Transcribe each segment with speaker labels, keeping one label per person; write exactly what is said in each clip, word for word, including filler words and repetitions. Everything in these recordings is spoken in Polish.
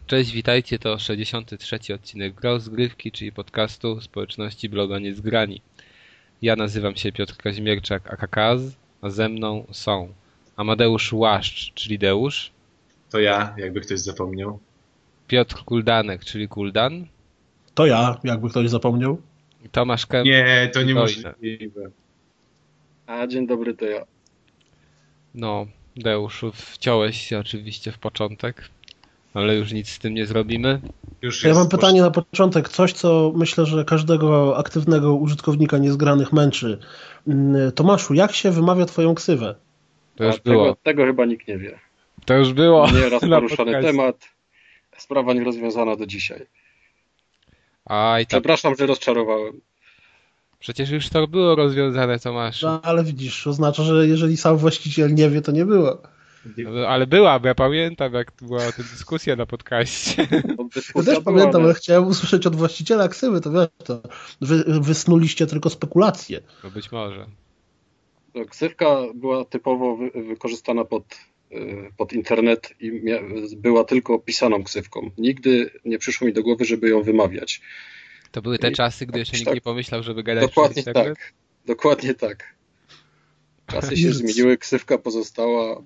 Speaker 1: Cześć, witajcie, to sześćdziesiąty trzeci odcinek Rozgrywki, czyli podcastu społeczności bloga Niezgrani. Ja nazywam się Piotr Kazimierczak, aka Kaz, a ze mną są Amadeusz Łaszcz, czyli Deusz.
Speaker 2: To ja, jakby ktoś zapomniał.
Speaker 1: Piotr Kuldanek, czyli Kuldan.
Speaker 3: To ja, jakby ktoś zapomniał.
Speaker 1: I Tomasz Kęp.
Speaker 2: Nie, to niemożliwe.
Speaker 4: A dzień dobry, to ja.
Speaker 1: No, Deuszu, wciąłeś się oczywiście w początek, ale już nic z tym nie zrobimy.
Speaker 2: Już
Speaker 3: Ja mam
Speaker 2: posz...
Speaker 3: pytanie na początek, coś co myślę, że każdego aktywnego użytkownika niezgranych męczy. Tomaszu, jak się wymawia twoją ksywę?
Speaker 1: To już
Speaker 4: A
Speaker 1: było.
Speaker 4: Tego, tego chyba nikt nie wie.
Speaker 1: To już było.
Speaker 4: Nieraz
Speaker 1: na
Speaker 4: poruszany
Speaker 1: podcaście.
Speaker 4: temat. Sprawa nierozwiązana do dzisiaj.
Speaker 1: Aj, tak.
Speaker 4: Przepraszam, że rozczarowałem.
Speaker 1: Przecież już to było rozwiązane, Tomasz.
Speaker 3: No, ale widzisz, oznacza, że jeżeli sam właściciel nie wie, to nie było.
Speaker 1: No, ale była, bo ja pamiętam, jak była o tym dyskusja na podcaście.
Speaker 4: Bo
Speaker 3: Ja
Speaker 4: dyskusja
Speaker 3: też
Speaker 4: była,
Speaker 3: pamiętam,
Speaker 4: ale
Speaker 3: ale chciałem usłyszeć od właściciela ksywy, to wiesz, to wy, wysnuliście tylko spekulacje.
Speaker 1: No być może.
Speaker 4: to ksywka była typowo wy, wykorzystana pod, y, pod internet i mia, była tylko pisaną ksywką. Nigdy nie przyszło mi do głowy, żeby ją wymawiać.
Speaker 1: To były te
Speaker 4: I
Speaker 1: czasy, gdy jeszcze
Speaker 4: tak,
Speaker 1: nikt
Speaker 4: tak.
Speaker 1: nie pomyślał, żeby gadać
Speaker 4: Dokładnie
Speaker 1: przez internet.
Speaker 4: tak. Dokładnie tak. Czasy się
Speaker 3: Jezus.
Speaker 4: zmieniły, ksywka pozostała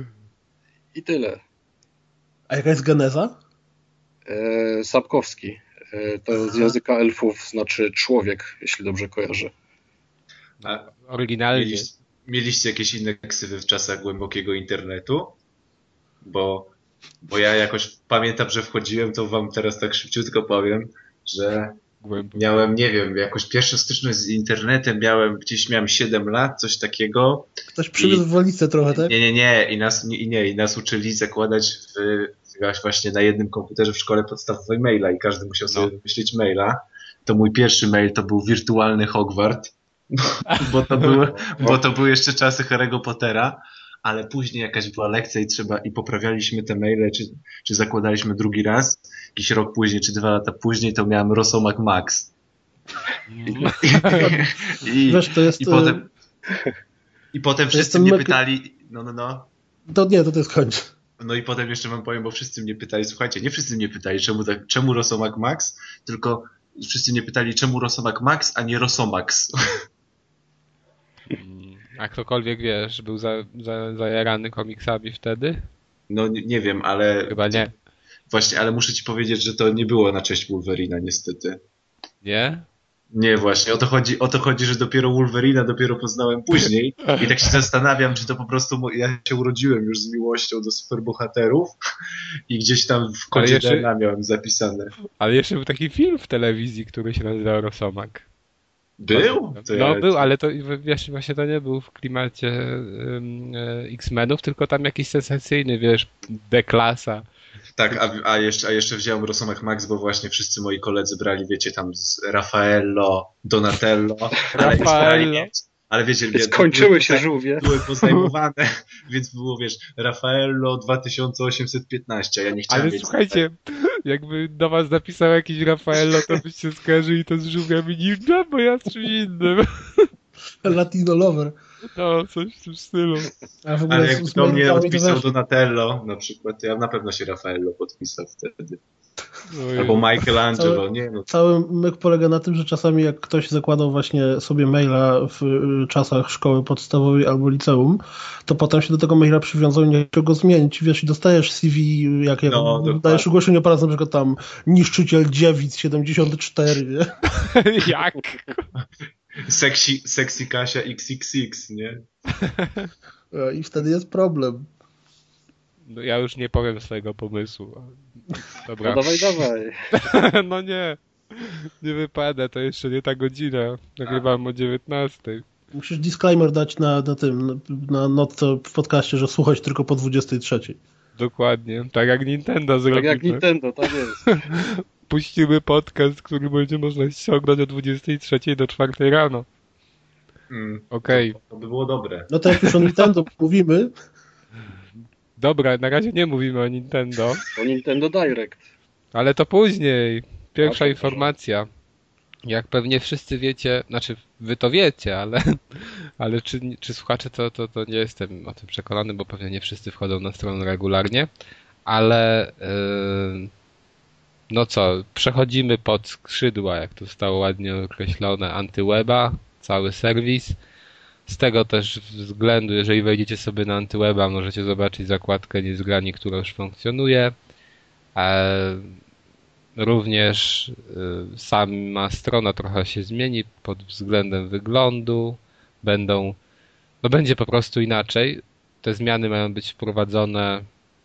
Speaker 4: i tyle.
Speaker 3: A jaka jest geneza?
Speaker 4: E, Sapkowski. E, to z języka elfów znaczy człowiek, jeśli dobrze kojarzę.
Speaker 2: A
Speaker 1: Oryginalnie.
Speaker 2: mieliście, mieliście jakieś inne ksywy w czasach głębokiego internetu? Bo, bo ja jakoś pamiętam, że wchodziłem, to wam teraz tak szybciutko powiem, że
Speaker 1: Głęboko.
Speaker 2: miałem, nie wiem, jakąś pierwszą styczność z internetem, miałem, gdzieś miałem siedem lat, coś takiego.
Speaker 3: Ktoś przywiózł
Speaker 2: I-
Speaker 3: w walicę trochę, tak?
Speaker 2: Nie, nie, nie. I nas, nie, i nie, i nas uczyli zakładać w, właśnie na jednym komputerze w szkole podstawowej maila i każdy musiał sobie
Speaker 1: No.
Speaker 2: wymyślić maila. To mój pierwszy mail to był wirtualny Hogwart, bo to były, bo to były jeszcze czasy Harry'ego Pottera, ale później jakaś była lekcja i trzeba, i poprawialiśmy te maile, czy, czy zakładaliśmy drugi raz, jakiś rok później, czy dwa lata później, to miałem Rosomak Max. I,
Speaker 3: Wiesz, to jest...
Speaker 2: i potem, i potem wszyscy
Speaker 3: jestem
Speaker 2: mnie
Speaker 3: mek-
Speaker 2: pytali, no, no, no,
Speaker 3: To nie, to ty skończ.
Speaker 2: no i potem jeszcze wam powiem, bo wszyscy mnie pytali, słuchajcie, nie wszyscy mnie pytali, czemu, tak, czemu Rosomak Max, tylko wszyscy mnie pytali, czemu Rosomak Max, a nie Rosomax.
Speaker 1: Mm, A ktokolwiek, wiesz, był za, za, zajarany komiksami wtedy?
Speaker 2: No nie, nie wiem, ale...
Speaker 1: Chyba nie.
Speaker 2: Właśnie, ale muszę ci powiedzieć, że to nie było na cześć Wolverina, niestety.
Speaker 1: Nie?
Speaker 2: Nie, właśnie, o to chodzi, o to chodzi, że dopiero Wolverina dopiero poznałem później i tak się zastanawiam, czy to po prostu mo- ja się urodziłem już z miłością do superbohaterów i gdzieś tam w kodzie
Speaker 1: jeszcze-
Speaker 2: D N A miałem zapisane.
Speaker 1: Ale jeszcze był taki film w telewizji, który się nazywał Rosomak.
Speaker 2: Był? To
Speaker 1: No
Speaker 2: ja-
Speaker 1: był, ale to wiesz, właśnie to nie był w klimacie ym, e, X-Menów, tylko tam jakiś sensacyjny, wiesz, D-klasa.
Speaker 2: Tak, a, a, jeszcze, a jeszcze wziąłem Rosomak Max, bo właśnie wszyscy moi koledzy brali, wiecie, tam z Raffaello, Donatello, ale, już brali,
Speaker 1: Raffaello.
Speaker 2: ale wiecie, nie,
Speaker 4: Skończyły
Speaker 2: były
Speaker 4: się
Speaker 2: pozaj-
Speaker 4: żółwie.
Speaker 2: były pozajmowane, więc było, wiesz, Raffaello dwa tysiące osiemset piętnaście, a ja nie chciałem
Speaker 1: Ale
Speaker 2: mieć
Speaker 1: słuchajcie, jakby do was napisał jakiś Raffaello, to byście skojarzyli to z żółwiami ninja, bo ja z czymś innym.
Speaker 3: Latino lover.
Speaker 1: No, coś w tym stylu.
Speaker 3: A w ogóle
Speaker 2: Ale
Speaker 3: z-
Speaker 2: jakby
Speaker 3: z
Speaker 2: do mnie
Speaker 3: medykami to
Speaker 2: odpisał
Speaker 3: wiesz,
Speaker 2: Donatello na przykład, to ja na pewno się Raffaello podpisał wtedy.
Speaker 1: Ojej.
Speaker 2: Albo Michelangelo,
Speaker 3: Całe-
Speaker 2: nie no.
Speaker 3: Cały myk polega na tym, że czasami jak ktoś zakładał właśnie sobie maila w y, czasach szkoły podstawowej albo liceum, to potem się do tego maila przywiązał i nie chciał go zmienić. Wiesz, i dostajesz C V, jak, jak
Speaker 2: No, dokładnie.
Speaker 3: dajesz ogłoszenie pracy, na przykład tam niszczyciel dziewic siedemdziesiąt cztery, nie?
Speaker 1: Jak?
Speaker 2: Sexy, sexy Kasia X X X, nie?
Speaker 3: E, I wtedy jest problem.
Speaker 1: No, ja już nie powiem swojego pomysłu. Dobra.
Speaker 4: No dawaj, dawaj.
Speaker 1: No nie. Nie wypada, to jeszcze nie ta godzina. Nagrywam o dziewiętnastej.
Speaker 3: Musisz disclaimer dać na, na tym, na notce w podcaście, że słuchać tylko po dwudziestej trzeciej.
Speaker 1: Dokładnie. Tak jak Nintendo
Speaker 4: Tak
Speaker 1: zrobił.
Speaker 4: jak Nintendo, tak jest.
Speaker 1: Puścimy podcast, który będzie można ściągnąć o dwudziestej trzeciej do czwartej rano.
Speaker 2: Mm,
Speaker 1: Okej.
Speaker 2: to, to by było dobre.
Speaker 3: No to jak już o Nintendo mówimy,
Speaker 1: Dobra, na razie nie mówimy o Nintendo,
Speaker 4: O Nintendo Direct.
Speaker 1: ale to później. Pierwsza
Speaker 4: A, to
Speaker 1: informacja. Jak pewnie wszyscy wiecie, znaczy wy to wiecie, ale, ale czy, czy słuchacze to, to, to nie jestem o tym przekonany, bo pewnie nie wszyscy wchodzą na stronę regularnie, ale yy, no co, przechodzimy pod skrzydła, jak to zostało ładnie określone, antyweba, cały serwis. Z tego też względu, jeżeli wejdziecie sobie na antyweba, możecie zobaczyć zakładkę Niezgrani, która już funkcjonuje. Również sama strona trochę się zmieni pod względem wyglądu. Będą, no będzie po prostu inaczej. Te zmiany mają być wprowadzone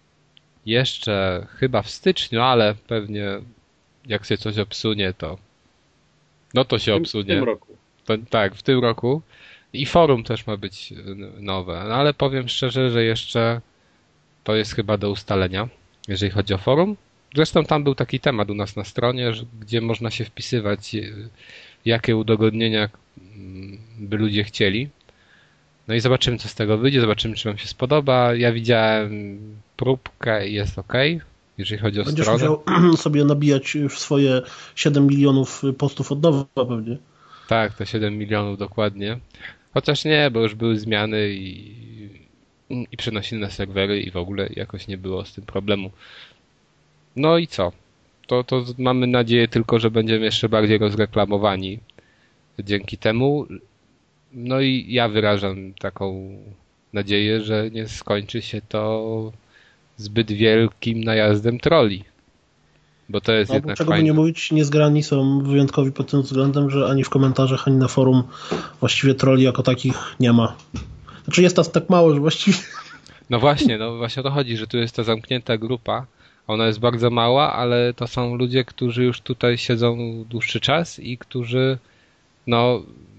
Speaker 1: jeszcze chyba w styczniu, ale pewnie jak się coś obsunie, to no to się
Speaker 4: w tym,
Speaker 1: obsunie.
Speaker 4: W tym roku.
Speaker 1: To, tak, w tym roku. I forum też ma być nowe. No ale powiem szczerze, że jeszcze to jest chyba do ustalenia, jeżeli chodzi o forum. Zresztą tam był taki temat u nas na stronie, gdzie można się wpisywać, jakie udogodnienia by ludzie chcieli. No i zobaczymy, co z tego wyjdzie, zobaczymy, czy wam się spodoba. Ja widziałem próbkę i jest ok, jeżeli chodzi o
Speaker 3: Będziesz
Speaker 1: stronę.
Speaker 3: Będziesz musiał sobie nabijać w swoje siedem milionów postów od nowa pewnie.
Speaker 1: Tak, to siedem milionów dokładnie. Chociaż nie, bo już były zmiany i, i przenosili na serwery i w ogóle jakoś nie było z tym problemu. No i co? To, to mamy nadzieję tylko, że będziemy jeszcze bardziej rozreklamowani dzięki temu. No i ja wyrażam taką nadzieję, że nie skończy się to zbyt wielkim najazdem trolli. Bo to jest
Speaker 3: no,
Speaker 1: jednak
Speaker 3: czego
Speaker 1: fajne.
Speaker 3: by nie mówić, Niezgrani są wyjątkowi pod tym względem, że ani w komentarzach, ani na forum właściwie trolli jako takich nie ma. Znaczy jest nas tak mało, że właściwie...
Speaker 1: No właśnie, no właśnie o to chodzi, że tu jest ta zamknięta grupa. Ona jest bardzo mała, ale to są ludzie, którzy już tutaj siedzą dłuższy czas i którzy no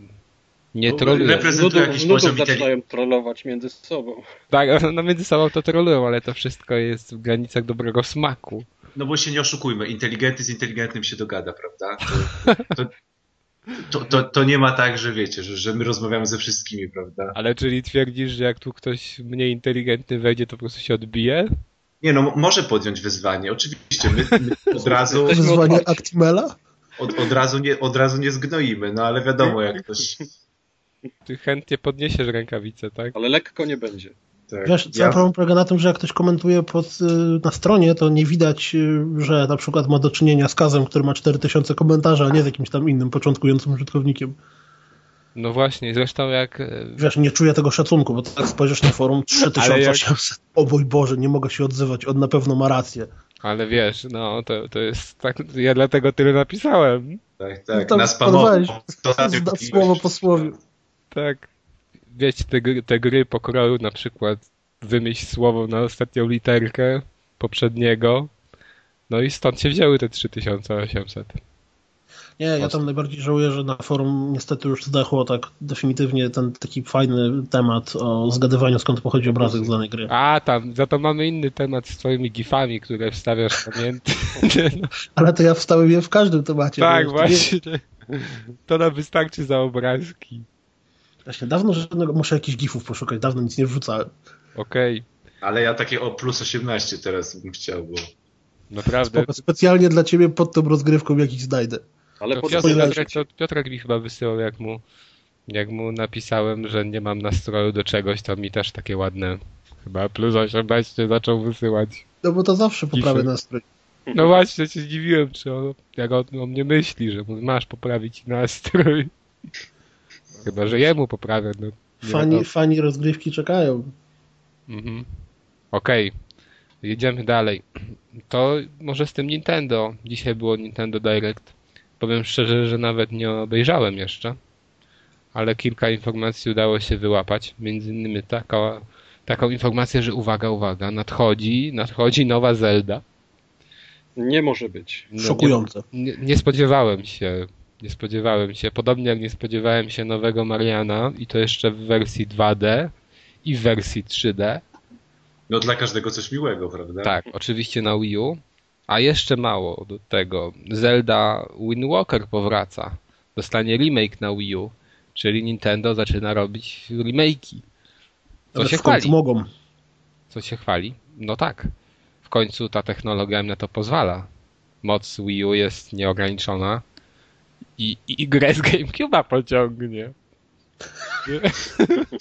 Speaker 1: nie trolują.
Speaker 2: Reprezentują jakiś poziom
Speaker 4: inteligencji. Zaczynają trollować między sobą.
Speaker 1: Tak, no między sobą to trolują, ale to wszystko jest w granicach dobrego smaku.
Speaker 2: No bo się nie oszukujmy, inteligentny z inteligentnym się dogada, prawda? To, to, to, to, to nie ma tak, że wiecie, że, że my rozmawiamy ze wszystkimi, prawda?
Speaker 1: Ale czyli twierdzisz, że jak tu ktoś mniej inteligentny wejdzie, to po prostu się odbije?
Speaker 2: Nie no, może podjąć wyzwanie. Oczywiście, my, my od razu...
Speaker 3: Wyzwanie Actimela?
Speaker 2: Od, od, razu nie, od razu nie zgnoimy, no ale wiadomo jak ktoś...
Speaker 1: Ty chętnie podniesiesz rękawicę, tak?
Speaker 4: Ale lekko nie będzie.
Speaker 2: Tak.
Speaker 3: Wiesz, cały
Speaker 2: Ja...
Speaker 3: problem polega na tym, że jak ktoś komentuje pod, na stronie, to nie widać, że na przykład ma do czynienia z Kazem, który ma cztery tysiące komentarzy, a nie z jakimś tam innym początkującym użytkownikiem.
Speaker 1: No właśnie, zresztą jak...
Speaker 3: Wiesz, nie czuję tego szacunku, bo tak spojrzysz na forum trzy tysiące osiemset. Jak... O mój Boże, nie mogę się odzywać, on na pewno ma rację.
Speaker 1: Ale wiesz, no to, to jest tak, ja dlatego tyle napisałem.
Speaker 2: Tak, tak,
Speaker 3: no
Speaker 2: na spamowo.
Speaker 3: Słowo po słowie.
Speaker 1: Tak. Wiecie, te gry, te gry pokroju, na przykład wymyśl słowo na ostatnią literkę poprzedniego, no i stąd się wzięły te trzy tysiące osiemset.
Speaker 3: Nie, ja tam najbardziej żałuję, że na forum niestety już zdechło tak definitywnie ten taki fajny temat o zgadywaniu, skąd pochodzi obrazek z danej gry.
Speaker 1: A, tam, za to mamy inny temat z twoimi gifami, które wstawiasz, pamiętam. No.
Speaker 3: Ale to ja wstałem je w każdym temacie.
Speaker 1: Tak, właśnie. Nie... To nam wystarczy za obrazki.
Speaker 3: Właśnie, dawno żadnego, muszę jakichś gifów poszukać, dawno nic nie wrzucałem.
Speaker 1: Okej. Okay.
Speaker 2: Ale ja takie o plus osiemnaście teraz bym chciał, bo...
Speaker 1: Naprawdę.
Speaker 3: Spoko, specjalnie dla ciebie pod tą rozgrywką jakiś znajdę.
Speaker 4: Ale
Speaker 1: to Piotrek, to Piotrek mi chyba wysyłał, jak mu, jak mu napisałem, że nie mam nastroju do czegoś, to mi też takie ładne chyba plus osiemnaście zaczął wysyłać.
Speaker 3: No bo to zawsze poprawia nastrój.
Speaker 1: No właśnie, się zdziwiłem, czy on, jak on o mnie myśli, że masz poprawić nastrój. Chyba, że jemu poprawia. No,
Speaker 3: fani, fani rozgrywki czekają.
Speaker 1: Mhm. Okej, okay. Jedziemy dalej. To może z tym Nintendo. Dzisiaj było Nintendo Direct. Powiem szczerze, że nawet nie obejrzałem jeszcze, ale kilka informacji udało się wyłapać. Między innymi taka, taką informację, że uwaga, uwaga, nadchodzi, nadchodzi nowa Zelda.
Speaker 4: Nie może być.
Speaker 1: No,
Speaker 3: Szokujące.
Speaker 1: Nie, nie, nie spodziewałem się. Nie spodziewałem się. Podobnie jak nie spodziewałem się nowego Mariana i to jeszcze w wersji dwa D i w wersji trzy D.
Speaker 2: No dla każdego coś miłego, prawda?
Speaker 1: Tak, oczywiście na Wii U. A jeszcze mało do tego. Zelda Wind Waker powraca. Dostanie remake na Wii U, czyli Nintendo zaczyna robić remake'i. Co
Speaker 3: Ale
Speaker 1: się
Speaker 3: w końcu
Speaker 1: chwali.
Speaker 3: mogą.
Speaker 1: Co się chwali? No tak. W końcu ta technologia im na to pozwala. Moc Wii U jest nieograniczona i, i grę z GameCube'a pociągnie.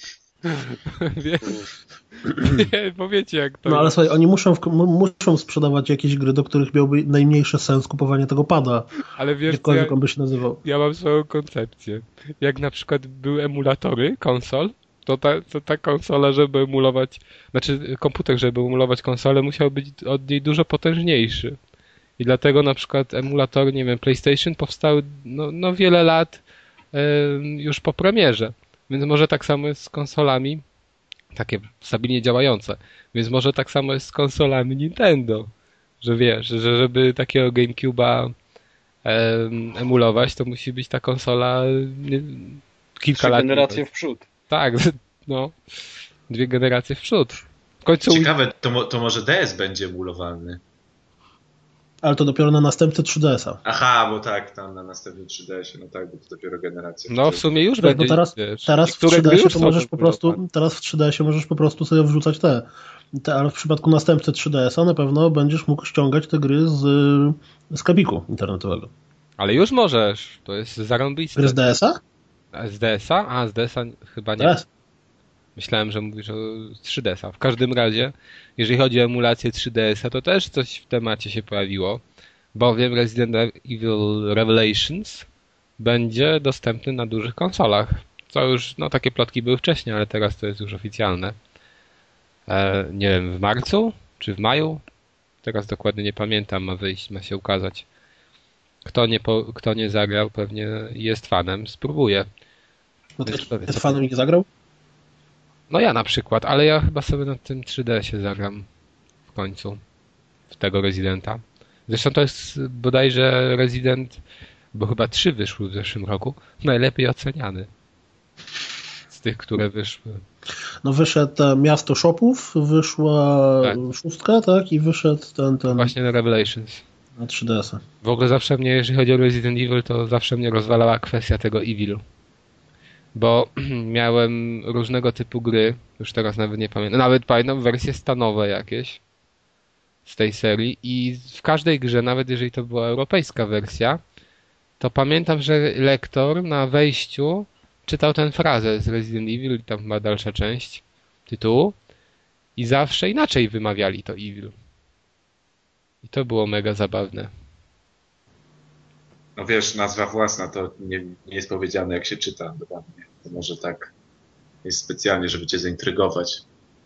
Speaker 1: Wie, nie, powiecie jak to
Speaker 3: No ale
Speaker 1: jest.
Speaker 3: słuchaj, oni muszą, w, muszą sprzedawać jakieś gry, do których miałby najmniejszy sens kupowanie tego pada.
Speaker 1: Ale wiesz,
Speaker 3: Jakkolwiek
Speaker 1: ja,
Speaker 3: on by się nazywał.
Speaker 1: ja mam swoją koncepcję. Jak na przykład były emulatory konsol, to ta, to ta konsola, żeby emulować, znaczy komputer, żeby emulować konsolę, musiał być od niej dużo potężniejszy. I dlatego na przykład emulatory, nie wiem, PlayStation powstały no, no wiele lat e, już po premierze. Więc może tak samo jest z konsolami, takie stabilnie działające. Więc może tak samo jest z konsolami Nintendo. Że wiesz, że żeby takiego GameCube'a e, emulować, to musi być ta konsola nie, kilka
Speaker 4: Trzy
Speaker 1: lat.
Speaker 4: generacje w przód.
Speaker 1: Tak, no. Dwie generacje w przód. W końcu...
Speaker 2: Ciekawe, to, mo- to może D S będzie emulowalny.
Speaker 3: Ale to dopiero na następcy trzy D S a.
Speaker 2: Aha, bo tak, tam na następnym trzy D S ie, no tak, bo to dopiero generacja.
Speaker 1: No w sumie już
Speaker 3: Tak,
Speaker 1: będzie.
Speaker 3: bo teraz,
Speaker 1: wiesz,
Speaker 3: teraz w
Speaker 1: niektóre
Speaker 3: trzy D
Speaker 1: gry
Speaker 3: S ie
Speaker 1: już
Speaker 3: to
Speaker 1: są
Speaker 3: możesz po prostu,
Speaker 1: emulowane.
Speaker 3: teraz w trzy D S ie możesz po prostu sobie wrzucać te, te, ale w przypadku następcy trzy D S a na pewno będziesz mógł ściągać te gry z, z kabiku internetowego.
Speaker 1: Ale już możesz, to jest zarąbiste.
Speaker 3: Gry z D S a?
Speaker 1: A z D S a? A, z D S a chyba nie.
Speaker 3: D S.
Speaker 1: Myślałem, że mówisz o trzy D S a. W każdym razie, jeżeli chodzi o emulację trzy D S a, to też coś w temacie się pojawiło, bowiem Resident Evil Revelations będzie dostępny na dużych konsolach. Co już, no takie plotki były wcześniej, ale teraz to jest już oficjalne. E, nie wiem, w marcu czy w maju? Teraz dokładnie nie pamiętam, ma wyjść, ma się ukazać. Kto nie, po, kto nie zagrał, pewnie jest fanem, spróbuje.
Speaker 3: No to
Speaker 1: Więc powiedz,
Speaker 3: jest
Speaker 1: co-
Speaker 3: fanem nie zagrał?
Speaker 1: No ja na przykład, ale ja chyba sobie na tym trzy D S ie zagram w końcu. W tego Residenta. Zresztą to jest bodajże Resident, bo chyba trzy wyszły w zeszłym roku, najlepiej oceniany. Z tych, które wyszły.
Speaker 3: No wyszedł e, Miasto Shopów, wyszła
Speaker 1: Tak.
Speaker 3: szóstka, tak? I wyszedł ten, ten
Speaker 1: Właśnie na Revelations.
Speaker 3: na trzy D S a.
Speaker 1: W ogóle zawsze mnie, jeżeli chodzi o Resident Evil, to zawsze mnie rozwalała kwestia tego Evil. Bo miałem różnego typu gry, już teraz nawet nie pamiętam, nawet pamiętam wersje stanowe jakieś z tej serii i w każdej grze, nawet jeżeli to była europejska wersja, to pamiętam, że lektor na wejściu czytał tę frazę z Resident Evil, tam chyba dalsza część tytułu i zawsze inaczej wymawiali to Evil. I to było mega zabawne.
Speaker 2: No wiesz, nazwa własna to nie, nie jest powiedziane jak się czyta dokładnie. To może tak jest specjalnie, żeby cię zaintrygować.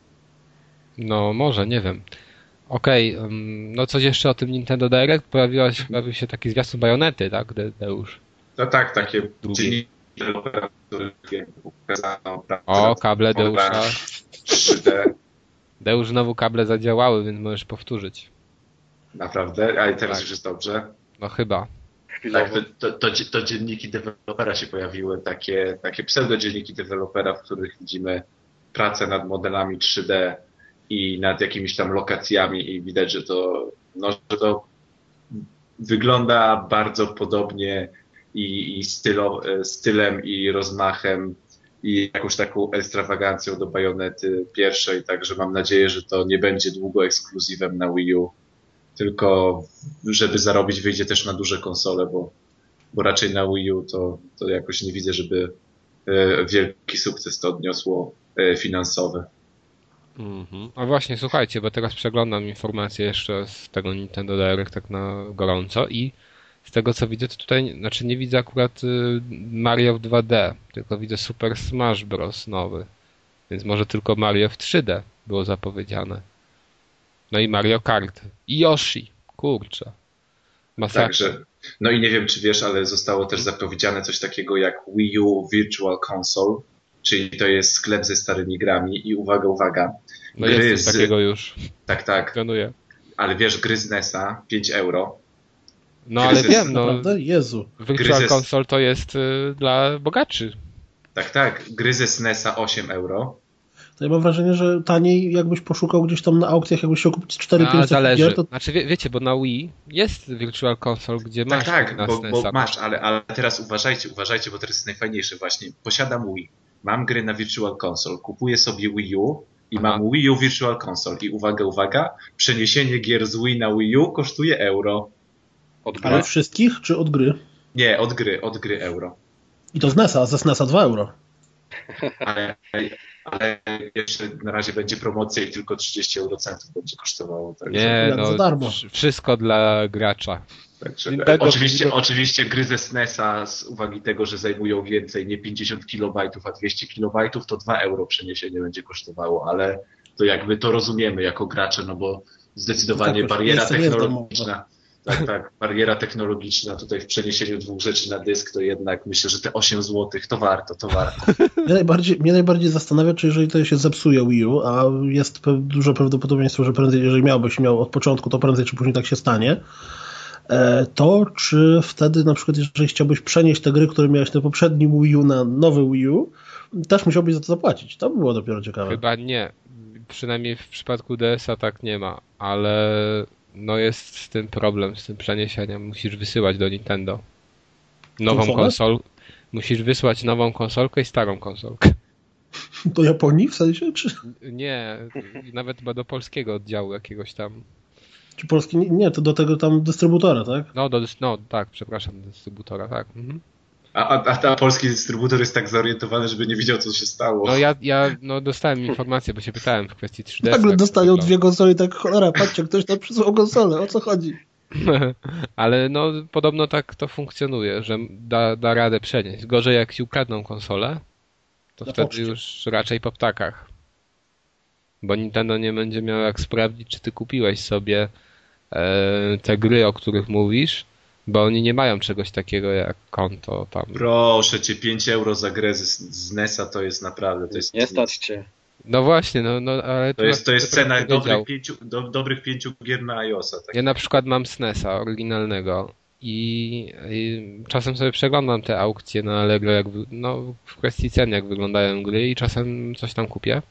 Speaker 1: No może, nie wiem. Okej, ym, no coś jeszcze o tym Nintendo Direct? Pojawiła się, pojawił się taki zwiastun Bajonety, tak, De- Deusz?
Speaker 2: No tak, takie
Speaker 1: Drugi.
Speaker 2: dzienniki dewelopera, które ukazano.
Speaker 1: O, kable Deusza.
Speaker 2: trzy D,
Speaker 1: Deusz znowu kable zadziałały, więc możesz powtórzyć.
Speaker 2: naprawdę, ale teraz
Speaker 1: Tak.
Speaker 2: już jest dobrze.
Speaker 1: No chyba.
Speaker 4: Chwilowo.
Speaker 2: Tak, to, to, to, dzie- to dzienniki dewelopera się pojawiły, takie, takie pseudodzienniki dewelopera, w których widzimy pracę nad modelami trzy D i nad jakimiś tam lokacjami i widać, że to, no, że to wygląda bardzo podobnie i, i stylo, stylem i rozmachem i jakąś taką ekstrawagancją do Bajonety pierwszej, także mam nadzieję, że to nie będzie długo ekskluzywem na Wii U, tylko żeby zarobić wyjdzie też na duże konsole, bo, bo raczej na Wii U to, to jakoś nie widzę, żeby e, wielki sukces to odniosło e, finansowy.
Speaker 1: Mhm. A właśnie, słuchajcie, bo teraz przeglądam informacje jeszcze z tego Nintendo Direct tak na gorąco i z tego co widzę, to tutaj, znaczy nie widzę akurat y, Mario w dwa D, tylko widzę Super Smash Bros. Nowy. Więc może tylko Mario w trzy D było zapowiedziane. No i Mario Kart. I Yoshi. Kurczę. Masakra.
Speaker 2: Także, no i nie wiem, czy wiesz, ale zostało też zapowiedziane coś takiego jak Wii U Virtual Console, czyli to jest sklep ze starymi grami i uwaga, uwaga.
Speaker 1: No
Speaker 2: gry
Speaker 1: jest coś
Speaker 2: z-
Speaker 1: takiego już.
Speaker 2: Tak, tak,
Speaker 1: Funkcjonuje.
Speaker 2: ale wiesz, gry z N E S a, pięć euro.
Speaker 1: No ale
Speaker 2: Kryzys,
Speaker 1: wiem, no.
Speaker 3: Naprawdę? Jezu.
Speaker 1: Virtual
Speaker 2: Kryzys.
Speaker 1: Console to jest y, dla bogaczy.
Speaker 2: Tak, tak, gry ze S N E S a osiem euro.
Speaker 3: To ja mam wrażenie, że taniej jakbyś poszukał gdzieś tam na aukcjach, jakbyś chciał kupić cztery
Speaker 1: A,
Speaker 3: pięćset
Speaker 1: zależy.
Speaker 3: gier, to
Speaker 1: Znaczy wie, wiecie, bo na Wii jest Virtual Console, gdzie
Speaker 2: Tak,
Speaker 1: masz
Speaker 2: tak,
Speaker 1: na
Speaker 2: bo,
Speaker 1: S N E
Speaker 2: bo
Speaker 1: S a.
Speaker 2: masz, ale, ale teraz uważajcie, uważajcie, bo teraz jest najfajniejsze właśnie. Posiadam Wii, mam gry na Virtual Console, kupuję sobie Wii U i
Speaker 1: Aha.
Speaker 2: mam Wii U Virtual Console i uwaga, uwaga, przeniesienie gier z Wii na Wii U kosztuje euro.
Speaker 4: Od
Speaker 3: ale
Speaker 4: gry.
Speaker 3: wszystkich, czy od gry?
Speaker 2: Nie, od gry, od gry euro.
Speaker 3: I to z N E S a, ze S N E S a dwa euro.
Speaker 2: Ale, ale jeszcze na razie będzie promocja i tylko trzydzieści eurocentów będzie kosztowało. Także,
Speaker 1: Nie,
Speaker 3: Jak za
Speaker 1: no
Speaker 3: darmo.
Speaker 1: wszystko dla gracza.
Speaker 2: także,
Speaker 1: Nintendo-
Speaker 2: oczywiście, oczywiście gry ze S N E S a z uwagi tego, że zajmują więcej, nie pięćdziesiąt kilobajtów, a dwieście kilobajtów, to dwa euro przeniesienie będzie kosztowało, ale to jakby to rozumiemy jako gracze, no bo zdecydowanie
Speaker 3: Tak,
Speaker 2: bariera
Speaker 3: miejsce nie jest
Speaker 2: technologiczna. Tak, tak, bariera technologiczna tutaj w przeniesieniu dwóch rzeczy na dysk, to jednak myślę, że te osiem złotych to warto, to warto.
Speaker 3: Mnie najbardziej, mnie najbardziej zastanawia, czy jeżeli to się zepsuje Wii U, a jest pe- duże prawdopodobieństwo, że prędzej, jeżeli miałbyś miał od początku, to prędzej czy później tak się stanie, e, to czy wtedy na przykład, jeżeli chciałbyś przenieść te gry, które miałeś na poprzednim Wii U na nowy Wii U, też musiałbyś za to zapłacić. To by było dopiero ciekawe.
Speaker 1: Chyba nie. Przynajmniej w przypadku D S a tak nie ma, ale no jest z tym problem, z tym przeniesieniem. Musisz wysyłać do Nintendo nową
Speaker 3: Konsolę?
Speaker 1: konsol. Musisz wysłać nową konsolkę i starą konsolkę.
Speaker 3: Do Japonii w sensie? Czy,
Speaker 1: Nie, nawet chyba do polskiego oddziału jakiegoś tam.
Speaker 3: czy Polski? Nie, nie, to do tego tam dystrybutora, tak?
Speaker 1: No, do, dys- no tak, przepraszam, dystrybutora, tak. Mhm.
Speaker 2: A, a, a ta polski dystrybutor jest tak zorientowany, żeby nie widział, co się stało.
Speaker 1: No ja, ja no, dostałem informację, bo się pytałem w kwestii trzy D S.
Speaker 3: Nagle
Speaker 1: jak to
Speaker 3: dostają
Speaker 1: wygląda.
Speaker 3: dwie konsole i tak, cholera, patrzcie, ktoś tam przysłał konsolę, o co chodzi?
Speaker 1: Ale no podobno tak to funkcjonuje, że da, da radę przenieść. Gorzej jak ci ukradną konsolę, to
Speaker 3: Na
Speaker 1: wtedy
Speaker 3: poczcie.
Speaker 1: już raczej po ptakach. Bo Nintendo nie będzie miał jak sprawdzić, czy ty kupiłeś sobie e, te gry, o których mówisz, bo oni nie mają czegoś takiego jak konto tam.
Speaker 2: Proszę cię, pięć euro za grę z, z N E S a to jest naprawdę, to jest
Speaker 4: Nie stać cię.
Speaker 1: No właśnie, no, no ale
Speaker 2: To jest, to jest cena
Speaker 1: powiedział.
Speaker 2: dobrych pięciu, do, dobrych pięciu gier na iOS a. Tak?
Speaker 1: Ja na przykład mam S N E S a oryginalnego i, i czasem sobie przeglądam te aukcje na Allegro, jak, wy- no, w kwestii cen, jak wyglądają gry i czasem coś tam kupię.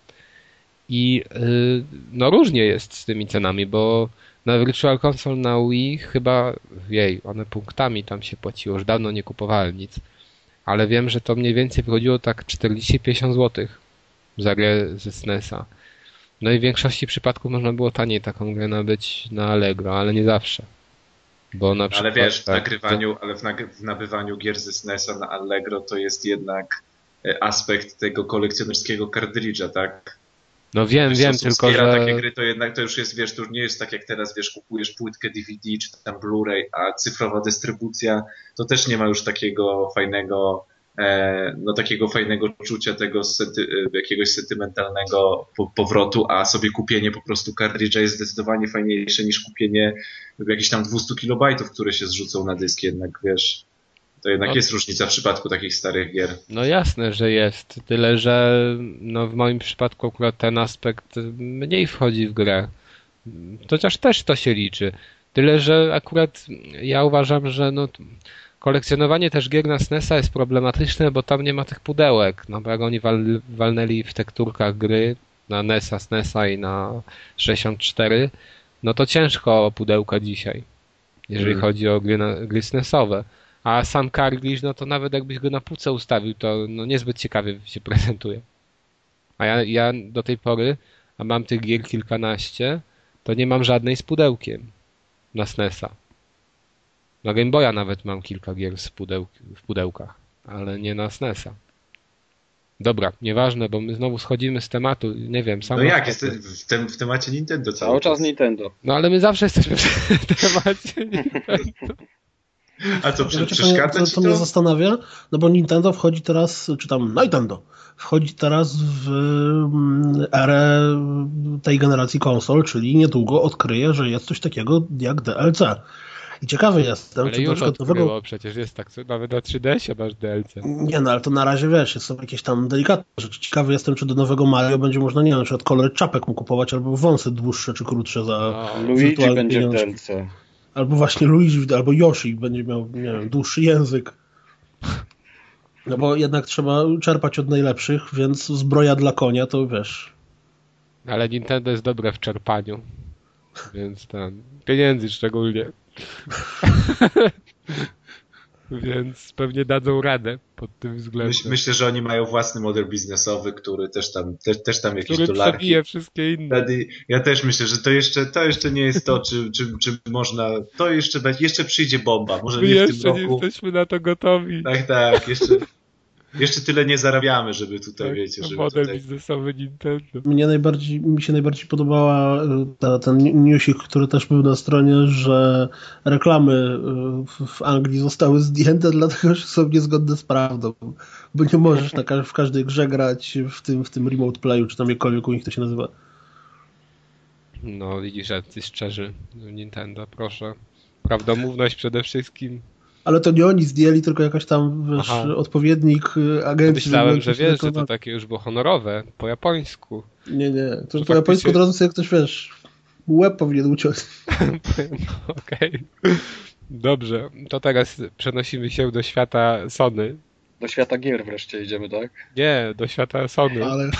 Speaker 1: I y, no różnie jest z tymi cenami, bo na Virtual Console na Wii chyba, jej, one punktami tam się płaciło, już dawno nie kupowałem nic. Ale wiem, że to mniej więcej wychodziło tak czterdzieści pięćdziesiąt złotych za grę ze S N E S a. No i w większości przypadków można było taniej taką grę nabyć na Allegro, ale nie zawsze. Bo na przykład,
Speaker 2: Ale wiesz, w
Speaker 1: tak,
Speaker 2: nagrywaniu, ale w, nagry, w nabywaniu gier ze S N E S a na Allegro to jest jednak e, aspekt tego kolekcjonerskiego kartridża, tak?
Speaker 1: No wiem,
Speaker 2: Wiesz,
Speaker 1: wiem,
Speaker 2: co,
Speaker 1: tylko
Speaker 2: wspiera
Speaker 1: że...
Speaker 2: takie gry, to jednak to już jest, wiesz, to już nie jest tak jak teraz, wiesz, kupujesz płytkę D V D czy tam Blu-ray, a cyfrowa dystrybucja to też nie ma już takiego fajnego, e, no takiego fajnego czucia tego senty, jakiegoś sentymentalnego po, powrotu, a sobie kupienie po prostu kartridża jest zdecydowanie fajniejsze niż kupienie jakichś tam dwieście kilobajtów, które się zrzucą na dysk, jednak wiesz, to jednak
Speaker 1: No.
Speaker 2: jest różnica w przypadku takich starych gier.
Speaker 1: No jasne, że jest. Tyle, że no w moim przypadku akurat ten aspekt mniej wchodzi w grę. Chociaż też to się liczy. Tyle, że akurat ja uważam, że no kolekcjonowanie też gier na S N E S a jest problematyczne, bo tam nie ma tych pudełek. No bo jak oni wal, walnęli w tekturkach gry na N E S a, S N E S a i na sześćdziesiąt cztery, no to ciężko o pudełka dzisiaj, jeżeli
Speaker 2: Mm.
Speaker 1: chodzi o gry, na, gry S N E S owe. A sam kartridż, no to nawet jakbyś go na półce ustawił, to no niezbyt ciekawie się prezentuje. A ja, ja do tej pory, a mam tych gier kilkanaście, to nie mam żadnej z pudełkiem na S N E S a. Na Game Boya nawet mam kilka gier z pudełk, w pudełkach, ale nie na S N E S a. Dobra, nieważne, bo my znowu schodzimy z tematu, nie wiem, sam...
Speaker 2: No jak, jest w, tem, w temacie Nintendo cały,
Speaker 4: Cały czas Nintendo.
Speaker 1: No ale my zawsze jesteśmy w temacie Nintendo.
Speaker 2: A co,
Speaker 3: Wiecie,
Speaker 2: prze,
Speaker 3: co,
Speaker 2: przeszkadza
Speaker 3: co,
Speaker 2: ci
Speaker 3: co
Speaker 2: to?
Speaker 3: mnie zastanawia, no bo Nintendo wchodzi teraz, czy tam Nintendo, wchodzi teraz w mm, erę tej generacji konsol, czyli niedługo odkryje, że jest coś takiego jak D L C. I ciekawy jestem,
Speaker 1: Ale
Speaker 3: czy na
Speaker 1: już
Speaker 3: przykład
Speaker 1: odkryło,
Speaker 3: nowego...
Speaker 1: przecież jest tak, co nawet na trzy D S ie masz D L C.
Speaker 3: Nie no, ale to na razie wiesz, są jakieś tam delikatne rzeczy. Ciekawy jestem, czy do nowego Mario będzie można, nie wiem, na przykład kolor czapek mu kupować, albo wąsy dłuższe czy krótsze za
Speaker 1: No,
Speaker 4: Luigi
Speaker 3: wirtualne
Speaker 4: będzie w
Speaker 3: pieniążki.
Speaker 4: D L C.
Speaker 3: Albo właśnie Luigi, albo Yoshi będzie miał, nie wiem, dłuższy język. No bo jednak trzeba czerpać od najlepszych, więc zbroja dla konia to wiesz.
Speaker 1: ale Nintendo jest dobre w czerpaniu, więc tam pieniędzy szczególnie. Więc pewnie dadzą radę pod tym względem.
Speaker 2: Myśl, myślę, że oni mają własny model biznesowy, który też tam, też, też tam jakieś
Speaker 1: który
Speaker 2: dolarki.
Speaker 1: przebije wszystkie inne.
Speaker 2: Wtedy ja też myślę, że to jeszcze, to jeszcze nie jest to, czy, czy, czy można, to jeszcze, będzie- jeszcze przyjdzie bomba, może
Speaker 1: My
Speaker 2: nie w
Speaker 1: jeszcze
Speaker 2: tym
Speaker 1: nie
Speaker 2: roku.
Speaker 1: jesteśmy na to gotowi.
Speaker 2: Tak, tak, jeszcze, Jeszcze tyle nie zarabiamy, żeby tutaj, tak, wiecie, żeby
Speaker 1: model
Speaker 2: tutaj...
Speaker 1: biznesowy Nintendo.
Speaker 3: Mnie najbardziej, mi się najbardziej podobała ta, ten newsik, który też był na stronie, że reklamy w, w Anglii zostały zdjęte, dlatego że są niezgodne z prawdą. Bo nie możesz na, w każdej grze grać w tym, w tym remote playu, czy tam jakkolwiek u nich to się nazywa.
Speaker 1: No widzisz, jak ty szczerzy Nintendo, proszę. Prawdomówność przede wszystkim.
Speaker 3: Ale to nie oni zdjęli, tylko jakaś tam, wiesz, Aha. odpowiednik agencji.
Speaker 1: Myślałem, że wiesz, że to takie już było honorowe, po japońsku.
Speaker 3: Nie, nie, to, to po japońsku od razu sobie ktoś, wiesz, łeb powinien uciąć.
Speaker 1: Okej. Okay. Dobrze, to teraz przenosimy się do świata Sony.
Speaker 4: Do świata gier wreszcie idziemy, tak?
Speaker 1: Nie, do świata Sony.
Speaker 3: Ale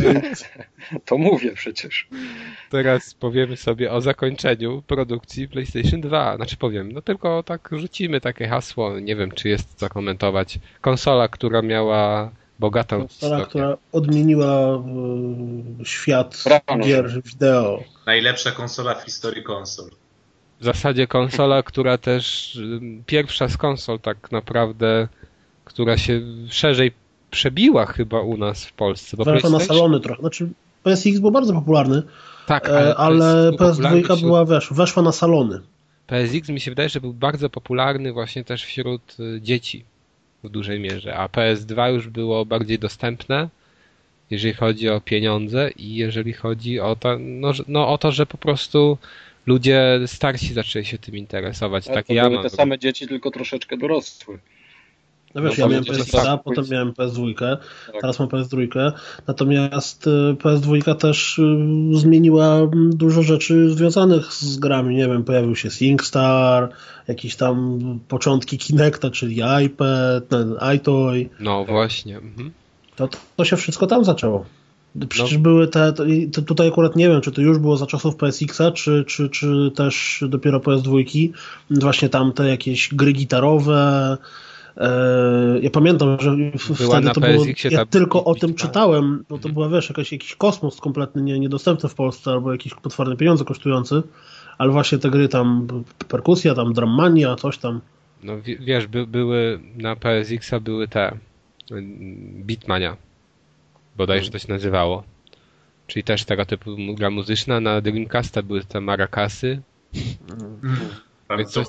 Speaker 4: to mówię przecież.
Speaker 1: Teraz powiemy sobie o zakończeniu produkcji PlayStation dwa. Znaczy powiem, no tylko tak rzucimy takie hasło, nie wiem czy jest co komentować. Konsola, która miała bogatą
Speaker 3: Konsola,
Speaker 1: historię.
Speaker 3: która odmieniła y, świat Brawo. gier wideo.
Speaker 2: Najlepsza konsola w historii konsol.
Speaker 1: W zasadzie konsola, która też pierwsza z konsol tak naprawdę, która się szerzej przebiła chyba u nas w Polsce. Bo
Speaker 3: Weszła na salony trochę. Znaczy P S X był bardzo popularny,
Speaker 1: tak, ale,
Speaker 3: ale P S dwa była, wiesz, weszła na salony.
Speaker 1: P S X mi się wydaje, że był bardzo popularny właśnie też wśród dzieci w dużej mierze, a P S dwa już było bardziej dostępne, jeżeli chodzi o pieniądze i jeżeli chodzi o to, no, no, o to, że po prostu ludzie starsi zaczęli się tym interesować.
Speaker 4: Ale
Speaker 1: tak
Speaker 4: to
Speaker 1: ja
Speaker 4: były
Speaker 1: mam.
Speaker 4: te same dzieci, tylko troszeczkę dorosły.
Speaker 3: No wiesz, no, ja miałem P S dwa, potem miałem P S dwa, tak. Teraz mam P S trzy, natomiast P S dwa też zmieniła dużo rzeczy związanych z grami, nie wiem, pojawił się SingStar, jakieś tam początki Kinecta, czyli iPad, ten iToy.
Speaker 1: No właśnie. Mhm.
Speaker 3: To, to się wszystko tam zaczęło. Przecież no. były te, to tutaj akurat nie wiem, czy to już było za czasów P S X-a, czy, czy, czy też dopiero P S dwa, właśnie tam te jakieś gry gitarowe. Ja pamiętam, że wtedy to było, ja tylko o tym czytałem, bo to była, wiesz, jakaś, jakiś kosmos kompletny nie, niedostępny w Polsce, albo jakieś potworne pieniądze kosztujący, ale właśnie te gry tam, perkusja, tam Drummania, coś tam.
Speaker 1: No wiesz, by, były na P S X-a były te Beatmania, bodajże to się nazywało, czyli też tego typu gra muzyczna. Na Dreamcasta były te maracasy.
Speaker 2: Mm. Coś...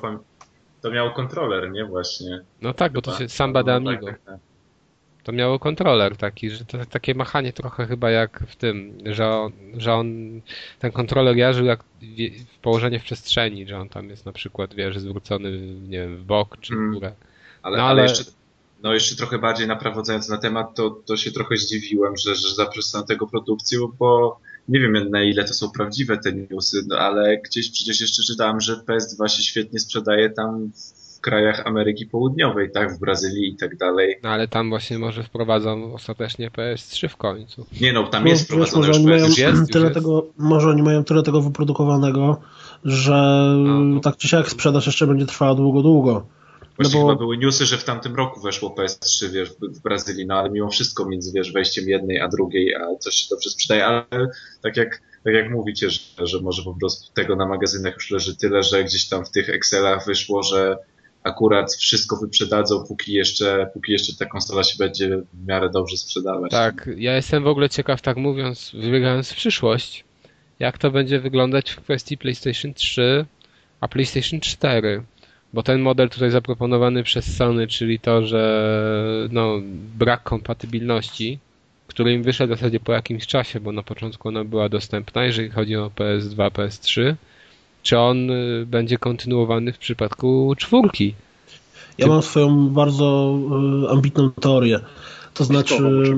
Speaker 2: To miało kontroler, nie? Właśnie.
Speaker 1: No tak, bo to się Samba de Amigo. Tak, tak, tak. To miało kontroler taki, że to takie machanie trochę chyba jak w tym, że on, że on ten kontroler jarzył jak w położenie w przestrzeni, że on tam jest na przykład, wiesz, zwrócony, nie wiem, w bok czy w górę.
Speaker 2: Ale, no, ale... ale jeszcze, no jeszcze trochę bardziej naprowadzając na temat, to, to się trochę zdziwiłem, że, że zaproszono tego produkcję, bo nie wiem na ile to są prawdziwe te newsy, no ale gdzieś przecież jeszcze czytałem, że P S dwa się świetnie sprzedaje tam w krajach Ameryki Południowej, tak, w Brazylii i tak dalej.
Speaker 1: No ale tam właśnie może wprowadzą ostatecznie P S trzy w końcu.
Speaker 2: Nie no, tam no, jest wprowadzone
Speaker 3: wiesz,
Speaker 2: już P S trzy.
Speaker 3: Jest, tyle tego, może oni mają tyle tego wyprodukowanego, że no, no. tak czy siak sprzedaż jeszcze będzie trwała długo, długo.
Speaker 2: Właśnie
Speaker 3: no bo...
Speaker 2: chyba były newsy, że w tamtym roku weszło P S trzy, wiesz, w Brazylii, no ale mimo wszystko między, wiesz, wejściem jednej a drugiej, a coś się dobrze sprzedaje, ale tak jak, tak jak mówicie, że, że może po prostu tego na magazynach już leży tyle, że gdzieś tam w tych Excelach wyszło, że akurat wszystko wyprzedadzą, póki jeszcze, póki jeszcze ta konsola się będzie w miarę dobrze sprzedawać.
Speaker 1: Tak, ja jestem w ogóle ciekaw, tak mówiąc, wybiegając w przyszłość, jak to będzie wyglądać w kwestii PlayStation trzy, a PlayStation cztery. Bo ten model tutaj zaproponowany przez Sony, czyli to, że no, brak kompatybilności, który im wyszedł w zasadzie po jakimś czasie, bo na początku ona była dostępna, jeżeli chodzi o P S dwa, P S trzy, czy on będzie kontynuowany w przypadku czwórki?
Speaker 3: Ja mam swoją bardzo ambitną teorię. To znaczy,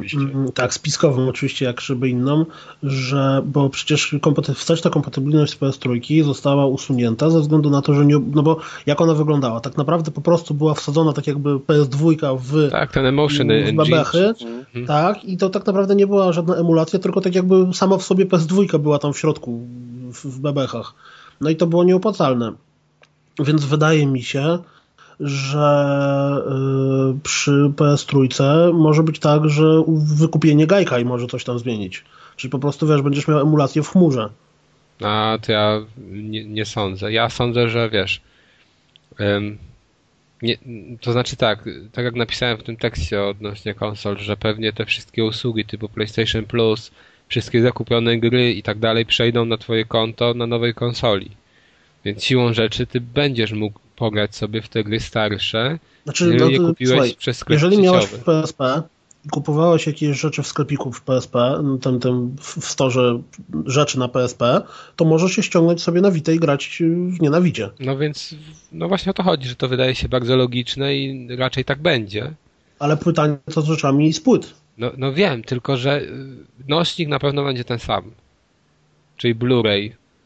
Speaker 3: tak, spiskową oczywiście, jak żeby inną, że, bo przecież wsteczna kompatybilność z P S trzy została usunięta ze względu na to, że nie, no bo jak ona wyglądała? Tak naprawdę po prostu była wsadzona tak jakby P S dwa w,
Speaker 1: tak, ten emotion
Speaker 3: w bebechy, mhm. tak, i to tak naprawdę nie była żadna emulacja, tylko tak jakby sama w sobie P S dwa była tam w środku, w, w bebechach. No i to było nieopłacalne. Więc wydaje mi się, że y, przy P S trzy może być tak, że wykupienie Gajka i może coś tam zmienić. Czyli po prostu, wiesz, będziesz miał emulację w chmurze.
Speaker 1: A to ja nie, nie sądzę. Ja sądzę, że wiesz, ym, Nie, to znaczy tak, tak jak napisałem w tym tekście odnośnie konsol, że pewnie te wszystkie usługi typu PlayStation Plus, wszystkie zakupione gry i tak dalej przejdą na twoje konto na nowej konsoli. Więc siłą rzeczy ty będziesz mógł pograć sobie w te gry starsze,
Speaker 3: znaczy,
Speaker 1: jeżeli
Speaker 3: no,
Speaker 1: je kupiłeś
Speaker 3: słuchaj,
Speaker 1: przez sklep
Speaker 3: jeżeli
Speaker 1: sieciowy.
Speaker 3: miałeś w P S P i kupowałeś jakieś rzeczy w sklepiku w P S P, tym, tym w storze rzeczy na P S P, to możesz się ściągnąć sobie na Vitę i grać w nie na Vicie.
Speaker 1: No więc, no właśnie o to chodzi, że to wydaje się bardzo logiczne i raczej tak będzie.
Speaker 3: Ale pytanie co z rzeczami z płyt.
Speaker 1: No, no wiem, tylko że nośnik na pewno będzie ten sam. Czyli Blu-ray.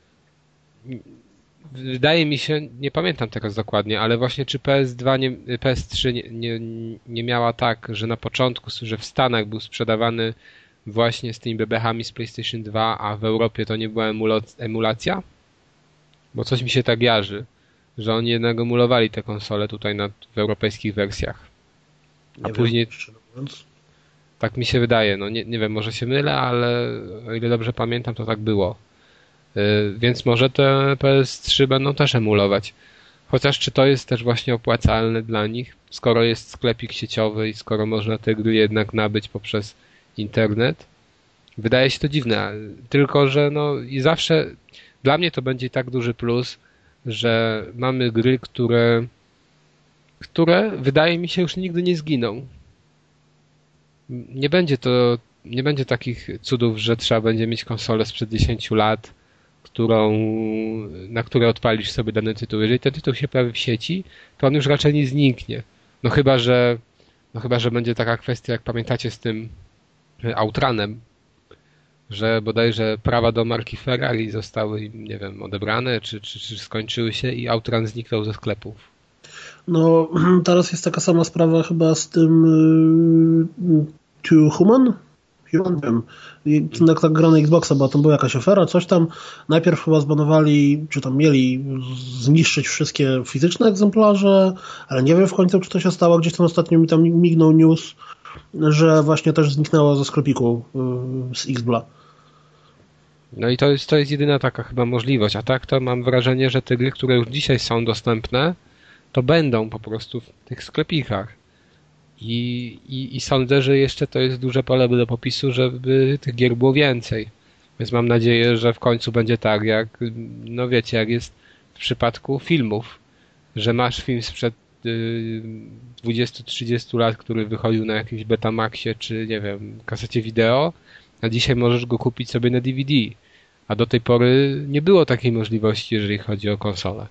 Speaker 1: Wydaje mi się, nie pamiętam teraz dokładnie, ale właśnie czy P S dwa, nie, P S trzy nie, nie, nie miała tak, że na początku, że w Stanach był sprzedawany właśnie z tymi bebechami z PlayStation dwa, a w Europie to nie była emulacja? Bo coś mi się tak jarzy, że oni jednak emulowali te konsole tutaj na, w europejskich wersjach. A
Speaker 3: Nie
Speaker 1: później...
Speaker 3: Wiem,
Speaker 1: tak mi się wydaje, no nie, nie wiem, może się mylę, ale o ile dobrze pamiętam, to tak było. Yy, więc może te P S trzy będą też emulować. Chociaż czy to jest też właśnie opłacalne dla nich, skoro jest sklepik sieciowy i skoro można te gry jednak nabyć poprzez internet? Wydaje się to dziwne, tylko że no i zawsze dla mnie to będzie tak duży plus, że mamy gry, które które wydaje mi się już nigdy nie zginą. Nie będzie to, nie będzie takich cudów, że trzeba będzie mieć konsolę sprzed dziesięciu lat, którą, na które odpalisz sobie dany tytuł. Jeżeli ten tytuł się pojawi w sieci, to on już raczej nie zniknie. No chyba, że, no chyba, że będzie taka kwestia, jak pamiętacie z tym Outranem, że bodajże prawa do marki Ferrari zostały, nie wiem, odebrane, czy, czy, czy skończyły się i Outrun zniknął ze sklepów.
Speaker 3: No, teraz jest taka sama sprawa chyba z tym yy, To Human? Human, wiem. Tak, tak gra na Xboxa, bo tam była jakaś afera, coś tam. Najpierw chyba zbanowali, czy tam mieli zniszczyć wszystkie fizyczne egzemplarze, ale nie wiem w końcu, czy to się stało. Gdzieś tam ostatnio mi tam mignął news, że właśnie też zniknęło ze sklepiku yy, z Xbla.
Speaker 1: No i to jest, to jest jedyna taka chyba możliwość, a tak to mam wrażenie, że te gry, które już dzisiaj są dostępne, to będą po prostu w tych sklepikach. I, i, I sądzę, że jeszcze to jest duże pole do popisu, żeby tych gier było więcej. Więc mam nadzieję, że w końcu będzie tak, jak, no wiecie, jak jest w przypadku filmów, że masz film sprzed y, dwudziestu trzydziestu lat, który wychodził na jakimś Betamaxie, czy nie wiem, kasecie wideo, a dzisiaj możesz go kupić sobie na D V D. A do tej pory nie było takiej możliwości, jeżeli chodzi o konsolę.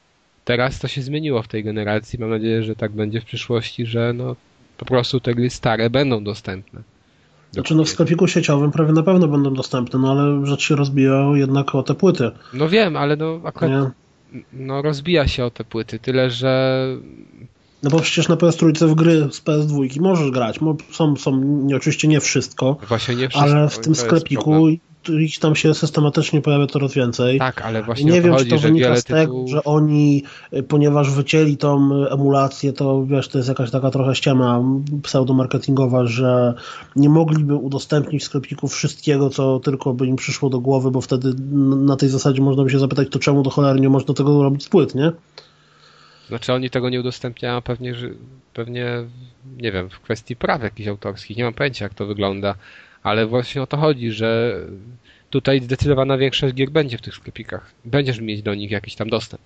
Speaker 1: Teraz to się zmieniło w tej generacji. Mam nadzieję, że tak będzie w przyszłości, że no po prostu te gry stare będą dostępne.
Speaker 3: Znaczy no w sklepiku sieciowym prawie na pewno będą dostępne, no ale rzecz się rozbija jednak o te płyty.
Speaker 1: No wiem, ale no akurat nie. No rozbija się o te płyty, tyle że...
Speaker 3: No bo przecież na P S trzy w gry z P S dwa możesz grać. Są, są nie, oczywiście nie wszystko,
Speaker 1: właśnie nie wszystko,
Speaker 3: ale w tym sklepiku ich tam się systematycznie pojawia coraz więcej.
Speaker 1: Tak, ale właśnie
Speaker 3: nie
Speaker 1: o to
Speaker 3: wiem,
Speaker 1: chodzi,
Speaker 3: czy to
Speaker 1: że
Speaker 3: wynika z tego,
Speaker 1: tytułów...
Speaker 3: że oni, ponieważ wycięli tą emulację, to wiesz, to jest jakaś taka trochę ściema pseudomarketingowa, że nie mogliby udostępnić w sklepiku wszystkiego, co tylko by im przyszło do głowy, bo wtedy na tej zasadzie można by się zapytać, to czemu do cholery nie można tego robić z płyt, nie?
Speaker 1: Znaczy oni tego nie udostępniają pewnie, że pewnie, nie wiem, w kwestii praw jakichś autorskich, nie mam pojęcia jak to wygląda, ale właśnie o to chodzi, że tutaj zdecydowana większość gier będzie w tych sklepikach. Będziesz mieć do nich jakiś tam dostęp.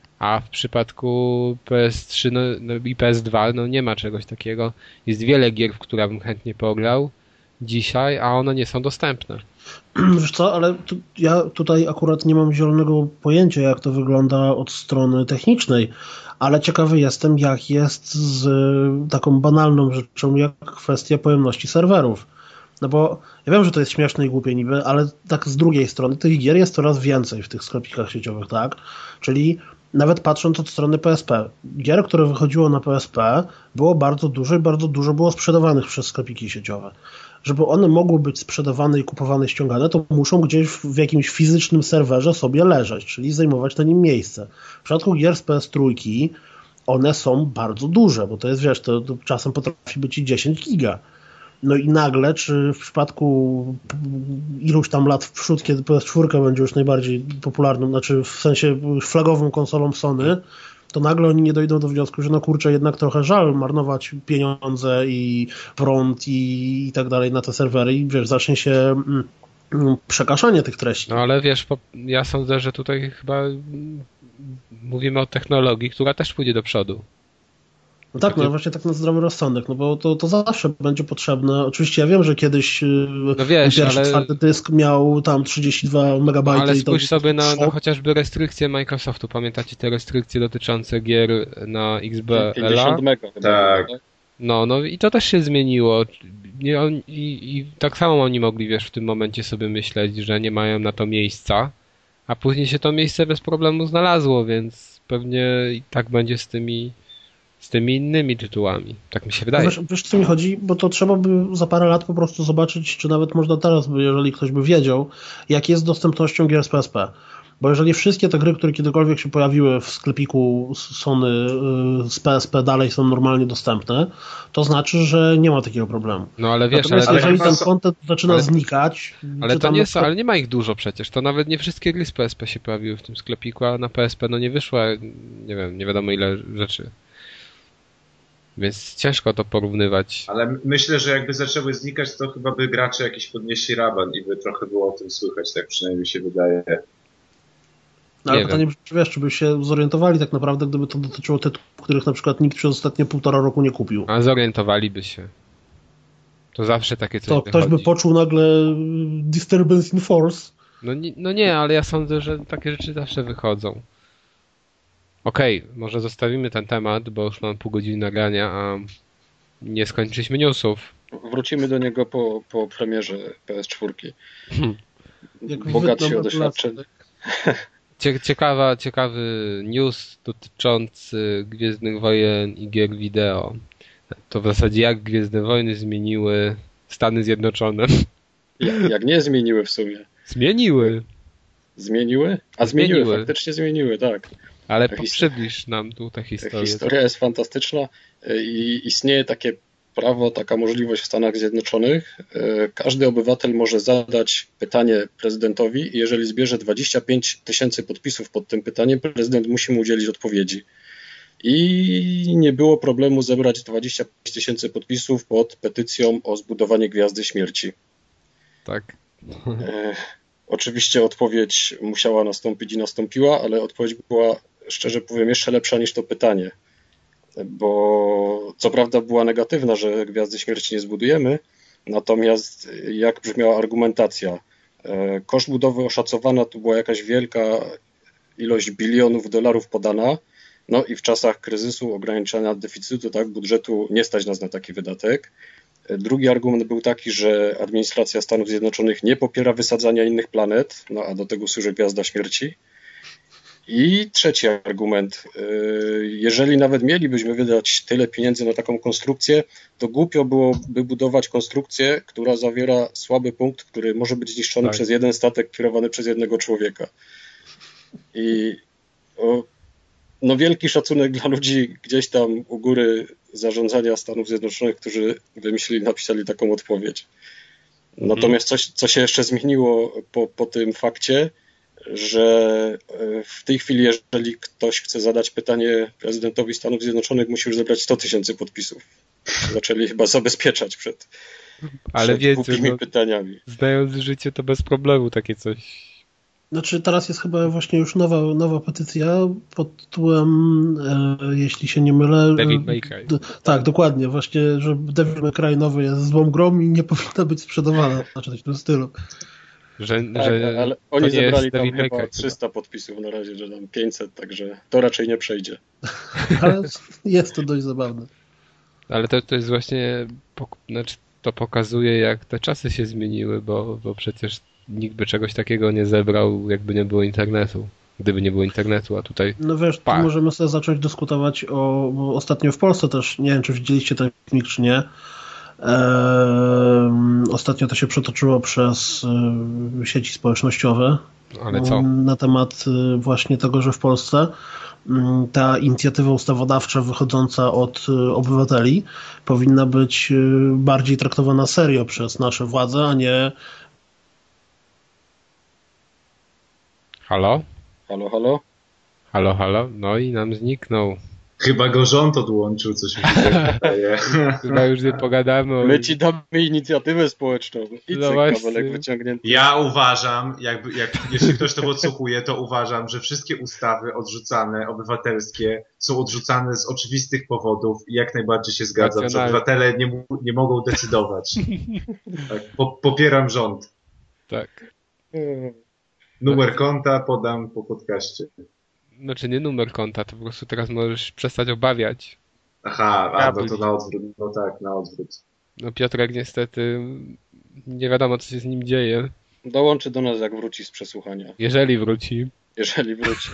Speaker 1: A w przypadku P S trzy no, no i P S dwa no nie ma czegoś takiego. Jest wiele gier, w które bym chętnie pograł dzisiaj, a one nie są dostępne.
Speaker 3: Wiesz co, ale tu, ja tutaj akurat nie mam zielonego pojęcia, jak to wygląda od strony technicznej, ale ciekawy jestem, jak jest z taką banalną rzeczą, jak kwestia pojemności serwerów. No bo ja wiem, że to jest śmieszne i głupie niby, ale tak z drugiej strony tych gier jest coraz więcej w tych sklepikach sieciowych, tak? Czyli nawet patrząc od strony P S P, gier, które wychodziło na P S P, było bardzo dużo i bardzo dużo było sprzedawanych przez sklepiki sieciowe. Żeby one mogły być sprzedawane i kupowane, ściągane, to muszą gdzieś w jakimś fizycznym serwerze sobie leżeć, czyli zajmować na nim miejsce. W przypadku gier z P S trzy one są bardzo duże, bo to jest, wiesz, to, to czasem potrafi być i dziesięć giga. No i nagle, czy w przypadku iluś tam lat w przód, kiedy P S cztery będzie już najbardziej popularną, znaczy w sensie flagową konsolą Sony, to nagle oni nie dojdą do wniosku, że no kurczę, jednak trochę żal marnować pieniądze i prąd i, i tak dalej na te serwery i wiesz, zacznie się mm, przekaszanie tych treści.
Speaker 1: No ale wiesz, po, ja sądzę, że tutaj chyba mm, mówimy o technologii, która też pójdzie do przodu.
Speaker 3: No tak, no właśnie tak na zdrowy rozsądek, no bo to, to zawsze będzie potrzebne. Oczywiście ja wiem, że kiedyś no wiesz, pierwszy ale... twardy dysk miał tam trzydzieści dwa megabajty.
Speaker 1: No, ale
Speaker 3: i to
Speaker 1: spójrz sobie na, na chociażby restrykcje Microsoftu. Pamiętacie te restrykcje dotyczące gier na X B L A?
Speaker 4: pięćdziesiąt mega chyba.
Speaker 2: Tak.
Speaker 1: No, no i to też się zmieniło. Nie, on, i, I tak samo oni mogli, wiesz, w tym momencie sobie myśleć, że nie mają na to miejsca, a później się to miejsce bez problemu znalazło, więc pewnie i tak będzie z tymi z tymi innymi tytułami. Tak mi się wydaje.
Speaker 3: Wiesz, wiesz, co mi chodzi? Bo to trzeba by za parę lat po prostu zobaczyć, czy nawet można teraz, by, jeżeli ktoś by wiedział, jak jest z dostępnością gier z P S P. Bo jeżeli wszystkie te gry, które kiedykolwiek się pojawiły w sklepiku Sony z P S P dalej są normalnie dostępne, to znaczy, że nie ma takiego problemu.
Speaker 1: No ale wiesz,
Speaker 3: Natomiast
Speaker 1: ale,
Speaker 3: jeżeli
Speaker 1: ale
Speaker 3: ten content zaczyna
Speaker 1: ale,
Speaker 3: znikać...
Speaker 1: Ale to nie są, ale nie ma ich dużo przecież. To nawet nie wszystkie gry z P S P się pojawiły w tym sklepiku, a na P S P no nie wyszło, nie wiem, nie wiadomo ile rzeczy. Więc ciężko to porównywać.
Speaker 2: Ale myślę, że jakby zaczęły znikać, to chyba by gracze jakiś podnieśli raban i by trochę było o tym słychać, tak przynajmniej mi się wydaje.
Speaker 3: No, ale nie pytanie, czy wiesz, czy by się zorientowali tak naprawdę, gdyby to dotyczyło tytułów, których na przykład nikt przez ostatnie półtora roku nie kupił.
Speaker 1: A zorientowaliby się. To zawsze takie coś
Speaker 3: To
Speaker 1: wychodzi.
Speaker 3: ktoś by poczuł nagle disturbance in force.
Speaker 1: No nie, no nie, ale ja sądzę, że takie rzeczy zawsze wychodzą. Okej, okay, może zostawimy ten temat, bo już mam pół godziny nagrania, a nie skończyliśmy newsów.
Speaker 4: Wrócimy do niego po, po premierze P S cztery.
Speaker 1: Hmm.
Speaker 4: Bogatsi o doświadczenie.
Speaker 1: Ciekawa, ciekawy news dotyczący Gwiezdnych Wojen i gier wideo. To w zasadzie jak Gwiezdne Wojny zmieniły Stany Zjednoczone.
Speaker 4: Jak, jak nie zmieniły w sumie.
Speaker 1: Zmieniły.
Speaker 4: Zmieniły? A zmieniły, zmieniły. faktycznie zmieniły, tak.
Speaker 1: Ale przybliż nam tu tę historię.
Speaker 4: Historia jest fantastyczna i istnieje takie prawo, taka możliwość w Stanach Zjednoczonych. Każdy obywatel może zadać pytanie prezydentowi i jeżeli zbierze dwadzieścia pięć tysięcy podpisów pod tym pytaniem, prezydent musi mu udzielić odpowiedzi. I nie było problemu zebrać dwadzieścia pięć tysięcy podpisów pod petycją o zbudowanie Gwiazdy Śmierci.
Speaker 1: Tak.
Speaker 4: E, oczywiście odpowiedź musiała nastąpić i nastąpiła, ale odpowiedź była, szczerze powiem, jeszcze lepsza niż to pytanie. Bo co prawda była negatywna, że Gwiazdy Śmierci nie zbudujemy, natomiast jak brzmiała argumentacja? E, koszt budowy oszacowana to była jakaś wielka ilość bilionów dolarów podana, no i w czasach kryzysu, ograniczania deficytu, tak, budżetu nie stać nas na taki wydatek. Drugi argument był taki, że administracja Stanów Zjednoczonych nie popiera wysadzania innych planet, no a do tego służy Gwiazda Śmierci. I trzeci argument, jeżeli nawet mielibyśmy wydać tyle pieniędzy na taką konstrukcję, to głupio byłoby budować konstrukcję, która zawiera słaby punkt, który może być zniszczony tak. przez jeden statek kierowany przez jednego człowieka. I o, no wielki szacunek dla ludzi gdzieś tam u góry zarządzania Stanów Zjednoczonych, którzy wymyślili, napisali taką odpowiedź. Natomiast coś, co się jeszcze zmieniło po, po tym fakcie, że w tej chwili, jeżeli ktoś chce zadać pytanie prezydentowi Stanów Zjednoczonych, musi już zebrać sto tysięcy podpisów. Zaczęli chyba zabezpieczać przed,
Speaker 1: Ale
Speaker 4: przed
Speaker 1: wiecie,
Speaker 4: głupimi
Speaker 1: no,
Speaker 4: pytaniami.
Speaker 1: Znając życie, to bez problemu takie coś.
Speaker 3: Znaczy teraz jest chyba właśnie już nowa, nowa petycja pod tytułem, e, jeśli się nie mylę...
Speaker 1: Devil May Cry.
Speaker 3: D- tak, dokładnie. Właśnie, że Devil May Cry nowy jest złą grą i nie powinna być sprzedawana. Znaczy coś w tym stylu.
Speaker 1: Że,
Speaker 4: tak,
Speaker 1: że
Speaker 4: ale oni zebrali tam
Speaker 1: chyba
Speaker 4: chyba trzysta podpisów na razie, że tam pięćset, także to raczej nie przejdzie.
Speaker 3: Ale jest to dość zabawne.
Speaker 1: Ale to, to jest właśnie, znaczy to pokazuje, jak te czasy się zmieniły, bo, bo przecież nikt by czegoś takiego nie zebrał, jakby nie było internetu. Gdyby nie było internetu, a tutaj...
Speaker 3: No wiesz, tu możemy sobie zacząć dyskutować o... Bo ostatnio w Polsce też, nie wiem, czy widzieliście ten filmik, czy nie. Eee, ostatnio to się przetoczyło przez e, sieci społecznościowe.
Speaker 1: Ale co?
Speaker 3: Na temat e, właśnie tego, że w Polsce m, ta inicjatywa ustawodawcza wychodząca od e, obywateli powinna być e, bardziej traktowana serio przez nasze władze, a nie...
Speaker 1: Halo?
Speaker 4: Halo, halo?
Speaker 1: Halo, halo? No i nam zniknął.
Speaker 2: Chyba go rząd odłączył, coś mi się wydaje.
Speaker 1: Chyba już nie pogadamy o...
Speaker 4: My ci damy inicjatywę społeczną. I
Speaker 1: No
Speaker 4: cyk,
Speaker 1: właśnie.
Speaker 4: kabelek wyciągnięty.
Speaker 2: Ja uważam, jakby, jak, jeśli ktoś to podsłuchuje, to uważam, że wszystkie ustawy odrzucane, obywatelskie, są odrzucane z oczywistych powodów i jak najbardziej się zgadzam, że
Speaker 1: Racjonalnie.
Speaker 2: obywatele nie, mu- nie mogą decydować. Tak, po, popieram rząd.
Speaker 1: Tak.
Speaker 4: Hmm.
Speaker 2: Numer konta podam po podcaście.
Speaker 1: Znaczy nie numer konta, to po prostu teraz możesz przestać obawiać.
Speaker 2: Aha, a, no
Speaker 1: Kabli.
Speaker 2: to na odwrót. No tak, na odwrót.
Speaker 1: No Piotrek niestety nie wiadomo co się z nim dzieje.
Speaker 4: Dołączy do nas, jak wróci z przesłuchania.
Speaker 1: Jeżeli wróci.
Speaker 4: Jeżeli wróci.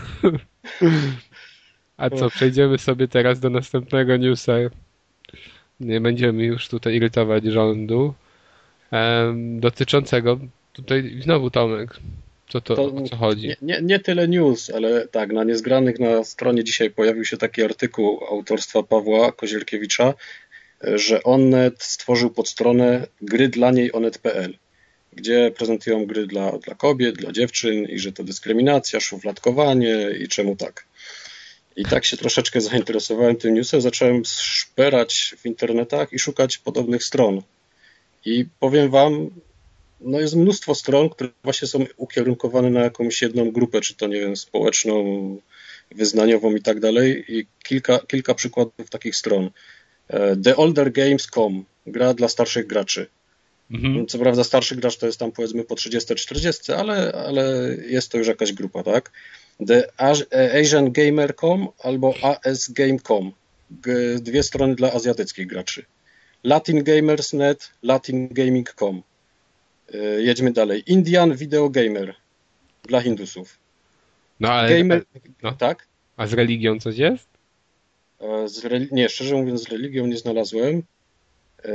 Speaker 1: A co, przejdziemy sobie teraz do następnego newsa. Nie będziemy już tutaj irytować rządu. Em, dotyczącego tutaj znowu Tomek. Co to,
Speaker 4: To
Speaker 1: o co chodzi?
Speaker 4: Nie, nie, nie tyle news, ale tak, na Niezgranych na stronie dzisiaj pojawił się taki artykuł autorstwa Pawła Kozielkiewicza, że Onet stworzył podstronę gry dla niej onet kropka pe el, gdzie prezentują gry dla, dla kobiet, dla dziewczyn i że to dyskryminacja, szufladkowanie i czemu tak. I tak się troszeczkę zainteresowałem tym newsem, zacząłem szperać w internetach i szukać podobnych stron. I powiem wam, no jest mnóstwo stron, które właśnie są ukierunkowane na jakąś jedną grupę, czy to nie wiem, społeczną, wyznaniową i tak dalej. I kilka, kilka przykładów takich stron. The Older Games kropka com, gra dla starszych graczy.
Speaker 1: Mhm.
Speaker 4: Co prawda starszy gracz to jest tam powiedzmy po trzydzieści czterdzieści, ale, ale jest to już jakaś grupa, tak? The Asian Gamer kropka com albo A S Game kropka com. G- Dwie strony dla azjatyckich graczy. Latin Gamers kropka net, Latin Gaming kropka com. Y, Jedźmy dalej. Indian Video Gamer dla Hindusów.
Speaker 1: No ale
Speaker 4: Gamer,
Speaker 1: no.
Speaker 4: tak?
Speaker 1: a z religią coś jest?
Speaker 4: E, Z reli- nie, szczerze mówiąc z religią nie znalazłem. E,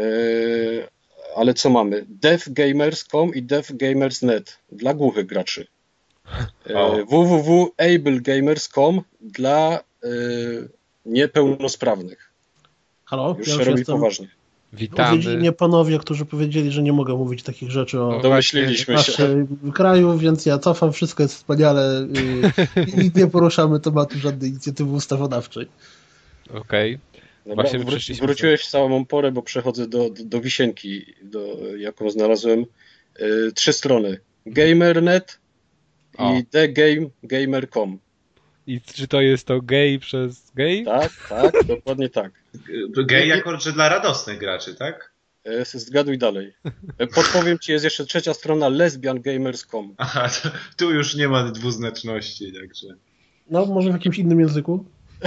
Speaker 4: Ale co mamy? Deaf Gamers kropka com i Deaf Gamers kropka net dla głuchych graczy. E,
Speaker 2: O.
Speaker 4: w w w kropka able gamers kropka com dla e, niepełnosprawnych.
Speaker 3: Halo,
Speaker 4: Już
Speaker 3: ja
Speaker 4: się
Speaker 3: już
Speaker 4: robi
Speaker 3: jestem.
Speaker 4: poważnie.
Speaker 1: Witamy.
Speaker 3: Odwiedzili mnie panowie, którzy powiedzieli, że nie mogę mówić takich rzeczy o
Speaker 1: No,
Speaker 4: Domyśliliśmy się.
Speaker 3: naszym kraju, więc ja cofam, wszystko jest wspaniale i, i nie poruszamy tematu żadnej inicjatywy ustawodawczej.
Speaker 1: Okej.
Speaker 4: Dobra,
Speaker 1: Właśnie
Speaker 4: wró-
Speaker 1: przyszliśmy
Speaker 4: wróciłeś w samą porę, bo przechodzę do, do, do wisienki, do, jaką znalazłem. Y, trzy strony. Gamer kropka net
Speaker 1: O.
Speaker 4: i thegame.gamer kropka com.
Speaker 1: I czy to jest to gay przez gay?
Speaker 4: Tak, tak, dokładnie tak.
Speaker 2: Gej jako, że dla radosnych graczy, tak?
Speaker 4: Y, Zgaduj dalej. Y, Podpowiem ci, jest jeszcze trzecia strona lesbian gamers kropka com.
Speaker 2: Aha, to, tu już nie ma dwuznaczności, także...
Speaker 3: No, może w jakimś innym języku?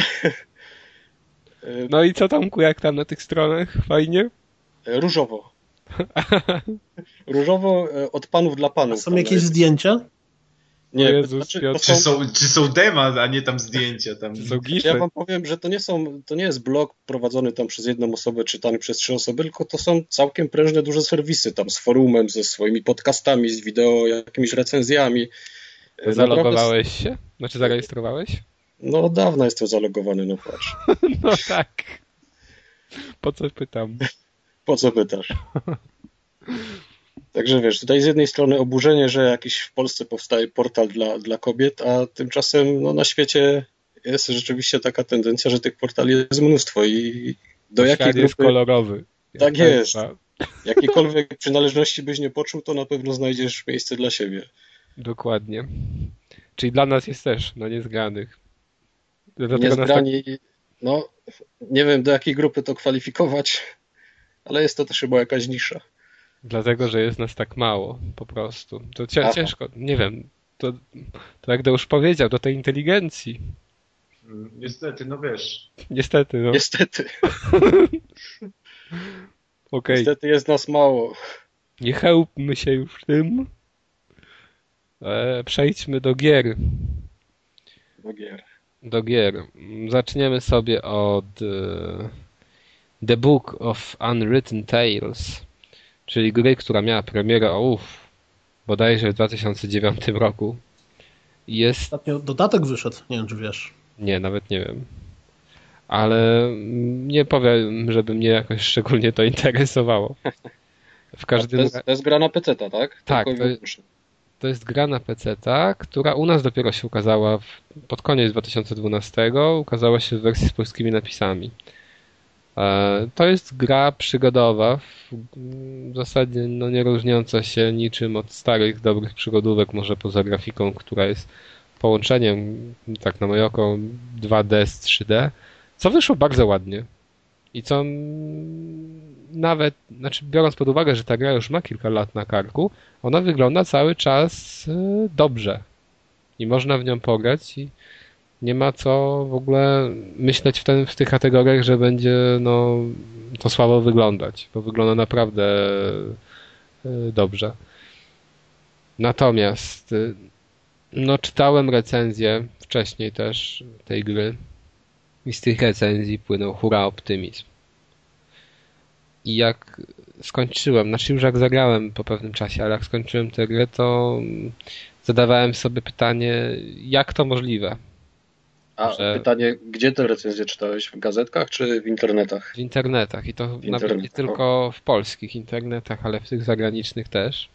Speaker 4: Y,
Speaker 1: No i co tam, jak tam na tych stronach? Fajnie?
Speaker 4: Różowo. Różowo y, od panów dla
Speaker 3: A
Speaker 4: panów.
Speaker 3: są
Speaker 4: tam
Speaker 3: jakieś
Speaker 4: jest.
Speaker 3: zdjęcia?
Speaker 4: Nie,
Speaker 1: O Jezus,
Speaker 4: znaczy, to
Speaker 1: Piotr.
Speaker 2: Czy
Speaker 4: są,
Speaker 2: są, czy są dema, a nie tam zdjęcia? Tam...
Speaker 1: Czy są
Speaker 4: Znaczy,
Speaker 1: gify?
Speaker 4: ja wam powiem, że to nie są, to nie jest blog prowadzony tam przez jedną osobę, czytany przez trzy osoby, tylko to są całkiem prężne, duże serwisy tam z forumem, ze swoimi podcastami, z wideo, jakimiś recenzjami. Naprawdę,
Speaker 1: Zalogowałeś się? Znaczy zarejestrowałeś?
Speaker 4: no od dawna jestem zalogowany, no patrz.
Speaker 1: No tak. Po co pytam?
Speaker 4: Po co pytasz? Także wiesz, tutaj z jednej strony oburzenie, że jakiś w Polsce powstaje portal dla, dla kobiet, a tymczasem no, na świecie jest rzeczywiście taka tendencja, że tych portali jest mnóstwo i do jakiej
Speaker 1: Świat jest
Speaker 4: grupy,
Speaker 1: kolorowy.
Speaker 4: Tak
Speaker 1: Jak
Speaker 4: jest.
Speaker 1: państwa.
Speaker 4: jakiejkolwiek przynależności byś nie poczuł, to na pewno znajdziesz miejsce dla siebie.
Speaker 1: Dokładnie. Czyli dla nas jest też, no niezgranych. Dlatego nas tak...
Speaker 4: Niezgrani, no nie wiem do jakiej grupy to kwalifikować, ale jest to też chyba jakaś nisza.
Speaker 1: Dlatego, że jest nas tak mało, po prostu. To cię,
Speaker 4: Aha.
Speaker 1: ciężko, nie wiem. To, to jak już powiedział, do tej inteligencji.
Speaker 2: Mm, Niestety, no wiesz.
Speaker 1: Niestety, no.
Speaker 4: Niestety,
Speaker 1: Okej.
Speaker 4: niestety jest nas mało.
Speaker 1: Nie chełpmy się już tym. E, przejdźmy do gier.
Speaker 4: Do gier.
Speaker 1: Do gier. Zaczniemy sobie od e, The Book of Unwritten Tales, czyli gry, która miała premierę, o uff, bodajże w dwa tysiące dziewiątym roku. I jest...
Speaker 3: Ostatnio dodatek wyszedł, nie wiem czy wiesz.
Speaker 1: Nie, nawet nie wiem. Ale nie powiem, żeby mnie jakoś szczególnie to interesowało. W
Speaker 4: A
Speaker 1: każdym
Speaker 4: to, jest,
Speaker 1: razie...
Speaker 4: to jest gra na peceta, tak?
Speaker 1: Tak,
Speaker 4: Tylko
Speaker 1: to-
Speaker 4: i wyłącznie.
Speaker 1: to jest gra na peceta, która u nas dopiero się ukazała w, pod koniec dwa tysiące dwunastego, ukazała się w wersji z polskimi napisami. To jest gra przygodowa, w zasadzie no nie różniąca się niczym od starych, dobrych przygodówek, może poza grafiką, która jest połączeniem, tak na moje oko, dwa D z trzy D, co wyszło bardzo ładnie. I co nawet, znaczy biorąc pod uwagę, że ta gra już ma kilka lat na karku, ona wygląda cały czas dobrze. I można w nią pograć i nie ma co w ogóle myśleć w, ten, w tych kategoriach, że będzie no, to słabo wyglądać, bo wygląda naprawdę dobrze. Natomiast no, czytałem recenzję wcześniej też tej gry i z tych recenzji płynął hura optymizm. I jak skończyłem, znaczy już jak zagrałem po pewnym czasie, ale jak skończyłem tę grę, to zadawałem sobie pytanie, jak to możliwe?
Speaker 4: A że... pytanie, gdzie te recenzje czytałeś? W gazetkach czy w internetach?
Speaker 1: W internetach i to w nawet internet. Nie tylko w polskich internetach, ale w tych zagranicznych też.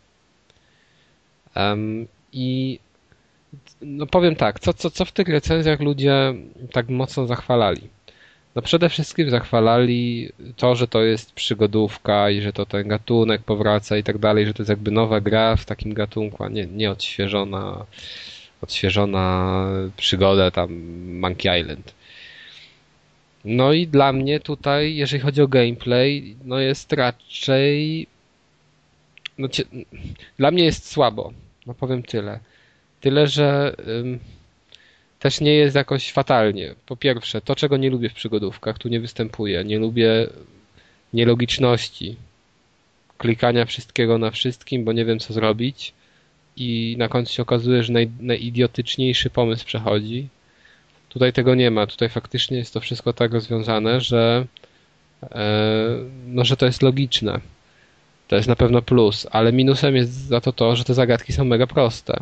Speaker 1: Um, I no powiem tak, co, co, co w tych recenzjach ludzie tak mocno zachwalali? No przede wszystkim zachwalali to, że to jest przygodówka i że to ten gatunek powraca i tak dalej, że to jest jakby nowa gra w takim gatunku, a nie, nie odświeżona, odświeżona przygoda tam Monkey Island. No i dla mnie tutaj, jeżeli chodzi o gameplay, no jest raczej no cie, dla mnie jest słabo, no powiem tyle. Tyle, że ym, też nie jest jakoś fatalnie. Po pierwsze, to czego nie lubię w przygodówkach, tu nie występuje. Nie lubię nielogiczności, klikania wszystkiego na wszystkim, bo nie wiem co zrobić i na końcu się okazuje, że naj, najidiotyczniejszy pomysł przechodzi. Tutaj tego nie ma. Tutaj faktycznie jest to wszystko tak rozwiązane, że e, no, że to jest logiczne. To jest na pewno plus, ale minusem jest za to to, że te zagadki są mega proste.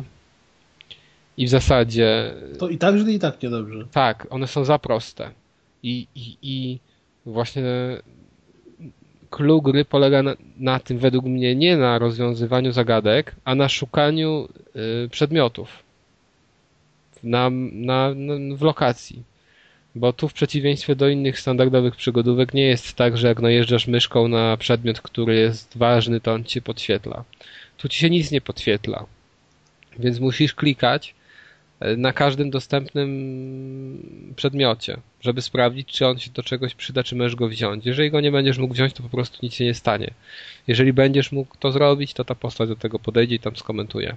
Speaker 1: I w zasadzie...
Speaker 3: To i tak źle, i tak niedobrze.
Speaker 1: Tak, one są za proste. I, i, i właśnie clue gry polega na, na tym, według mnie, nie na rozwiązywaniu zagadek, a na szukaniu y, przedmiotów. Na, na, na, w lokacji. Bo tu w przeciwieństwie do innych standardowych przygodówek nie jest tak, że jak najeżdżasz myszką na przedmiot, który jest ważny, to on ci się podświetla. Tu ci się nic nie podświetla. Więc musisz klikać na każdym dostępnym przedmiocie, żeby sprawdzić, czy on się do czegoś przyda, czy możesz go wziąć. Jeżeli go nie będziesz mógł wziąć, to po prostu nic się nie stanie. Jeżeli będziesz mógł to zrobić, to ta postać do tego podejdzie i tam skomentuje.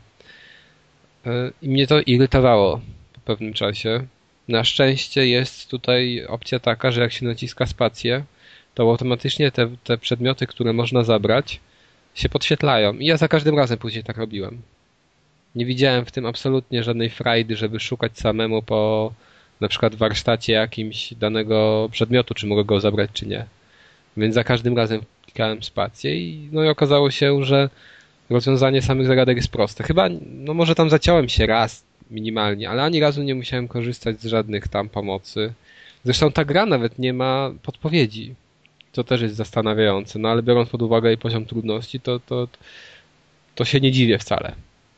Speaker 1: I mnie to irytowało po pewnym czasie. Na szczęście jest tutaj opcja taka, że jak się naciska spację, to automatycznie te, te przedmioty, które można zabrać, się podświetlają. I ja za każdym razem później tak robiłem. Nie widziałem w tym absolutnie żadnej frajdy, żeby szukać samemu po na przykład warsztacie jakimś danego przedmiotu, czy mogę go zabrać, czy nie. Więc za każdym razem klikałem spację i no i okazało się, że rozwiązanie samych zagadek jest proste. Chyba, no może tam zaciąłem się raz minimalnie, ale ani razu nie musiałem korzystać z żadnych tam pomocy. Zresztą ta gra nawet nie ma podpowiedzi, co też jest zastanawiające, no ale biorąc pod uwagę jej poziom trudności, to, to, to się nie dziwię wcale.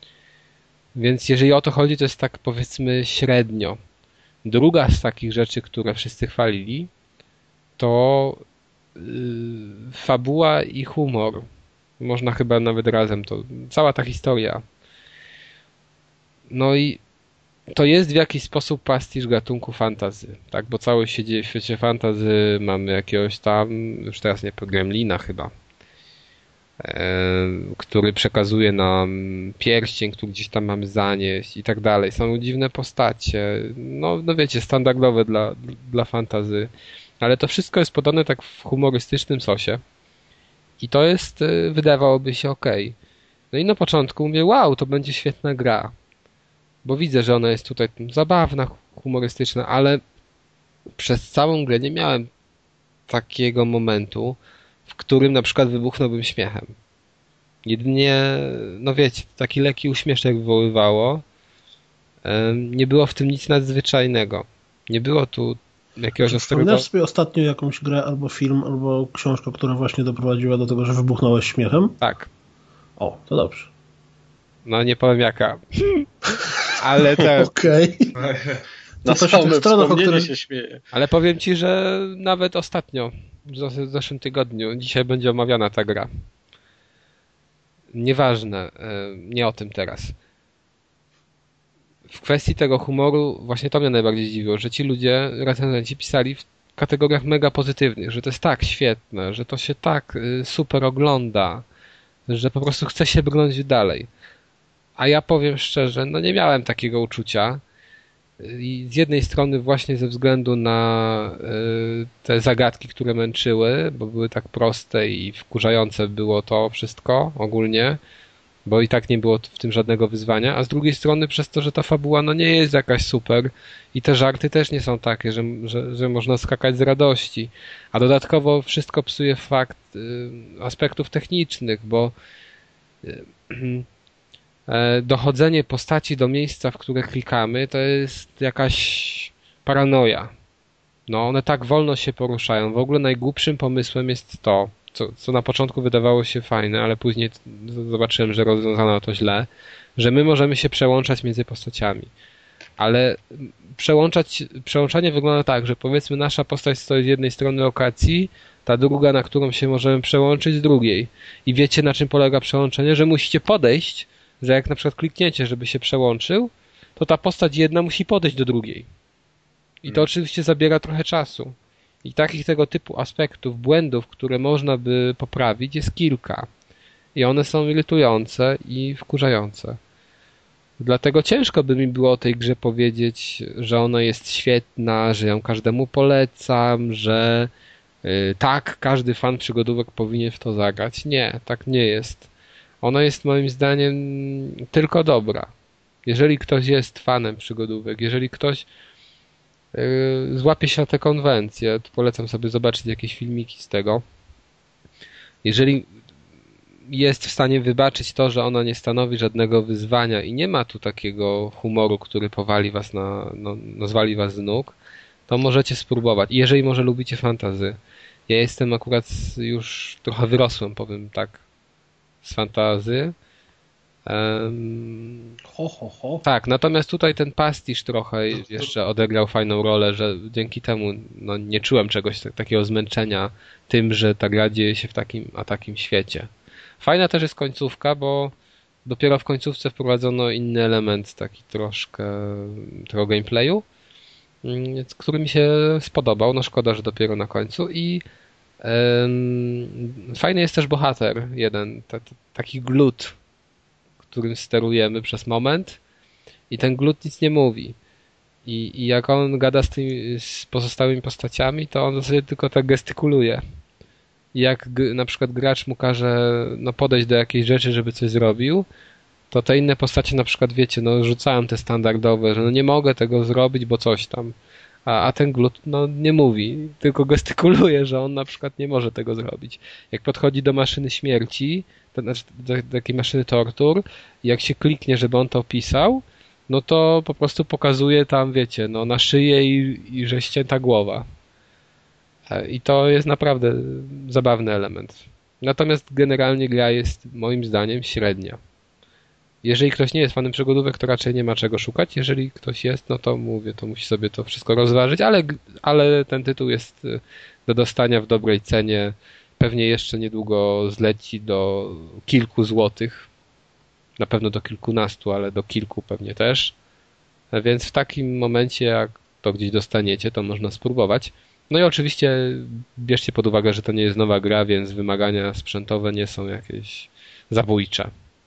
Speaker 1: Więc jeżeli o to chodzi, to jest tak powiedzmy średnio. Druga z takich rzeczy, które wszyscy chwalili, to yy, fabuła i humor. Można chyba nawet razem to. Cała ta historia. No i to jest w jakiś sposób pastisz gatunku fantasy, tak? Bo cały się dzieje w świecie fantasy, mamy jakiegoś tam, już teraz nie, Gremlina chyba, który przekazuje nam pierścień, który gdzieś tam mamy zanieść i tak dalej. Są dziwne postacie. No, no wiecie, standardowe dla, dla fantasy. Ale to wszystko jest podane tak w humorystycznym sosie. I to jest, wydawałoby się, okej. No i na początku mówię, wow, to będzie świetna gra. Bo widzę, że ona jest tutaj zabawna, humorystyczna, ale przez całą grę nie miałem takiego momentu, w którym na przykład wybuchnąłbym śmiechem. Jedynie, no wiecie, taki lekki uśmieszek wywoływało. Nie było w tym nic nadzwyczajnego. Nie było tu jakiegoś ostrego...
Speaker 3: Wspominasz sobie ostatnio jakąś grę, albo film, albo książkę, która właśnie doprowadziła do tego, że wybuchnąłeś śmiechem?
Speaker 1: Tak.
Speaker 3: O, to dobrze.
Speaker 1: No nie powiem jaka. Ale tak.
Speaker 3: Okej.
Speaker 4: Na
Speaker 3: to się
Speaker 4: samym
Speaker 3: tych stronach, o
Speaker 4: wspomnieniu
Speaker 3: których-
Speaker 4: się śmieje.
Speaker 1: Ale powiem ci, że nawet ostatnio, w zas- w zeszłym tygodniu, dzisiaj będzie omawiana ta gra. Nieważne, e, nie o tym teraz. W kwestii tego humoru właśnie to mnie najbardziej zdziwiło, że ci ludzie, recenzenci pisali w kategoriach mega pozytywnych, że to jest tak świetne, że to się tak y, super ogląda, że po prostu chce się brnąć dalej. A ja powiem szczerze, no nie miałem takiego uczucia. I z jednej strony właśnie ze względu na y, te zagadki, które męczyły, bo były tak proste i wkurzające było to wszystko ogólnie, bo i tak nie było w tym żadnego wyzwania, a z drugiej strony przez to, że ta fabuła no nie jest jakaś super i te żarty też nie są takie, że, że, że można skakać z radości. A dodatkowo wszystko psuje fakt y, aspektów technicznych, bo y, e, dochodzenie postaci do miejsca, w które klikamy, to jest jakaś paranoja. No one tak wolno się poruszają. W ogóle najgłupszym pomysłem jest to, co, co na początku wydawało się fajne, ale później zobaczyłem, że rozwiązano to źle, że my możemy się przełączać między postaciami. Ale przełączać, przełączanie wygląda tak, że powiedzmy nasza postać stoi z jednej strony lokacji, ta druga, na którą się możemy przełączyć, z drugiej. I wiecie, na czym polega przełączenie? Że musicie podejść, że jak na przykład klikniecie, żeby się przełączył, to ta postać jedna musi podejść do drugiej. I to oczywiście zabiera trochę czasu. I takich tego typu aspektów, błędów, które można by poprawić, jest kilka. I one są irytujące i wkurzające. Dlatego ciężko by mi było o tej grze powiedzieć, że ona jest świetna, że ją każdemu polecam, że yy, tak, każdy fan przygodówek powinien w to zagrać. Nie, tak nie jest. Ona jest moim zdaniem tylko dobra. Jeżeli ktoś jest fanem przygodówek, jeżeli ktoś yy, złapie się na tę konwencję, to polecam sobie zobaczyć jakieś filmiki z tego. Jeżeli jest w stanie wybaczyć to, że ona nie stanowi żadnego wyzwania i nie ma tu takiego humoru, który powali was na, no, no zwali was z nóg, to możecie spróbować. I jeżeli może lubicie fantazy. Ja jestem akurat już trochę wyrosłem, powiem tak, z fantazy. Um,
Speaker 3: Ho, ho, ho.
Speaker 1: tak, natomiast tutaj ten pastisz trochę jeszcze odegrał fajną rolę, że dzięki temu no, nie czułem czegoś tak, takiego zmęczenia tym, że ta gra dzieje się w takim a takim świecie. Fajna też jest końcówka, bo dopiero w końcówce wprowadzono inny element, taki troszkę tego gameplayu, który mi się spodobał. No szkoda, że dopiero na końcu. I um, fajny jest też bohater jeden, t- t- taki glut, którym sterujemy przez moment i ten glut nic nie mówi. I, i jak on gada z, tymi, z pozostałymi postaciami, to on w zasadzie tylko tak gestykuluje. Jak g- na przykład gracz mu każe no, podejść do jakiejś rzeczy, żeby coś zrobił, to te inne postacie na przykład, wiecie, no rzucają te standardowe, że no nie mogę tego zrobić, bo coś tam. A, a ten glut no nie mówi, tylko gestykuluje, że on na przykład nie może tego zrobić. Jak podchodzi do maszyny śmierci, to znaczy do, do takiej maszyny tortur, i jak się kliknie, żeby on to opisał, no to po prostu pokazuje tam, wiecie, no na szyję i, i że ścięta głowa. I to jest naprawdę zabawny element. Natomiast generalnie gra jest moim zdaniem średnia. Jeżeli ktoś nie jest fanem przygodówek, to raczej nie ma czego szukać. Jeżeli ktoś jest, no to mówię, to musi sobie to wszystko rozważyć, ale, ale ten tytuł jest do dostania w dobrej cenie. Pewnie jeszcze niedługo zleci do kilku złotych. Na pewno do kilkunastu, ale do kilku pewnie też. Więc w takim momencie, jak to gdzieś dostaniecie, to można spróbować. No i oczywiście bierzcie pod uwagę, że to nie jest nowa gra, więc wymagania sprzętowe nie są jakieś zabójcze.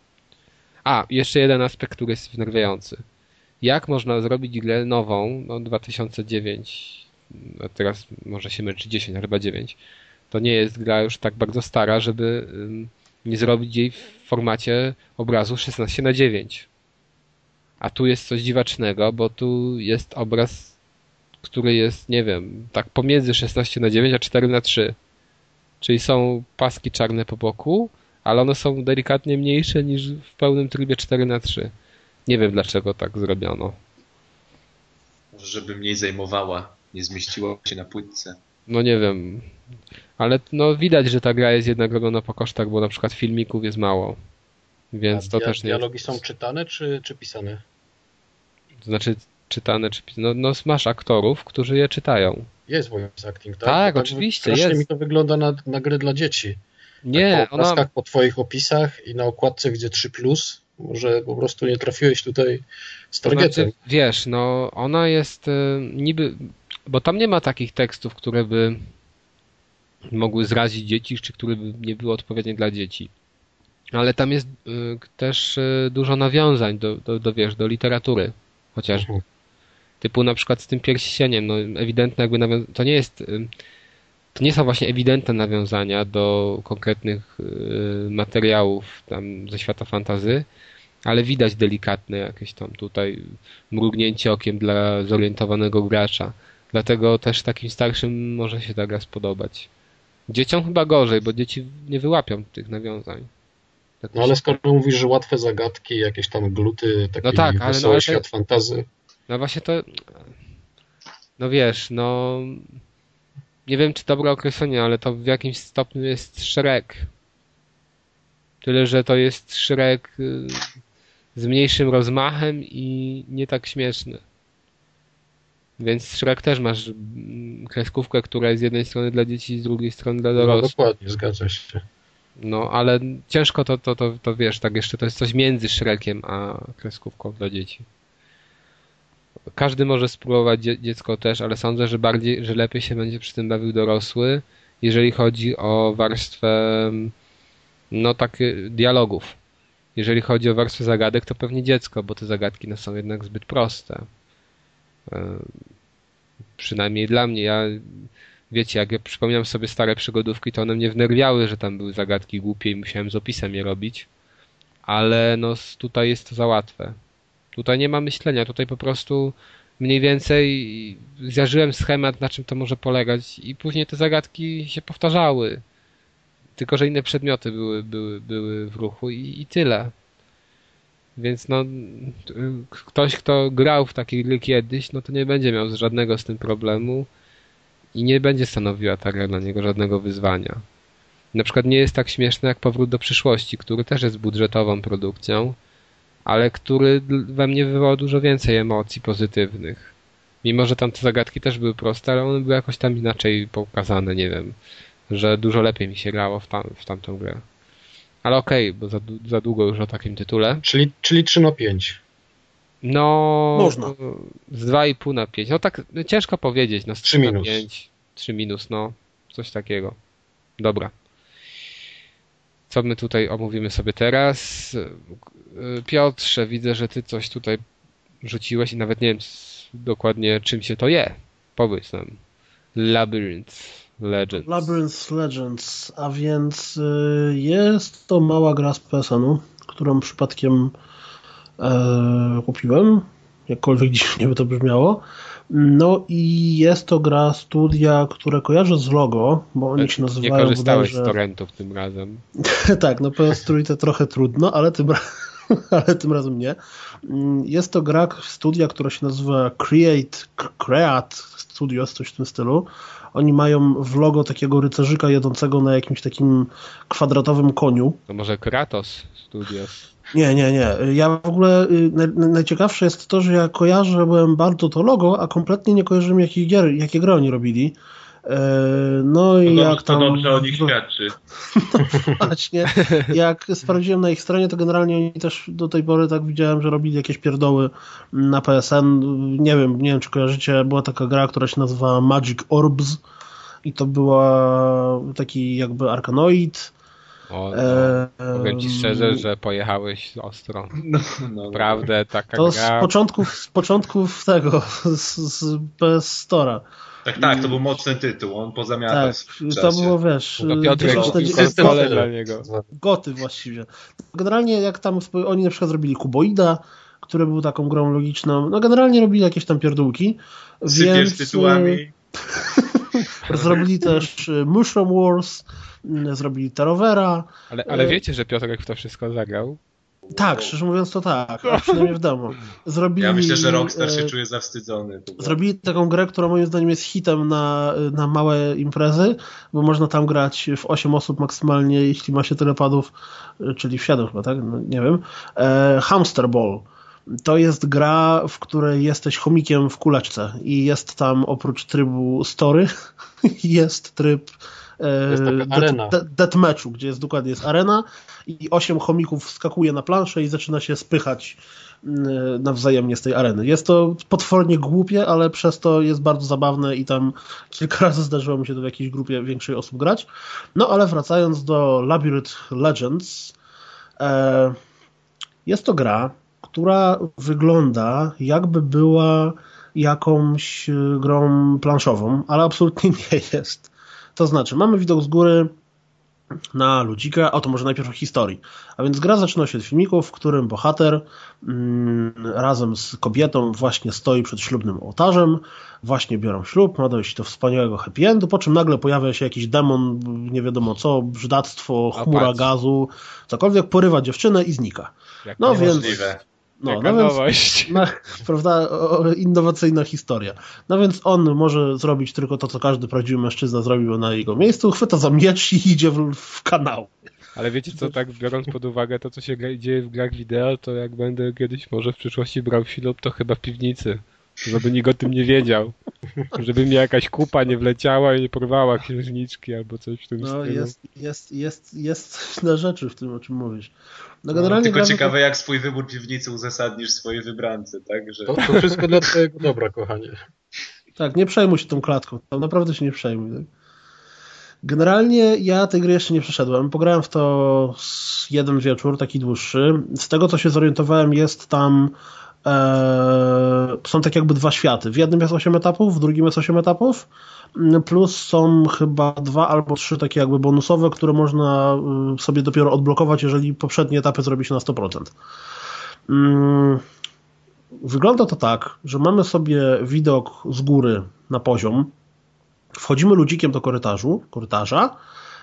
Speaker 1: A, jeszcze jeden aspekt, który jest wnerwiający. Jak można zrobić grę nową, no dwa tysiące dziewięć, a teraz może się męczy dziesięć, a chyba dziewięć, to nie jest gra już tak bardzo stara, żeby nie zrobić jej w formacie obrazu szesnaście na dziewięć. A tu jest coś dziwacznego, bo tu jest obraz, który jest, nie wiem, tak pomiędzy szesnaście na dziewięć a cztery na trzy. Czyli są paski czarne po boku, ale one są delikatnie mniejsze niż w pełnym trybie cztery na trzy. Nie wiem, dlaczego tak zrobiono.
Speaker 2: Może żeby mniej zajmowała, nie zmieściła się na płytce.
Speaker 1: No nie wiem, ale no widać, że ta gra jest jednak robiona po kosztach, bo na przykład filmików jest mało. Więc
Speaker 4: A
Speaker 1: to
Speaker 4: dia-
Speaker 1: też nie jest...
Speaker 4: Dialogi są czytane czy, czy pisane?
Speaker 1: To znaczy czytane, czy pisane. No, no masz aktorów, którzy je czytają.
Speaker 4: Jest voice acting, tak?
Speaker 1: Tak,
Speaker 4: Bo
Speaker 1: oczywiście,
Speaker 4: strasznie
Speaker 1: jest.
Speaker 4: mi to wygląda na, na grę dla dzieci.
Speaker 1: Nie,
Speaker 4: tak po
Speaker 1: ona...
Speaker 4: obrazkach, po twoich opisach i na okładce, gdzie trzy plus, może po prostu nie trafiłeś tutaj z
Speaker 1: To
Speaker 4: targetem.
Speaker 1: znaczy, wiesz, no ona jest y, niby... Bo tam nie ma takich tekstów, które by mogły zrazić dzieci, czy które by nie były odpowiednie dla dzieci. Ale tam jest y, też y, dużo nawiązań do, do, do, wiesz, do literatury. Chociażby.
Speaker 4: Mhm.
Speaker 1: Typu na przykład z tym pierścieniem, no ewidentne jakby nawią- to nie jest, y, to nie są właśnie ewidentne nawiązania do konkretnych y, materiałów tam ze świata fantasy, ale widać delikatne jakieś tam tutaj mrugnięcie okiem dla zorientowanego gracza. Dlatego też takim starszym może się ta gra spodobać. Dzieciom chyba gorzej, bo dzieci nie wyłapią tych nawiązań. Tak
Speaker 4: No ale skoro mówisz, że łatwe zagadki, jakieś tam gluty, taki
Speaker 1: No tak, ale no,
Speaker 4: wesoły
Speaker 1: ale to-
Speaker 4: świat fantazy.
Speaker 1: No właśnie to... No wiesz, no... Nie wiem, czy dobre określenie, ale to w jakimś stopniu jest Shrek. Tyle, że to jest Shrek y, z mniejszym rozmachem i nie tak śmieszny. Więc Shrek też masz mm, kreskówkę, która jest z jednej strony dla dzieci, z drugiej strony dla
Speaker 4: No
Speaker 1: dorosłych.
Speaker 4: dokładnie, zgadza się.
Speaker 1: No, ale ciężko to, to, to, to wiesz, tak jeszcze to jest coś między Shrekiem a kreskówką dla dzieci. Każdy może spróbować, dzie- dziecko też, ale sądzę, że bardziej, że lepiej się będzie przy tym bawił dorosły, jeżeli chodzi o warstwę, no takie dialogów. Jeżeli chodzi o warstwę zagadek, to pewnie dziecko, bo te zagadki no, są jednak zbyt proste. Yy, Przynajmniej dla mnie. Ja, wiecie, jak ja przypominam sobie stare przygodówki, to one mnie wnerwiały, że tam były zagadki głupie i musiałem z opisem je robić. Ale no s- tutaj jest to za łatwe. Tutaj nie ma myślenia, tutaj po prostu mniej więcej zjarzyłem schemat, na czym to może polegać i później te zagadki się powtarzały. Tylko, że inne przedmioty były, były, były w ruchu i, i tyle. Więc no, t- ktoś, kto grał w takie gry kiedyś, no to nie będzie miał żadnego z tym problemu i nie będzie stanowiła ta gra dla niego żadnego wyzwania. Na przykład nie jest tak śmieszny jak Powrót do przyszłości, który też jest budżetową produkcją, ale który dl- we mnie wywołał dużo więcej emocji pozytywnych. Mimo, że tam te zagadki też były proste, ale one były jakoś tam inaczej pokazane, nie wiem, że dużo lepiej mi się grało w, tam, w tamtą grę. Ale okej, bo za, du- za długo już o takim tytule.
Speaker 4: Czyli, czyli trzy na pięć.
Speaker 1: No,
Speaker 3: Można.
Speaker 1: z dwa i pół na pięć. No tak, no ciężko powiedzieć, no z
Speaker 4: Trzy
Speaker 1: trzy na
Speaker 4: minus.
Speaker 1: pięć, trzy minus, no, coś takiego. Dobra. Co my tutaj omówimy sobie teraz? Yy, Piotrze, widzę, że ty coś tutaj rzuciłeś i nawet nie wiem s- dokładnie czym się to je. Powiedz nam. Labyrinth Legends.
Speaker 3: Labyrinth Legends, a więc y, jest to mała gra z P S N-u, którą przypadkiem e, kupiłem, jakkolwiek dziwnie by to brzmiało. No i jest to gra studia, które kojarzę z logo, bo oni się
Speaker 1: Nie
Speaker 3: nazywają
Speaker 1: korzystałeś
Speaker 3: bodajże...
Speaker 1: z torrentów tym razem.
Speaker 3: Tak, no P S Trójce trochę trudno, ale tym, ra- ale tym razem nie. Jest to gra studia, która się nazywa Create, Create Studios, coś w tym stylu. Oni mają w logo takiego rycerzyka jadącego na jakimś takim kwadratowym koniu.
Speaker 1: No może Kratos Studios.
Speaker 3: Nie, nie, nie. Ja w ogóle y, naj, najciekawsze jest to, że ja kojarzyłem bardzo to logo, a kompletnie nie kojarzyłem, jakie gier, jakie gry oni robili. E, No i
Speaker 2: To,
Speaker 3: jak
Speaker 2: to
Speaker 3: tam...
Speaker 2: dobrze o nich świadczy.
Speaker 3: Właśnie, jak sprawdziłem na ich stronie, to generalnie oni też do tej pory tak widziałem, że robili jakieś pierdoły na P S N. Nie wiem, nie wiem czy kojarzycie, była taka gra, która się nazywa Magic Orbs i to była taki jakby arkanoid.
Speaker 1: O, no.
Speaker 3: E,
Speaker 1: Powiem ci szczerze, że pojechałeś ostro.
Speaker 2: No, no,
Speaker 1: Naprawdę taka
Speaker 3: To z
Speaker 1: gra.
Speaker 3: początków, z początków tego, z, z P S Store'a.
Speaker 2: Tak, tak, to był mocny tytuł, on pozamiatał
Speaker 3: Tak,
Speaker 2: w
Speaker 3: to
Speaker 2: czasie.
Speaker 3: było, wiesz,
Speaker 1: No Piotrek
Speaker 3: dziesięć na
Speaker 1: kupił
Speaker 3: dziesięć
Speaker 1: konsolę dla niego.
Speaker 3: goty właściwie. Generalnie jak tam spo- oni na przykład zrobili Kuboida, który był taką grą logiczną, no generalnie robili jakieś tam pierdółki,
Speaker 2: Sypiesz
Speaker 3: więc
Speaker 2: tytułami.
Speaker 3: y, zrobili też y, Mushroom Wars, y, zrobili Terrovera.
Speaker 1: Ale, ale
Speaker 3: E,
Speaker 1: wiecie, że Piotrek w to wszystko zagrał?
Speaker 3: Tak, szczerze mówiąc to tak, a przynajmniej w demo. Zrobili,
Speaker 2: ja myślę, że Rockstar się
Speaker 3: e,
Speaker 2: czuje zawstydzony.
Speaker 3: Zrobili taką grę, która moim zdaniem jest hitem na, na małe imprezy, bo można tam grać w osiem osób maksymalnie, jeśli ma się tyle padów, czyli w siedem chyba, tak? No, nie wiem. E, Hamster Ball. To jest gra, w której jesteś chomikiem w kuleczce i jest tam oprócz trybu story, jest tryb deathmatchu, gdzie jest dokładnie jest arena i osiem chomików wskakuje na planszę i zaczyna się spychać nawzajemnie z tej areny. Jest to potwornie głupie, ale przez to jest bardzo zabawne i tam kilka razy zdarzyło mi się to w jakiejś grupie większej osób grać. No ale wracając do Labyrinth Legends, e, jest to gra, która wygląda jakby była jakąś grą planszową, ale absolutnie nie jest. To znaczy, mamy widok z góry na ludzika, o to może najpierw o historii. A więc gra zaczyna się od filmiku, w którym bohater mm, razem z kobietą właśnie stoi przed ślubnym ołtarzem, właśnie biorą ślub, ma dojść do wspaniałego happy endu, po czym nagle pojawia się jakiś demon, nie wiadomo co, brzydactwo, chmura gazu, cokolwiek, porywa dziewczynę i znika.
Speaker 1: Jak
Speaker 3: no więc...
Speaker 2: Możliwe.
Speaker 3: No, no więc, no, prawda, o, innowacyjna historia. No więc on może zrobić tylko to, co każdy prawdziwy mężczyzna zrobił na jego miejscu, chwyta za miecz i idzie w, w kanał.
Speaker 1: Ale wiecie co, tak biorąc pod uwagę to, co się dzieje w grach wideo, to jak będę kiedyś może w przyszłości brał ślub, to chyba w piwnicy. Żeby nikt o tym nie wiedział. Żeby mi jakaś kupa nie wleciała i nie porwała księżniczki albo coś w tym
Speaker 3: no,
Speaker 1: stylu.
Speaker 3: Jest, jest, jest, jest coś na rzeczy w tym, o czym mówisz. No,
Speaker 2: no, tylko ciekawe, to... jak swój wybór piwnicy uzasadnisz swojej wybrance, tak? Że...
Speaker 4: To, to wszystko dla twojego dobra, kochanie.
Speaker 3: Tak, nie przejmuj się tą klatką. Naprawdę się nie przejmuj. Tak? Generalnie ja tej gry jeszcze nie przeszedłem. Pograłem w to jeden wieczór, taki dłuższy. Z tego, co się zorientowałem, jest tam e, są tak jakby dwa światy. W jednym jest osiem etapów, w drugim jest osiem etapów. Plus są chyba dwa albo trzy takie jakby bonusowe, które można sobie dopiero odblokować, jeżeli poprzednie etapy zrobi się na sto procent. Wygląda to tak, że mamy sobie widok z góry na poziom, wchodzimy ludzikiem do korytarzu, korytarza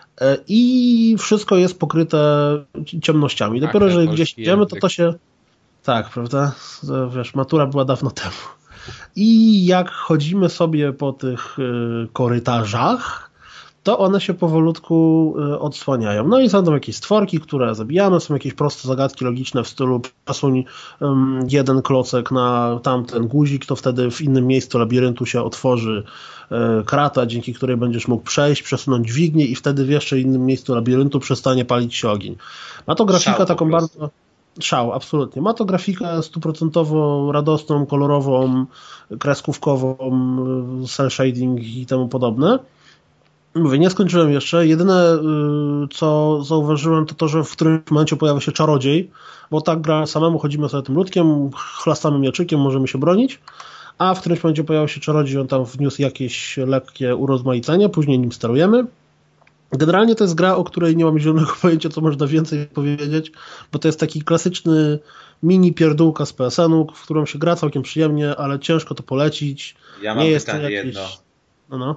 Speaker 3: i wszystko jest pokryte ciemnościami. Dopiero, że gdzieś idziemy, to to się... Tak, prawda? Wiesz, matura była dawno temu. I jak chodzimy sobie po tych korytarzach, to one się powolutku odsłaniają. No i są tam jakieś stworki, które zabijamy, są jakieś proste zagadki logiczne w stylu przesuń jeden klocek na tamten guzik, to wtedy w innym miejscu labiryntu się otworzy krata, dzięki której będziesz mógł przejść, przesunąć dźwignię i wtedy w jeszcze innym miejscu labiryntu przestanie palić się ogień. Ma to grafikę Szał, taką bardzo... Szał, absolutnie. Ma to grafikę stuprocentowo radosną, kolorową, kreskówkową, cel shading i temu podobne. Mówię, nie skończyłem jeszcze. Jedyne, co zauważyłem, to to, że w którymś momencie pojawia się czarodziej, bo tak gra samemu, chodzimy sobie tym ludkiem, chlastamy mieczykiem, możemy się bronić, a w którymś momencie pojawia się czarodziej, on tam wniósł jakieś lekkie urozmaicenie, później nim sterujemy. Generalnie to jest gra, o której nie mam zielonego pojęcia, co można więcej powiedzieć, bo to jest taki klasyczny mini pierdółka z P S N u, w którą się gra całkiem przyjemnie, ale ciężko to polecić.
Speaker 2: Ja mam
Speaker 3: nie
Speaker 2: pytanie
Speaker 3: jest jakieś...
Speaker 2: jedno.
Speaker 3: No, no.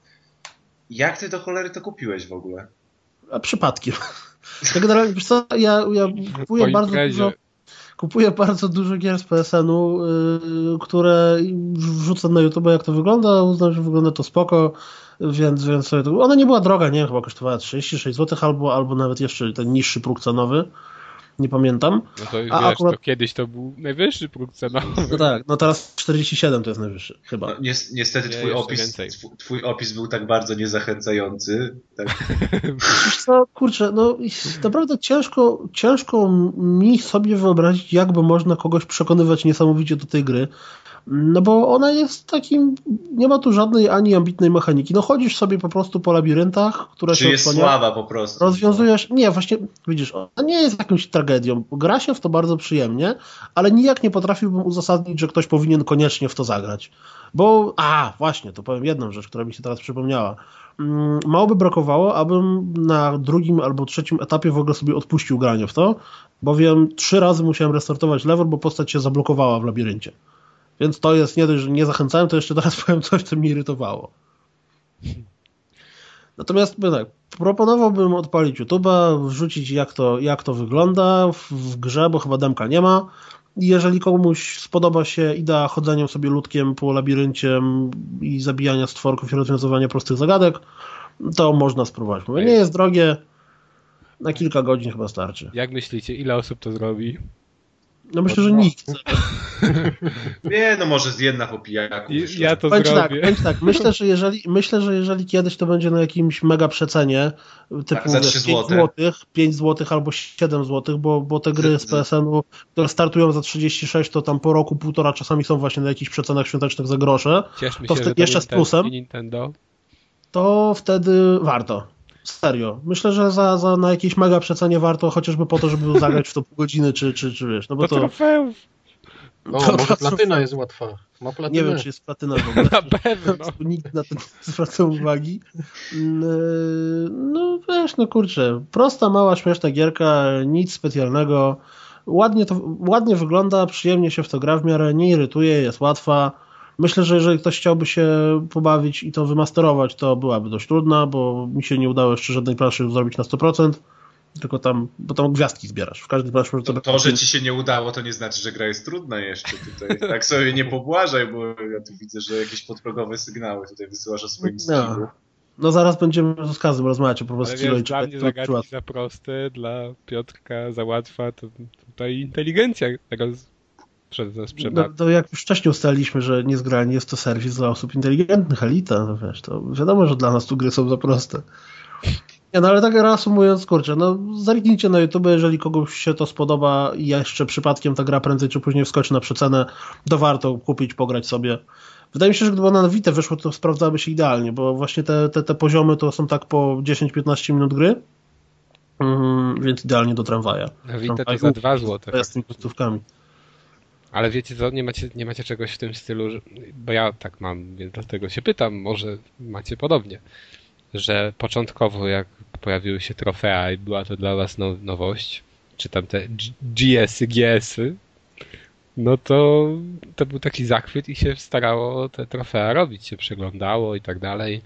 Speaker 2: Jak ty do cholery to kupiłeś w ogóle?
Speaker 3: A przypadkiem. Ja generalnie, wiesz co, ja, ja kupuję bardzo dużo kupuję bardzo dużo gier z P S N u, yy, które wrzucam na YouTube, jak to wygląda, uznam, że wygląda to spoko, więc, więc sobie to... Ona nie była droga, nie wiem, chyba kosztowała trzydzieści sześć złotych albo, albo nawet jeszcze ten niższy próg cenowy. Nie pamiętam.
Speaker 1: No to wiesz,
Speaker 3: A akurat...
Speaker 1: to kiedyś to był najwyższy próg cenowy.
Speaker 3: No tak, no teraz czterdzieści siedem to jest najwyższy, chyba.
Speaker 2: No, niestety twój, nie, opis, twój, twój opis był tak bardzo niezachęcający. Tak.
Speaker 3: Wiesz co, kurczę, no naprawdę ciężko, ciężko mi sobie wyobrazić, jakby można kogoś przekonywać niesamowicie do tej gry. No bo ona jest takim, nie ma tu żadnej ani ambitnej mechaniki. No chodzisz sobie po prostu po labiryntach, które
Speaker 2: Czy
Speaker 3: się
Speaker 2: jest
Speaker 3: odsłania,
Speaker 2: słaba po prostu.
Speaker 3: rozwiązujesz, nie, właśnie, widzisz, ona nie jest jakąś tragedią. Gra się w to bardzo przyjemnie, ale nijak nie potrafiłbym uzasadnić, że ktoś powinien koniecznie w to zagrać. Bo, a, właśnie, to powiem jedną rzecz, która mi się teraz przypomniała. Mało by brakowało, abym na drugim albo trzecim etapie w ogóle sobie odpuścił granie w to, bowiem trzy razy musiałem restartować level, bo postać się zablokowała w labiryncie. Więc to jest nie dość, że nie zachęcałem, to jeszcze teraz powiem coś, co mnie irytowało. Natomiast tak, proponowałbym odpalić YouTube'a, wrzucić jak to, jak to wygląda w, w grze, bo chyba demka nie ma. I jeżeli komuś spodoba się idea chodzenia sobie ludkiem po labiryncie i zabijania stworków i rozwiązywania prostych zagadek, to można spróbować. Mówię, nie jest drogie, na kilka godzin chyba starczy.
Speaker 1: Jak myślicie, ile osób to zrobi?
Speaker 3: No myślę, że nikt.
Speaker 2: Nie, no może z jedna po pijaku.
Speaker 1: I, ja to
Speaker 3: Bądź
Speaker 1: zrobię.
Speaker 3: Tak, tak. Myślę, że jeżeli, myślę, że jeżeli kiedyś to będzie na jakimś mega przecenie, typu
Speaker 2: tak, za trzy
Speaker 3: pięć złotych, pięć złotych albo siedem złotych, bo, bo te gry z P S N-u, które startują za trzydzieści sześć, to tam po roku, półtora czasami są właśnie na jakichś przecenach świątecznych za grosze.
Speaker 1: Cieszmy
Speaker 3: to
Speaker 1: się,
Speaker 3: wtedy jeszcze z plusem.
Speaker 1: Nintendo.
Speaker 3: To wtedy warto. Serio. Myślę, że za, za na jakieś mega przecenie warto, chociażby po to, żeby zagrać w to pół godziny, czy, czy, czy wiesz. No bo
Speaker 1: to
Speaker 3: to
Speaker 1: trofeów.
Speaker 5: No, to może platyna jest łatwa. Ma platynę.
Speaker 3: Nie wiem, czy jest platyna w ogóle.
Speaker 1: Na pewno.
Speaker 3: Nikt na to nie zwraca uwagi. No wiesz, no kurczę, prosta, mała, śmieszna gierka, nic specjalnego. Ładnie to ładnie wygląda, przyjemnie się w to gra w miarę, nie irytuje, jest łatwa. Myślę, że jeżeli ktoś chciałby się pobawić i to wymasterować, to byłaby dość trudna, bo mi się nie udało jeszcze żadnej planszy zrobić na sto procent. Tylko tam, bo tam gwiazdki zbierasz. W każdej planszy
Speaker 2: to, to, że ci się nie udało, to nie znaczy, że gra jest trudna jeszcze tutaj. Tak sobie nie pobłażaj, bo ja tu widzę, że jakieś podprogowe sygnały tutaj wysyłasz o swoim skillu.
Speaker 3: No. no zaraz będziemy z Kazem rozmawiać o prostu
Speaker 1: skillu. Dla mnie zagadki za proste, dla Piotrka za łatwa, to tutaj inteligencja tego przed nas przebadza.
Speaker 3: No, to jak już wcześniej ustaliliśmy, że niezgranie jest to serwis dla osób inteligentnych, elita, no wiesz, to wiadomo, że dla nas tu gry są za proste. Nie, no ale tak reasumując, kurczę, no zerknijcie na YouTube, jeżeli kogoś się to spodoba i jeszcze przypadkiem ta gra prędzej czy później wskoczy na przecenę, to warto kupić, pograć sobie. Wydaje mi się, że gdyby ona na Vita wyszło, to sprawdzałaby się idealnie, bo właśnie te, te, te poziomy to są tak po dziesięć piętnaście minut gry, mm, więc idealnie do tramwaja.
Speaker 1: Na Vita to za dwa złote.
Speaker 3: Z tymi pustówkami.
Speaker 1: Ale wiecie co, nie macie, nie macie czegoś w tym stylu, że, bo ja tak mam, więc dlatego się pytam, może macie podobnie, że początkowo jak pojawiły się trofea i była to dla was now, nowość, czy tam te G S-y, G S-y, no to to był taki zachwyt i się starało te trofea robić, się przeglądało i tak dalej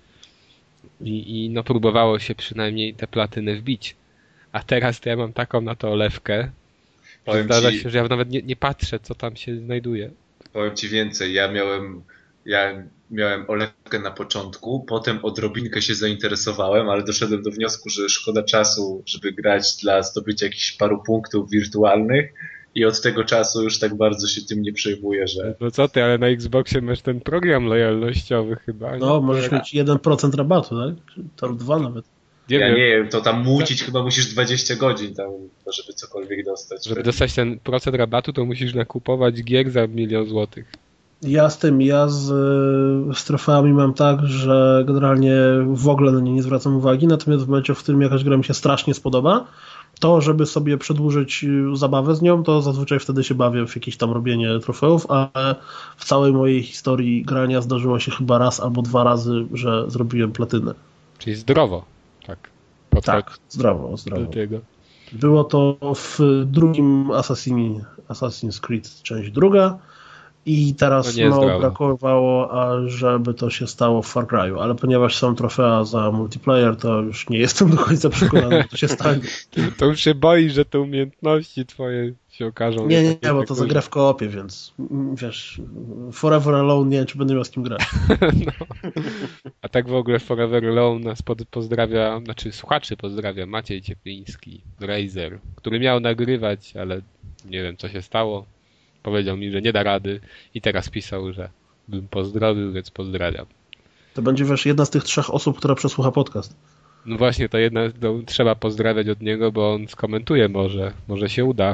Speaker 1: i, i no próbowało się przynajmniej te platyny wbić. A teraz to ja mam taką na to olewkę, że zdarza się, że ja nawet nie, nie patrzę, co tam się znajduje.
Speaker 2: Powiem ci więcej, ja miałem ja miałem olewkę na początku, potem odrobinkę się zainteresowałem, ale doszedłem do wniosku, że szkoda czasu, żeby grać dla zdobycia jakichś paru punktów wirtualnych i od tego czasu już tak bardzo się tym nie przejmuję, że...
Speaker 1: No co ty, ale na Xboxie masz ten program lojalnościowy chyba.
Speaker 3: No, nie? Możesz mieć jeden procent rabatu, tak? Tam dwa nawet.
Speaker 2: Nie ja wiem. nie wiem, to tam mucić chyba musisz dwadzieścia godzin tam, żeby cokolwiek dostać.
Speaker 1: Żeby dostać ten procent rabatu, to musisz nakupować gier za milion złotych.
Speaker 3: Ja z tym, ja z, z trofeami mam tak, że generalnie w ogóle na nie nie zwracam uwagi, natomiast w momencie, w którym jakaś gra mi się strasznie spodoba, to żeby sobie przedłużyć zabawę z nią, to zazwyczaj wtedy się bawię w jakieś tam robienie trofeów, ale w całej mojej historii grania zdarzyło się chyba raz albo dwa razy, że zrobiłem platynę.
Speaker 1: Czyli zdrowo, tak.
Speaker 3: Podchodź tak, zdrowo, zdrowo.
Speaker 1: Do tego.
Speaker 3: Było to w drugim Assassin, Assassin's Creed, część druga. I teraz no mało brakowało, żeby to się stało w Far Cry'u, ale ponieważ są trofea za multiplayer, to już nie jestem do końca przekonany, że to się stanie.
Speaker 1: To już się boisz, że te umiejętności twoje się okażą.
Speaker 3: Nie, nie, nie, bo to za grę w koopie, więc wiesz, Forever Alone nie wiem, czy będę miał z kim grać.
Speaker 1: No. A tak w ogóle Forever Alone nas pozdrawia, znaczy słuchaczy pozdrawia Maciej Ciepliński, Razer, który miał nagrywać, ale nie wiem, co się stało. Powiedział mi, że nie da rady i teraz pisał, że bym pozdrowił, więc pozdrawiam.
Speaker 3: To będzie wiesz, jedna z tych trzech osób, która przesłucha podcast.
Speaker 1: No właśnie, to jedna to trzeba pozdrawiać od niego, bo on skomentuje może, może się uda.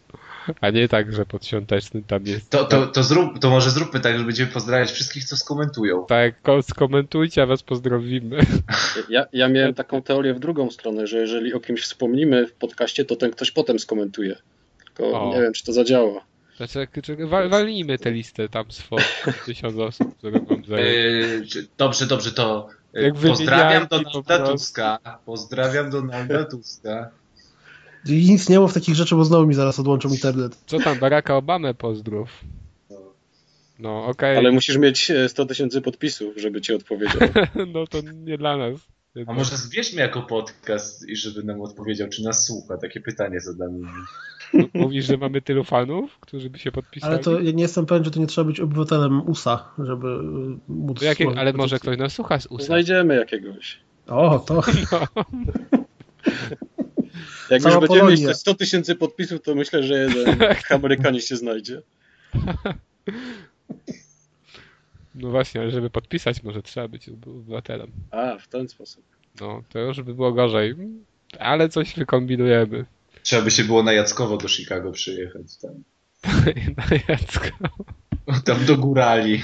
Speaker 1: A nie tak, że podświąteczny tam jest.
Speaker 2: To, to, to, zrób, to może zróbmy tak, że będziemy pozdrawiać wszystkich, co skomentują.
Speaker 1: Tak, skomentujcie, a was pozdrowimy.
Speaker 4: Ja, ja miałem taką teorię w drugą stronę, że jeżeli o kimś wspomnimy w podcaście, to ten ktoś potem skomentuje. Tylko o. nie wiem, czy to zadziała.
Speaker 1: Znaczy, wal, walnijmy tę listę tam swoją tysiąc osób, które mam
Speaker 2: zająć. Yy, dobrze, dobrze, to Jak pozdrawiam Donalda Tuska. Pozdrawiam Donalda Tuska.
Speaker 3: I nic nie mów takich rzeczy, bo znowu mi zaraz odłączą internet.
Speaker 1: Co tam, Baracka Obamę pozdrów. No, okej. Okay.
Speaker 4: Ale musisz mieć sto tysięcy podpisów, żeby ci odpowiedział.
Speaker 1: No to nie dla nas.
Speaker 2: A może zbierzmy jako podcast i żeby nam odpowiedział, czy nas słucha. Takie pytanie zadamy.
Speaker 1: Mówisz, że mamy tylu fanów, którzy by się podpisali?
Speaker 3: Ale to ja nie jestem pewien, że to nie trzeba być obywatelem U S A, żeby móc...
Speaker 1: Jakie, ale może ktoś nas słucha z U S A?
Speaker 4: Znajdziemy jakiegoś.
Speaker 3: O, to...
Speaker 1: No.
Speaker 4: Jak
Speaker 3: Cała
Speaker 4: już będziemy
Speaker 3: Polonia.
Speaker 4: mieć te sto tysięcy podpisów, to myślę, że jeden Amerykanin się znajdzie.
Speaker 1: No właśnie, ale żeby podpisać może trzeba być obywatelem.
Speaker 4: A, w ten sposób.
Speaker 1: No, to już by było gorzej. Ale coś wykombinujemy.
Speaker 2: Trzeba by się było na Jackowo do Chicago przyjechać. Tam,
Speaker 1: Na Jacko.
Speaker 2: tam do górali.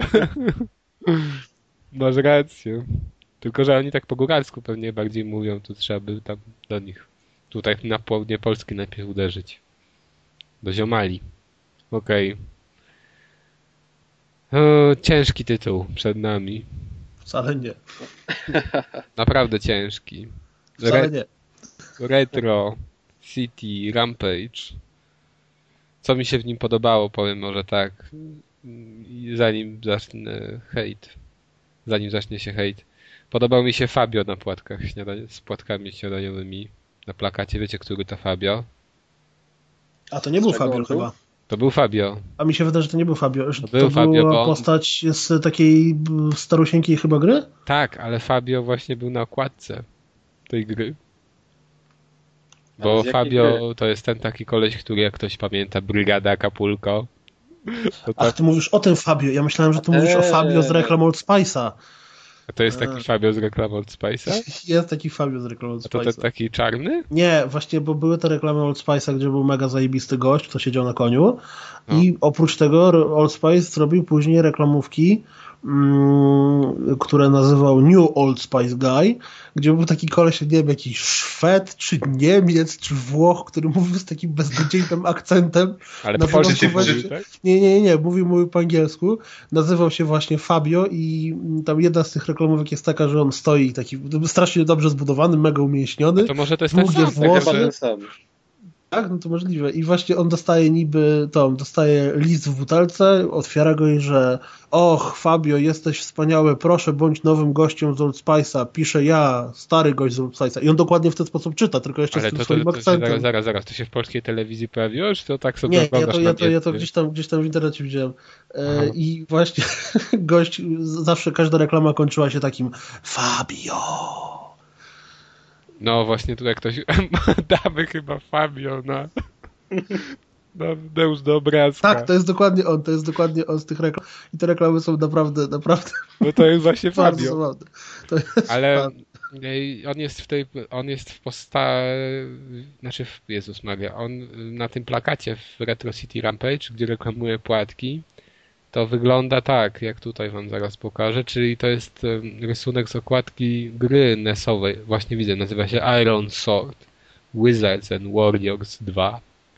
Speaker 1: Masz rację. Tylko, że oni tak po góralsku pewnie bardziej mówią, to trzeba by tam do nich. Tutaj na południe Polski najpierw uderzyć. Do ziomali. Okej. Okay. Ciężki tytuł przed nami.
Speaker 3: Wcale nie.
Speaker 1: Naprawdę ciężki.
Speaker 3: Wcale
Speaker 1: Re-
Speaker 3: nie.
Speaker 1: Retro City Rampage. Co mi się w nim podobało, powiem może tak. Zanim zacznę hejt. Zanim zacznie się hejt. Podobał mi się Fabio na płatkach śniadania- z płatkami śniadaniowymi. Na plakacie, wiecie, który to Fabio?
Speaker 3: A to nie był
Speaker 4: Z czego
Speaker 3: Fabio
Speaker 4: on był?
Speaker 3: chyba.
Speaker 1: To był Fabio.
Speaker 3: A mi się wydaje, że to nie był Fabio. Że
Speaker 1: To
Speaker 3: to,
Speaker 1: był Fabio,
Speaker 3: była
Speaker 1: bo on-
Speaker 3: postać z takiej b, starusieńkiej chyba gry?
Speaker 1: Tak, ale Fabio właśnie był na okładce tej gry.
Speaker 4: Ale
Speaker 1: Bo
Speaker 4: z jakiej
Speaker 1: Fabio to jest ten taki koleś, który, jak ktoś pamięta, Brygada Acapulco. To,
Speaker 3: Ach,
Speaker 1: tak,
Speaker 3: ty mówisz o tym Fabio. Ja myślałem, że ty mówisz o
Speaker 4: Eee.
Speaker 3: Fabio z reklam Old Spice'a.
Speaker 1: to jest taki Fabio z reklamy Old Spice'a?
Speaker 3: Jest taki Fabio z reklam Old
Speaker 1: A to ten
Speaker 3: Spice'a.
Speaker 1: taki czarny?
Speaker 3: Nie, właśnie, bo były te reklamy Old Spice'a, gdzie był mega zajebisty gość, co siedział na koniu.
Speaker 1: No.
Speaker 3: I oprócz tego Old Spice zrobił później reklamówki, mm, które nazywał New Old Spice Guy, gdzie był taki koleś, nie wiem, jakiś Szwed, czy Niemiec, czy Włoch, który mówił z takim beznadziejnym akcentem.
Speaker 1: Ale
Speaker 3: Na
Speaker 1: po polsku
Speaker 3: początku
Speaker 1: mówił,
Speaker 3: właśnie-
Speaker 1: tak?
Speaker 3: Nie, nie, nie, nie, mówił, mówił po angielsku. Nazywał się właśnie Fabio i tam jedna z tych reklamówek jest taka, że on stoi taki strasznie dobrze zbudowany, mega umięśniony.
Speaker 1: To może to jest ten
Speaker 3: Długie
Speaker 1: sam,
Speaker 3: włosy.
Speaker 1: tak,
Speaker 4: Chyba
Speaker 1: że...
Speaker 4: ten sam.
Speaker 3: Tak, no to możliwe. I właśnie on dostaje niby, to, dostaje list w butelce, otwiera go i że och, Fabio, jesteś wspaniały, proszę, bądź nowym gościem z Old Spice'a. Pisze ja, stary gość z Old Spice'a. I on dokładnie w ten sposób czyta, tylko jeszcze
Speaker 1: Ale
Speaker 3: z tym
Speaker 1: to, to,
Speaker 3: swoim
Speaker 1: to, to się,
Speaker 3: akcentem.
Speaker 1: zaraz, zaraz, zaraz, to się w polskiej telewizji pojawiło, czy to tak sobie
Speaker 3: Nie, ja
Speaker 1: oglądasz
Speaker 3: to,
Speaker 1: na
Speaker 3: ja to, ja to
Speaker 1: biedny?
Speaker 3: gdzieś, tam, gdzieś tam w internecie widziałem.
Speaker 1: Aha.
Speaker 3: E, I właśnie gość, zawsze każda reklama kończyła się takim Fabio.
Speaker 1: No właśnie tutaj ktoś... Damy chyba Fabio na... na Deus do obrazka.
Speaker 3: Tak, to jest dokładnie on, to jest dokładnie on z tych reklam. I te reklamy są naprawdę, naprawdę
Speaker 1: No to jest właśnie
Speaker 3: bardzo
Speaker 1: Fabio.
Speaker 3: zabawne. To jest
Speaker 1: Ale
Speaker 3: fan.
Speaker 1: ej, on jest w tej, on jest w postaci, znaczy w Jezus Maria, on na tym plakacie w Retro City Rampage, gdzie reklamuje płatki, to wygląda tak, jak tutaj wam zaraz pokażę, czyli to jest em, rysunek z okładki gry nesowej, właśnie widzę, nazywa się Iron Sword, Wizards and Warriors dwa.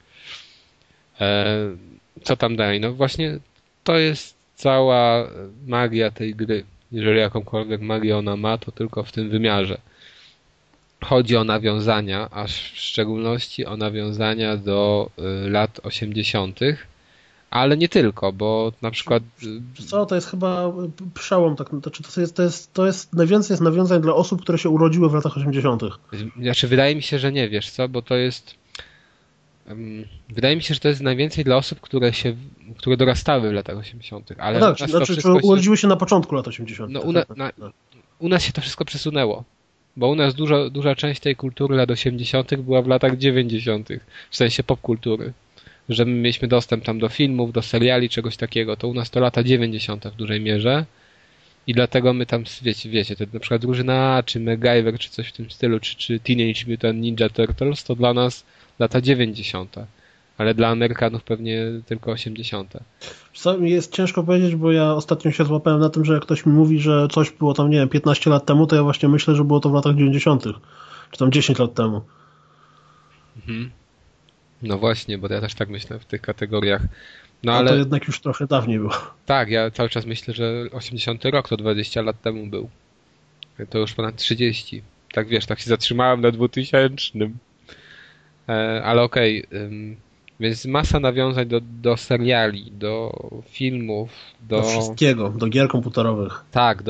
Speaker 1: E, co tam dalej? No właśnie to jest cała magia tej gry. Jeżeli jakąkolwiek magię ona ma, to tylko w tym wymiarze. Chodzi o nawiązania, a w szczególności o nawiązania do y, lat osiemdziesiątych, ale nie tylko, bo na przykład... y,
Speaker 3: Co, to jest chyba przełom, tak, to, to, jest, to, jest, to jest najwięcej jest nawiązań dla osób, które się urodziły w latach osiemdziesiątych.
Speaker 1: Znaczy, wydaje mi się, że nie, wiesz co, bo to jest... ym, Wydaje mi się, że to jest najwięcej dla osób, które się, które dorastały w latach osiemdziesiątych, ale
Speaker 3: No
Speaker 1: u
Speaker 3: tak,
Speaker 1: nas to
Speaker 3: znaczy, czy
Speaker 1: wszystko się...
Speaker 3: urodziły się na początku lat osiemdziesiątych.
Speaker 1: No, u, na, na, u nas się to wszystko przesunęło. Bo u nas dużo, duża część tej kultury lat osiemdziesiątych była w latach dziewięćdziesiątych. W sensie popkultury. Że my mieliśmy dostęp tam do filmów, do seriali, czegoś takiego. To u nas to lata dziewięćdziesiąte w dużej mierze. I dlatego my tam, wiecie, wiecie, to na przykład Drużyna A, czy MacGyver, czy coś w tym stylu, czy, czy Teenage Mutant Ninja Turtles, to dla nas lata dziewięćdziesiąte. Ale dla Amerykanów pewnie tylko osiemdziesiąte.
Speaker 3: Co mi jest ciężko powiedzieć, bo ja ostatnio się złapałem na tym, że jak ktoś mi mówi, że coś było tam, nie wiem, piętnaście lat temu, to ja właśnie myślę, że było to w latach dziewięćdziesiątych. Czy tam dziesięć lat temu.
Speaker 1: Mhm. No właśnie, bo ja też tak myślę w tych kategoriach. No
Speaker 3: A
Speaker 1: ale
Speaker 3: to jednak już trochę dawniej było.
Speaker 1: tak, ja cały czas myślę, że osiemdziesiąty rok to dwadzieścia lat temu był. To już ponad trzydzieści. Tak wiesz, tak się zatrzymałem na dwutysięcznym. E, ale okej. ym, Więc masa nawiązań do, do seriali, do filmów, do...
Speaker 3: Do wszystkiego, do gier komputerowych.
Speaker 1: Tak, do,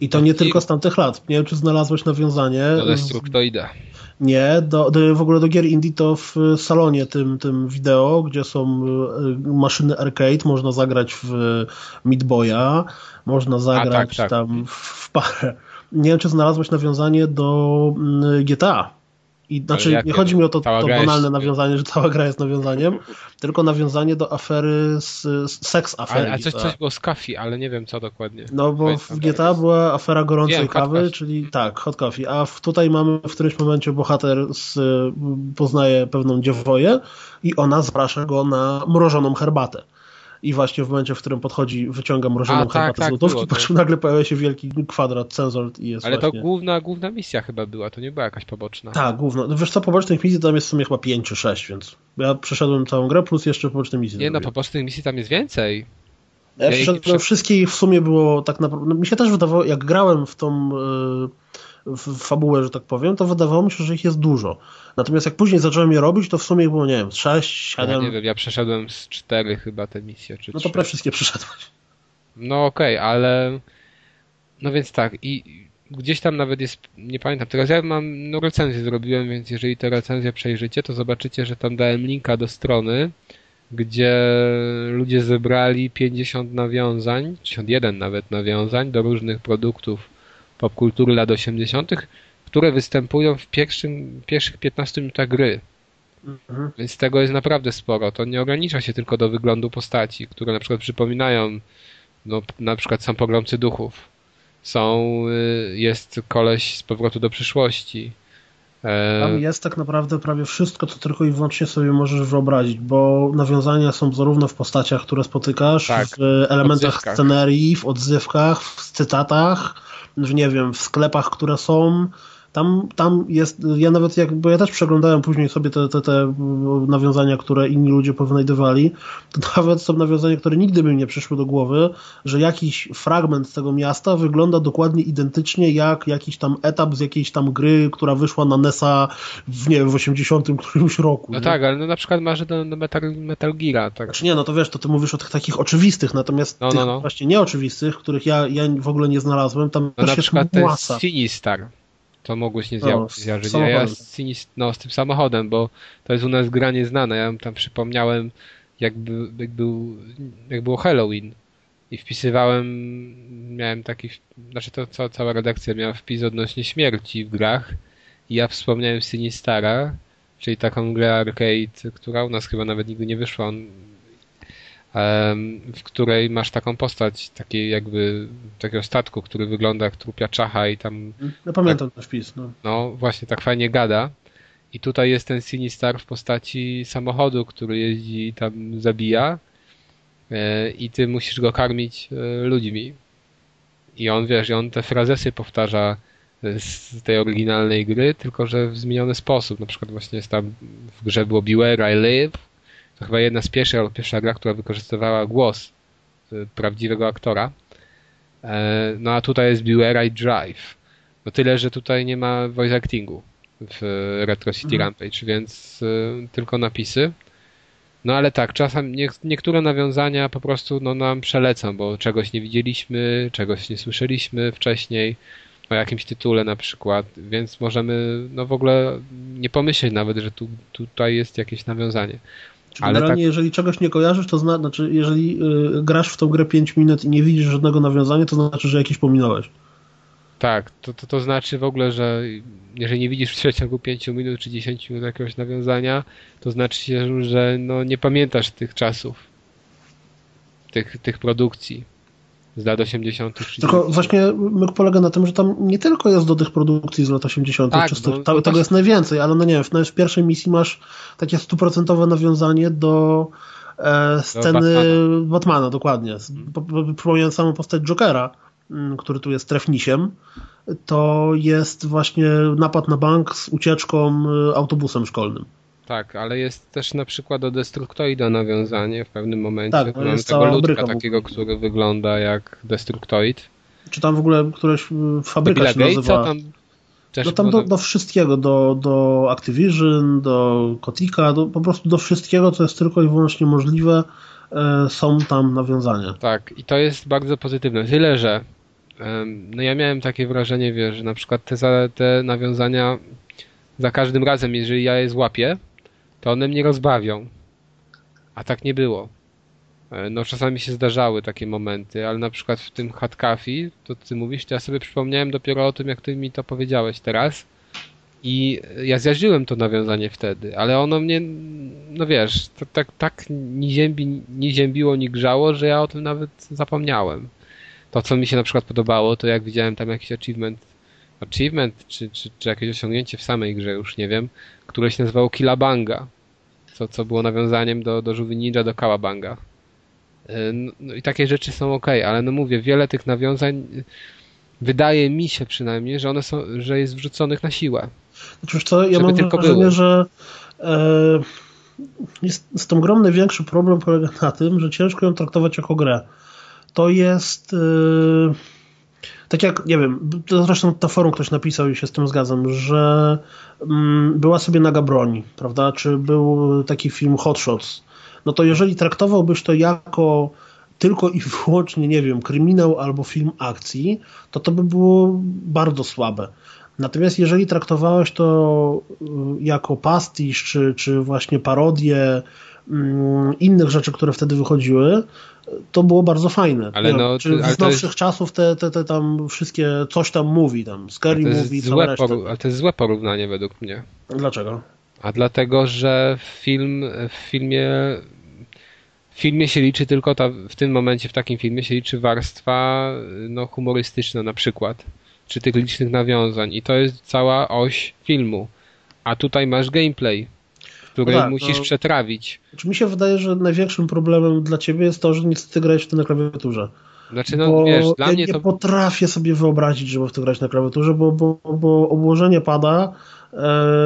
Speaker 3: I to nie tylko z tamtych lat. Nie wiem, czy znalazłeś nawiązanie.
Speaker 1: Do Destructoida.
Speaker 3: Nie, do, do, w ogóle do gier indie to w salonie tym, tym wideo, gdzie są maszyny arcade, można zagrać w Meat Boya, można zagrać A, tak, tak. tam w parę. Nie wiem, czy znalazłeś nawiązanie do G T A. I znaczy, nie chodzi mi o to, to banalne jest... nawiązanie, że cała gra jest nawiązaniem, tylko nawiązanie do afery, z, z seks afery.
Speaker 1: Ale, a coś, coś było z kafi, ale nie wiem co dokładnie.
Speaker 3: No bo w G T A była afera gorącej wiem, kawy, czyli tak, hot coffee, a w, tutaj mamy w którymś momencie bohater z, poznaje pewną dziewuję i ona zaprasza go na mrożoną herbatę. I właśnie w momencie, w którym podchodzi, wyciąga mrożoną A, herbatę tak, z lodówki, tak, po czym nagle pojawia się wielki kwadrat, censored i jest
Speaker 1: Ale
Speaker 3: właśnie...
Speaker 1: to główna, główna misja chyba była, to nie była jakaś poboczna.
Speaker 3: Tak, główna. No wiesz co, pobocznych misji tam jest w sumie chyba pięć czy sześć, więc ja przeszedłem całą grę, plus jeszcze poboczne misje.
Speaker 1: Nie, no pobocznych misji tam jest więcej.
Speaker 3: Ja, ja przeszedłem, prze... wszystkie w sumie było tak naprawdę... No, mi się też wydawało, jak grałem w tą... Yy... w fabułę, że tak powiem, to wydawało mi się, że ich jest dużo. Natomiast jak później zacząłem je robić, to w sumie było, nie wiem, sześć, siedem...
Speaker 1: Ja nie wiem, ja przeszedłem z cztery chyba te misje, czy
Speaker 3: No to prawie wszystkie przeszedłeś.
Speaker 1: No okej, okay, ale... No więc tak, i gdzieś tam nawet jest, nie pamiętam, teraz ja mam, no recenzję zrobiłem, więc jeżeli tę recenzję przejrzycie, to zobaczycie, że tam dałem linka do strony, gdzie ludzie zebrali pięćdziesiąt nawiązań, pięćdziesiąt jeden nawet nawiązań do różnych produktów popkultury lat osiemdziesiątych, które występują w pierwszym, pierwszych piętnastu minutach gry. Mhm. Więc tego jest naprawdę sporo. To nie ogranicza się tylko do wyglądu postaci, które na przykład przypominają, no na przykład są pogromcy duchów. Są, jest koleś z Powrotu do przyszłości.
Speaker 3: Tam jest tak naprawdę prawie wszystko, co tylko i wyłącznie sobie możesz wyobrazić, bo nawiązania są zarówno w postaciach, które spotykasz, tak, w elementach odzywkach. Scenerii, w odzywkach, w cytatach, w, nie wiem, w sklepach, które są. Tam, tam jest, ja nawet jak, bo ja też przeglądałem później sobie te, te, te nawiązania, które inni ludzie powynajdywali, to nawet są nawiązania, które nigdy by mi nie przyszły do głowy, że jakiś fragment tego miasta wygląda dokładnie identycznie jak jakiś tam etap z jakiejś tam gry, która wyszła na nesa w, nie wiem, w osiemdziesiątym którymś roku.
Speaker 1: No
Speaker 3: nie?
Speaker 1: tak, ale no na przykład masz do, do Metal, Metal Geara. Tak.
Speaker 3: Znaczy nie, no to wiesz, to ty mówisz o tych takich oczywistych, natomiast
Speaker 1: no,
Speaker 3: tych
Speaker 1: no, no.
Speaker 3: właśnie nieoczywistych, których ja, ja w ogóle nie znalazłem, tam
Speaker 1: no
Speaker 3: też
Speaker 1: na przykład
Speaker 3: jest masa.
Speaker 1: Ten Sinistar. To mogłeś nie
Speaker 3: no,
Speaker 1: zjarzyć. Ja, ja z, no, z tym samochodem, bo to jest u nas gra nieznana. Ja tam przypomniałem, jakby, jak, był, jak było Halloween i wpisywałem, miałem taki, znaczy to co, cała redakcja miała wpis odnośnie śmierci w grach i ja wspomniałem Sinistara, czyli taką grę arcade, która u nas chyba nawet nigdy nie wyszła. On, w której masz taką postać, takiej jakby takiego statku, który wygląda jak trupia czacha i tam...
Speaker 3: Ja pamiętam tak, ten wpis. No.
Speaker 1: no właśnie, tak fajnie gada. I tutaj jest ten Sinistar w postaci samochodu, który jeździ i tam zabija i ty musisz go karmić ludźmi. I on, wiesz, on te frazesy powtarza z tej oryginalnej gry, tylko że w zmieniony sposób. Na przykład właśnie jest tam w grze było Beware I Live. To chyba jedna z pierwszych, albo pierwsza gra, która wykorzystywała głos prawdziwego aktora. No a tutaj jest Beware I Drive. No tyle, że tutaj nie ma voice actingu w Retro City mhm. Rampage, więc tylko napisy. No ale tak, czasem nie, niektóre nawiązania po prostu no, nam przelecą, bo czegoś nie widzieliśmy, czegoś nie słyszeliśmy wcześniej, o jakimś tytule na przykład, więc możemy no w ogóle nie pomyśleć nawet, że tu, tutaj jest jakieś nawiązanie.
Speaker 3: Czyli ale generalnie, tak... jeżeli czegoś nie kojarzysz, to zna... znaczy, jeżeli y, grasz w tą grę pięć minut i nie widzisz żadnego nawiązania, to znaczy, że jakieś pominąłeś.
Speaker 1: Tak, to, to, to znaczy w ogóle, że jeżeli nie widzisz w przeciągu pięciu minut czy dziesięciu minut jakiegoś nawiązania, to znaczy, że no, nie pamiętasz tych czasów, tych, tych produkcji z lat osiemdziesiątych.
Speaker 3: Tylko właśnie myk polega na tym, że tam nie tylko jest do tych produkcji z lat osiemdziesiątych,
Speaker 1: tak,
Speaker 3: czy z tych, ta, tego też... jest najwięcej, ale no nie wiem, nawet w pierwszej misji masz takie stuprocentowe nawiązanie do e, sceny do Batmana. Batmana, dokładnie. Przypominając samą postać Jokera, który tu jest trefnisiem, to jest właśnie napad na bank z ucieczką autobusem szkolnym.
Speaker 1: Tak, ale jest też na przykład do Destructoida nawiązanie w pewnym momencie.
Speaker 3: Tak,
Speaker 1: mamy tego ludka takiego, który wygląda jak Destructoid.
Speaker 3: Czy tam w ogóle któraś fabryka
Speaker 1: do
Speaker 3: się nazywa?
Speaker 1: Tam
Speaker 3: no tam do, do wszystkiego, do, do Activision, do Kotika, do, po prostu do wszystkiego, co jest tylko i wyłącznie możliwe, e, są tam nawiązania.
Speaker 1: Tak, i to jest bardzo pozytywne. Tyle, że no ja miałem takie wrażenie, wiesz, że na przykład te, za- te nawiązania za każdym razem, jeżeli ja je złapię, to one mnie rozbawią. A tak nie było. E, No czasami się zdarzały takie momenty, ale na przykład w tym Hat Coffee, to ty mówisz, to ja sobie przypomniałem dopiero o tym, jak ty mi to powiedziałeś teraz. I ja zjarzyłem to nawiązanie wtedy, ale ono mnie, no wiesz, tak, tak, tak ni ziębi, ni ziębiło, ni grzało, że ja o tym nawet zapomniałem. To, co mi się na przykład podobało, to jak widziałem tam jakiś achievement, achievement czy, czy, czy jakieś osiągnięcie w samej grze, już nie wiem, które się nazywało Killabanga, co, co było nawiązaniem do, do Żółwi Ninja, do Kawabanga. No, no i takie rzeczy są okej, ale no mówię, wiele tych nawiązań wydaje mi się przynajmniej, że one są, że jest wrzuconych na siłę.
Speaker 3: Znaczy, wiesz co, ja
Speaker 1: Żeby
Speaker 3: mam
Speaker 1: tylko
Speaker 3: wrażenie,
Speaker 1: było.
Speaker 3: że e, jest, z tą grą największy problem polega na tym, że ciężko ją traktować jako grę. To jest e, tak jak, nie wiem, to zresztą na forum ktoś napisał i się z tym zgadzam, że mm, była sobie naga broń, prawda, czy był taki film Hot Shots. No to jeżeli traktowałbyś to jako tylko i wyłącznie, nie wiem, kryminał albo film akcji, to to by było bardzo słabe. Natomiast jeżeli traktowałeś to jako pastisz, czy, czy właśnie parodię mm, innych rzeczy, które wtedy wychodziły, to było bardzo fajne.
Speaker 1: Ale
Speaker 3: Nie
Speaker 1: no,
Speaker 3: wiem, czy
Speaker 1: ty- ale
Speaker 3: z
Speaker 1: to
Speaker 3: nowszych
Speaker 1: jest-
Speaker 3: czasów te, te, te tam wszystkie coś tam mówi, tam Scary
Speaker 1: To
Speaker 3: Movie,
Speaker 1: jest,
Speaker 3: cała
Speaker 1: złe
Speaker 3: reszta.
Speaker 1: poru- ale to jest złe porównanie według mnie.
Speaker 3: Dlaczego?
Speaker 1: A dlatego, że film w filmie w filmie się liczy tylko ta, w tym momencie w takim filmie się liczy warstwa no, humorystyczna na przykład, czy tych licznych nawiązań i to jest cała oś filmu. A tutaj masz gameplay, który
Speaker 3: No tak,
Speaker 1: musisz
Speaker 3: no.
Speaker 1: przetrawić.
Speaker 3: Znaczy, mi się wydaje, że największym problemem dla ciebie jest to, że niestety grałeś w to na klawiaturze.
Speaker 1: Znaczy, no
Speaker 3: Bo
Speaker 1: wiesz, dla
Speaker 3: ja
Speaker 1: mnie
Speaker 3: nie
Speaker 1: to
Speaker 3: potrafię sobie wyobrazić, żeby w to grać na klawiaturze, bo, bo, bo obłożenie pada. E,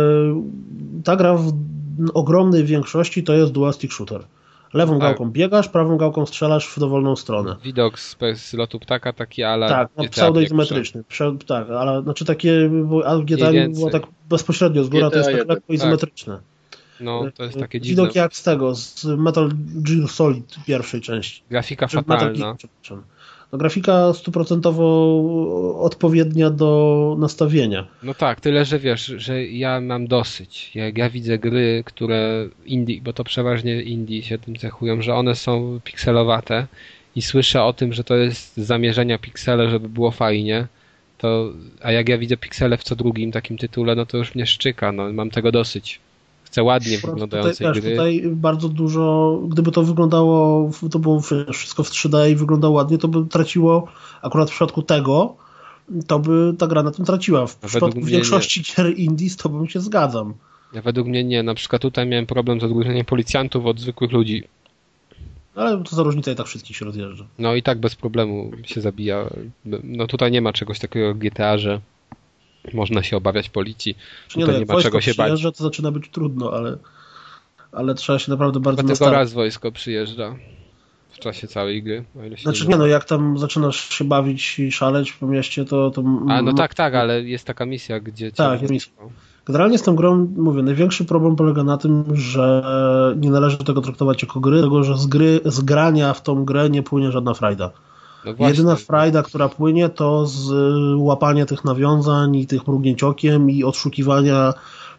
Speaker 3: ta gra w ogromnej większości to jest dual stick shooter. Lewą
Speaker 1: Tak.
Speaker 3: gałką biegasz, prawą gałką strzelasz w dowolną stronę.
Speaker 1: widok z, z lotu ptaka taki ala
Speaker 3: Tak, no,
Speaker 1: G T A
Speaker 3: pseudoizometryczny. Prze- tak, ale znaczy takie, bo a G T A
Speaker 1: Mniej
Speaker 3: było
Speaker 1: więcej.
Speaker 3: tak bezpośrednio z góry, a to jest tak
Speaker 4: jeden,
Speaker 3: lekko izometryczne.
Speaker 1: No, to jest takie dziwne.
Speaker 3: Widok jak z tego, z Metal Gear Solid pierwszej części.
Speaker 1: Grafika
Speaker 3: Czy Metal
Speaker 1: fatalna.
Speaker 3: Gear, przepraszam. No, grafika stuprocentowo odpowiednia do nastawienia.
Speaker 1: No tak, tyle, że wiesz, że ja mam dosyć. Jak ja widzę gry, które indie, bo to przeważnie indie się tym cechują, że one są pikselowate i słyszę o tym, że to jest z zamierzenia piksele, żeby było fajnie, to, a jak ja widzę piksele w co drugim takim tytule, no to już mnie szczyka, no mam tego dosyć. Chcę ładnie
Speaker 3: Akurat
Speaker 1: wyglądającej
Speaker 3: tutaj, wiesz,
Speaker 1: gry.
Speaker 3: tutaj bardzo dużo, gdyby to wyglądało, to było wiesz, wszystko w trzy D i wyglądało ładnie, to by traciło, akurat w przypadku tego, to by ta gra na tym traciła. W
Speaker 1: A
Speaker 3: przypadku
Speaker 1: według mnie
Speaker 3: większości gier indie z tobą się zgadzam.
Speaker 1: Ja według mnie nie. Na przykład tutaj miałem problem z odróżnieniem policjantów od zwykłych ludzi.
Speaker 3: Ale to za różnica i tak wszystkich się rozjeżdża.
Speaker 1: No i tak bez problemu się zabija. No tutaj nie ma czegoś takiego jak G T A, że można się obawiać policji.
Speaker 3: Czy nie,
Speaker 1: Tutaj
Speaker 3: no,
Speaker 1: nie
Speaker 3: jak
Speaker 1: ma
Speaker 3: wojsko
Speaker 1: czego się bać.
Speaker 3: przyjeżdża, to zaczyna być trudno, ale, ale trzeba się naprawdę bardzo
Speaker 1: Chyba tylko
Speaker 3: nastawić.
Speaker 1: raz wojsko przyjeżdża w czasie całej gry. O ile się
Speaker 3: Znaczy
Speaker 1: nie
Speaker 3: nie, no jak tam zaczynasz się bawić i szaleć po mieście, to... to
Speaker 1: A no tak, tak, ale jest taka misja, gdzie... cię-
Speaker 3: Tak, jest misja. Generalnie z tą grą, mówię, największy problem polega na tym, że nie należy tego traktować jako gry, tego, że z gry, z grania w tą grę nie płynie żadna frajda.
Speaker 1: No właśnie.
Speaker 3: Jedyna frajda, która płynie, to z łapania tych nawiązań i tych mrugnięć okiem i odszukiwania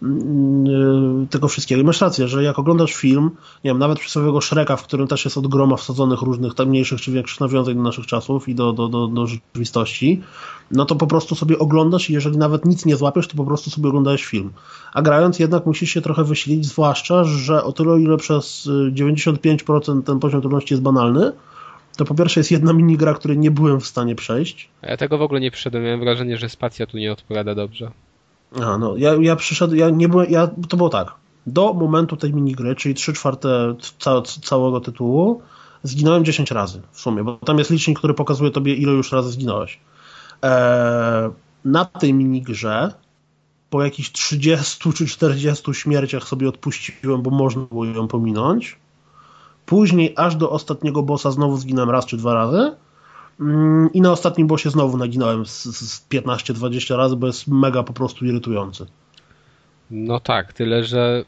Speaker 3: mm, tego wszystkiego. I masz rację, że jak oglądasz film, nie wiem, nawet przysłowiowego Shreka, w którym też jest od groma wsadzonych różnych tam mniejszych czy większych nawiązań do naszych czasów i do, do, do, do rzeczywistości, no to po prostu sobie oglądasz i jeżeli nawet nic nie złapiesz, to po prostu sobie oglądałeś film. A grając jednak musisz się trochę wysilić, zwłaszcza, że o tyle, ile przez dziewięćdziesiąt pięć procent ten poziom trudności jest banalny, to po pierwsze jest jedna minigra, której nie byłem w stanie przejść.
Speaker 1: A ja tego w ogóle nie przyszedłem. Miałem wrażenie, że spacja tu nie odpowiada dobrze.
Speaker 3: Aha, no, ja, ja przyszedłem, ja nie byłem, ja, to było tak, do momentu tej minigry, czyli trzy czwarte ca, całego tytułu, zginąłem dziesięć razy w sumie, bo tam jest licznik, który pokazuje tobie, ile już razy zginąłeś. Eee, na tej minigrze po jakichś trzydziestu czy czterdziestu śmierciach sobie odpuściłem, bo można było ją pominąć. Później aż do ostatniego bossa znowu zginąłem raz czy dwa razy. I na ostatnim bossie znowu naginałem z, z piętnaście dwadzieścia razy, bo jest mega po prostu irytujący.
Speaker 1: No tak, tyle, że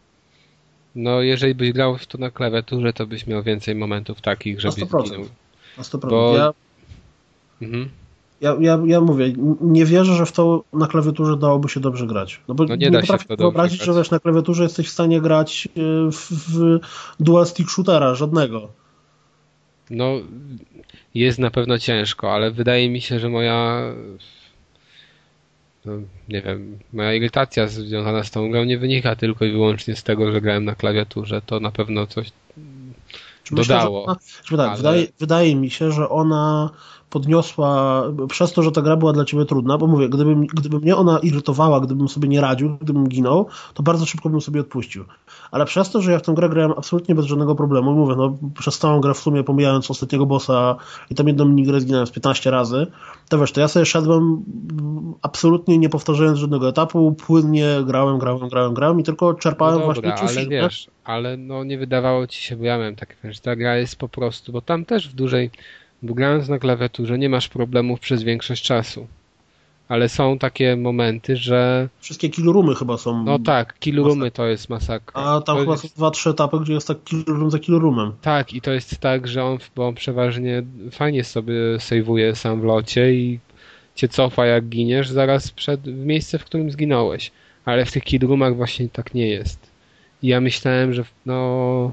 Speaker 1: no jeżeli byś grał w to na klawiaturze, to byś miał więcej momentów takich, żebyś
Speaker 3: sto procent.
Speaker 1: zginął.
Speaker 3: Na sto procent.
Speaker 1: Bo-
Speaker 3: Ja,
Speaker 1: Mhm.
Speaker 3: Ja, ja, ja mówię, nie wierzę, że w to na klawiaturze dałoby się dobrze grać. No bo
Speaker 1: no nie,
Speaker 3: nie
Speaker 1: da się
Speaker 3: potrafię
Speaker 1: to
Speaker 3: wyobrazić, że wiesz, na klawiaturze jesteś w stanie grać w, w dual stick shootera, żadnego.
Speaker 1: No, jest na pewno ciężko, ale wydaje mi się, że moja no, nie wiem, moja irytacja związana z tą grą nie wynika tylko i wyłącznie z tego, że grałem na klawiaturze. To na pewno coś dodało.
Speaker 3: Myślę, że ona, tak,
Speaker 1: ale...
Speaker 3: wydaje, wydaje mi się, że ona podniosła, przez to, że ta gra była dla ciebie trudna, bo mówię, gdyby, gdyby mnie ona irytowała, gdybym sobie nie radził, gdybym ginął, to bardzo szybko bym sobie odpuścił. Ale przez to, że ja w tę grę grałem absolutnie bez żadnego problemu, mówię, no przez całą grę w sumie, pomijając ostatniego bossa i tam jedną minigrę zginąłem z piętnaście razy, to wiesz, to ja sobie szedłem absolutnie nie powtarzając żadnego etapu, płynnie grałem, grałem, grałem, grałem i tylko czerpałem
Speaker 1: no dobra,
Speaker 3: właśnie czymś
Speaker 1: ale wiesz, ale no nie wydawało ci się, bo ja miałem takie, że ta gra jest po prostu, bo tam też w dużej, bo grając na klawiaturze nie masz problemów przez większość czasu. Ale są takie momenty, że...
Speaker 3: Wszystkie killroomy chyba są...
Speaker 1: No tak, killroomy to jest masakra.
Speaker 3: A tam
Speaker 1: to
Speaker 3: chyba
Speaker 1: jest...
Speaker 3: są dwa, trzy etapy, gdzie jest tak killroom za killroomem.
Speaker 1: Tak, i to jest tak, że on, bo on przeważnie fajnie sobie sejwuje sam w locie i cię cofa jak giniesz zaraz przed, w miejsce, w którym zginąłeś. Ale w tych killroomach właśnie tak nie jest. I ja myślałem, że no...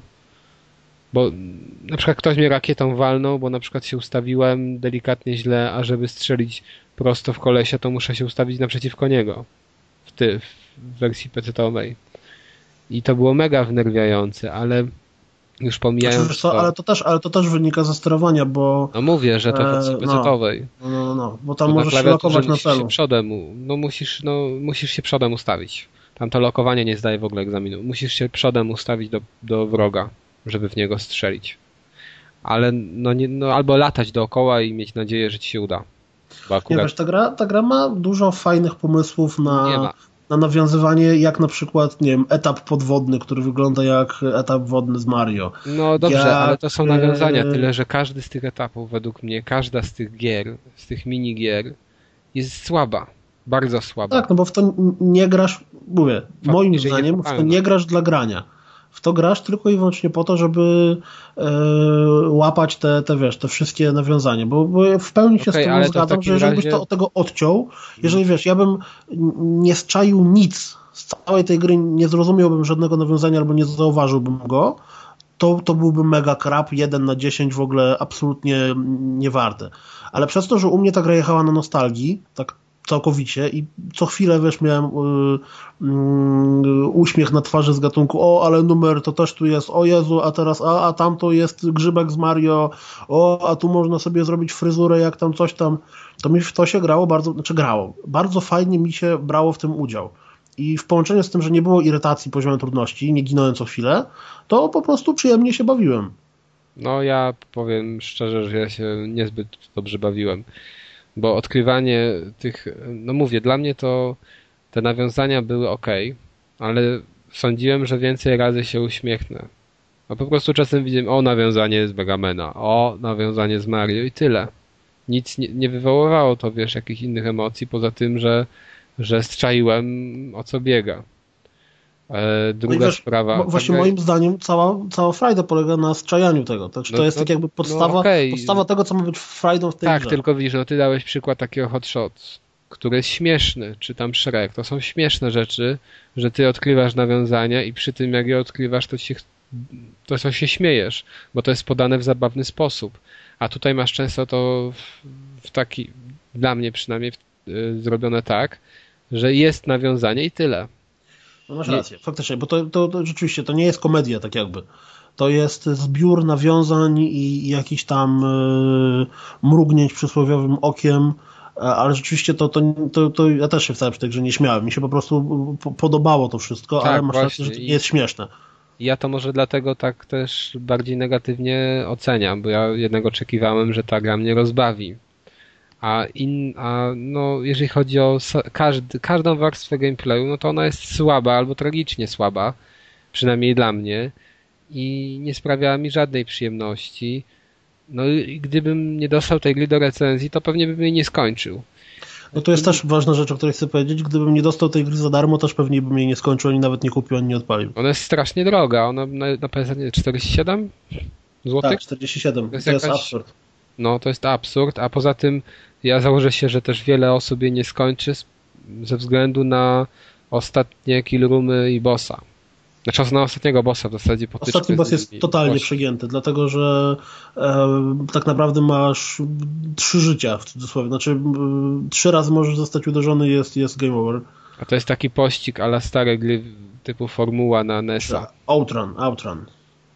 Speaker 1: Bo na przykład ktoś mnie rakietą walnął, bo na przykład się ustawiłem delikatnie źle, a żeby strzelić prosto w kolesia, to muszę się ustawić naprzeciwko niego. W, ty, w wersji pecetowej. I to było mega wnerwiające, ale już pomijając
Speaker 3: znaczy, co,
Speaker 1: to...
Speaker 3: Ale to też, ale to też wynika ze sterowania, bo...
Speaker 1: No mówię, że to w wersji
Speaker 3: e,
Speaker 1: pecetowej.
Speaker 3: No, no, no, no, bo tam
Speaker 1: bo
Speaker 3: możesz się lokować na celu.
Speaker 1: Się przodem, no musisz, no musisz się przodem ustawić. Tam to lokowanie nie zdaje w ogóle egzaminu. Musisz się przodem ustawić do, do wroga, żeby w niego strzelić. Ale no, nie, no albo latać dookoła i mieć nadzieję, że ci się uda. Bo akurat...
Speaker 3: Nie wiesz, ta gra, ta gra ma dużo fajnych pomysłów na, na nawiązywanie, jak na przykład, nie wiem, etap podwodny, który wygląda jak etap wodny z Mario.
Speaker 1: No dobrze,
Speaker 3: jak...
Speaker 1: ale to są nawiązania, tyle że każdy z tych etapów, według mnie, każda z tych gier, z tych minigier jest słaba. Bardzo słaba.
Speaker 3: Tak, no bo w to nie grasz, mówię, Faktycznie moim zdaniem w to nie grasz dla grania. W to grasz tylko i wyłącznie po to, żeby e, łapać te, te, wiesz, te wszystkie nawiązania, bo, bo w pełni się okay, z tym zgadzam, że jeżeli razie... byś to od tego odciął, jeżeli wiesz, ja bym nie zczaił nic z całej tej gry, nie zrozumiałbym żadnego nawiązania albo nie zauważyłbym go, to, to byłby mega krap, jeden na dziesięć w ogóle absolutnie niewarte. Ale przez to, że u mnie ta gra jechała na nostalgii, tak całkowicie i co chwilę, wiesz, miałem yy, yy, uśmiech na twarzy z gatunku o, ale numer to też tu jest, o Jezu, a teraz a, a tam to jest grzybek z Mario, o, a tu można sobie zrobić fryzurę, jak tam coś tam, to mi w to się grało bardzo, znaczy grało, bardzo fajnie mi się brało w tym udział i w połączeniu z tym, że nie było irytacji poziomem trudności, nie ginąłem co chwilę, to po prostu przyjemnie się bawiłem.
Speaker 1: No ja powiem szczerze, że ja się niezbyt dobrze bawiłem. Bo odkrywanie tych, no mówię, dla mnie to te nawiązania były ok, ale sądziłem, że więcej razy się uśmiechnę. A po prostu czasem widziałem, o nawiązanie z Megamena, o nawiązanie z Mario i tyle. Nic nie, nie wywoływało to, wiesz, jakichś innych emocji, poza tym, że, że strzaiłem, o co biega. E, druga
Speaker 3: no wiesz,
Speaker 1: sprawa...
Speaker 3: Właśnie
Speaker 1: taka...
Speaker 3: moim zdaniem cała, cała frajda polega na strzajaniu tego. To, no, to jest no, tak jakby podstawa, no okay. podstawa tego, co ma być frajdą w tej
Speaker 1: tak,
Speaker 3: grze.
Speaker 1: Tak, tylko widzisz, no ty dałeś przykład takiego Hot Shots, który jest śmieszny, czy tam Shrek. To są śmieszne rzeczy, że ty odkrywasz nawiązania i przy tym jak je odkrywasz, to się, to, to się śmiejesz, bo to jest podane w zabawny sposób. A tutaj masz często to w, w taki, dla mnie przynajmniej w, zrobione tak, że jest nawiązanie i tyle.
Speaker 3: No masz rację, nie. faktycznie, bo to, to, to rzeczywiście to nie jest komedia tak jakby. To jest zbiór nawiązań i jakiś tam y, mrugnięć przysłowiowym okiem, ale rzeczywiście to, to, to, to ja też się wcale przy tej grze nie śmiałem. Mi się po prostu podobało to wszystko, tak, ale masz rację, że to nie jest śmieszne.
Speaker 1: Ja to może dlatego tak też bardziej negatywnie oceniam, bo ja jednak oczekiwałem, że ta gra mnie rozbawi. A, in, a no, jeżeli chodzi o każdy, każdą warstwę gameplayu, no to ona jest słaba albo tragicznie słaba, przynajmniej dla mnie, i nie sprawiała mi żadnej przyjemności. No i gdybym nie dostał tej gry do recenzji, to pewnie bym jej nie skończył.
Speaker 3: No to jest też ważna rzecz, o której chcę powiedzieć. Gdybym nie dostał tej gry za darmo, też pewnie bym jej nie skończył, ani nawet nie kupił, ani nie odpalił.
Speaker 1: Ona jest strasznie droga. Ona na, na P S N czterdzieści siedem złotych?
Speaker 3: Tak, czterdzieści siedem. To jest, to jest absurd.
Speaker 1: No, to jest absurd, a poza tym ja założę się, że też wiele osób jej nie skończy ze względu na ostatnie killroomy i bossa. Znaczy na ostatniego bossa w zasadzie potyczkę.
Speaker 3: Ostatni boss jest totalnie właśnie przegięty, dlatego że e, tak naprawdę masz trzy życia w cudzysłowie. Znaczy e, trzy razy możesz zostać uderzony i jest, jest game over.
Speaker 1: A to jest taki pościg a la stare gry typu Formuła na N E S a.
Speaker 3: Outrun, Outrun.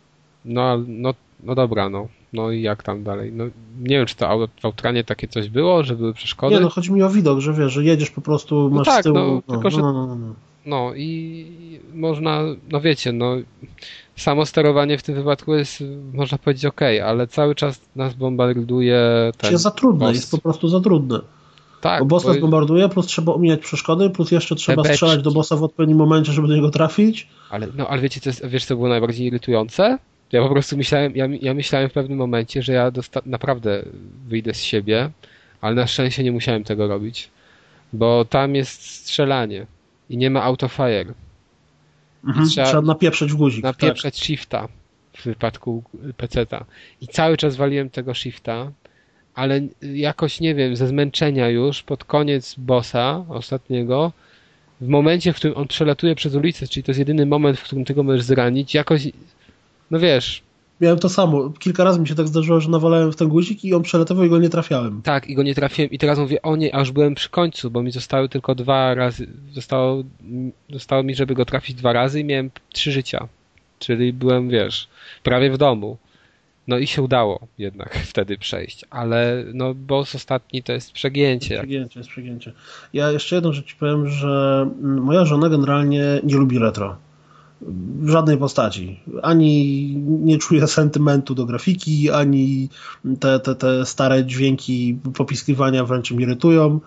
Speaker 1: No, no, no dobra, no. No i jak tam dalej? No, nie wiem, czy to w Outranie takie coś było, że były przeszkody?
Speaker 3: Nie, no chodzi mi o widok, że wiesz, że jedziesz po prostu, masz
Speaker 1: no tak,
Speaker 3: z tyłu...
Speaker 1: No,
Speaker 3: no,
Speaker 1: tylko, że...
Speaker 3: no, no, no, no.
Speaker 1: no i można, no wiecie, no samo sterowanie w tym wypadku jest, można powiedzieć, okej, okay, ale cały czas nas bombarduje ten
Speaker 3: jest za trudne,
Speaker 1: boss.
Speaker 3: Jest po prostu za trudne. Tak, bo boss nas bombarduje, plus trzeba omijać przeszkody, plus jeszcze trzeba beczki. strzelać do bossa w odpowiednim momencie, żeby do niego trafić.
Speaker 1: Ale, no, ale wiecie, co jest, wiesz, co było najbardziej irytujące? Ja po prostu myślałem, ja, ja myślałem w pewnym momencie, że ja dosta- naprawdę wyjdę z siebie, ale na szczęście nie musiałem tego robić, bo tam jest strzelanie i nie ma autofire.
Speaker 3: Mhm, trzeba, trzeba napieprzeć w guzik.
Speaker 1: Napieprzeć
Speaker 3: tak.
Speaker 1: shifta w wypadku peceta. I cały czas waliłem tego shifta, ale jakoś, nie wiem, ze zmęczenia już pod koniec bossa ostatniego, w momencie, w którym on przelatuje przez ulicę, czyli to jest jedyny moment, w którym ty go możesz zranić, jakoś, no wiesz...
Speaker 3: Miałem to samo. Kilka razy mi się tak zdarzyło, że nawalałem w ten guzik i on przelatywał i go nie trafiałem.
Speaker 1: Tak, i go nie trafiłem i teraz mówię, o nie, aż byłem przy końcu, bo mi zostały tylko dwa razy, zostało, zostało mi, żeby go trafić dwa razy i miałem trzy życia. Czyli byłem, wiesz, prawie w domu. No i się udało jednak wtedy przejść, ale no boss ostatni to jest przegięcie.
Speaker 3: Jest przegięcie, jest przegięcie. Ja jeszcze jedną rzecz ci powiem, że moja żona generalnie nie lubi retro. W żadnej postaci. Ani nie czuje sentymentu do grafiki, ani te, te, te stare dźwięki popiskiwania wręcz mnie irytują,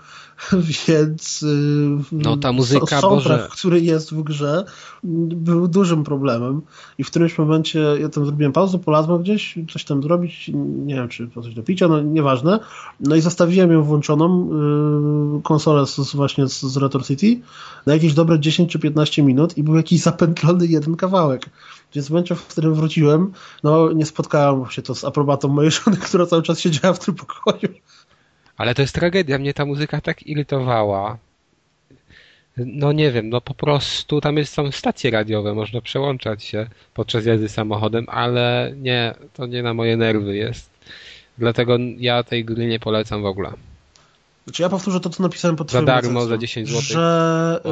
Speaker 3: więc
Speaker 1: no ta muzyka,
Speaker 3: soundtrack, który jest w grze, był dużym problemem i w którymś momencie ja tam zrobiłem pauzę, polazłem gdzieś, coś tam zrobić, nie wiem, czy po coś do picia, no nieważne, no i zostawiłem ją włączoną, yy, konsolę z, właśnie z, z Retro City na jakieś dobre dziesięć czy piętnaście minut i był jakiś zapętlony jeden kawałek. Więc w momencie, w którym wróciłem, no nie spotkałem się to z aprobatą mojej żony, która cały czas siedziała w tym pokoju.
Speaker 1: Ale to jest tragedia, mnie ta muzyka tak irytowała. No nie wiem, no po prostu tam jest, są stacje radiowe, można przełączać się podczas jazdy samochodem, ale nie, to nie na moje nerwy jest. Dlatego ja tej gry nie polecam w ogóle.
Speaker 3: Znaczy ja powtórzę to, co napisałem pod
Speaker 1: Za darmo, recenzją, za dziesięć złotych.
Speaker 3: Że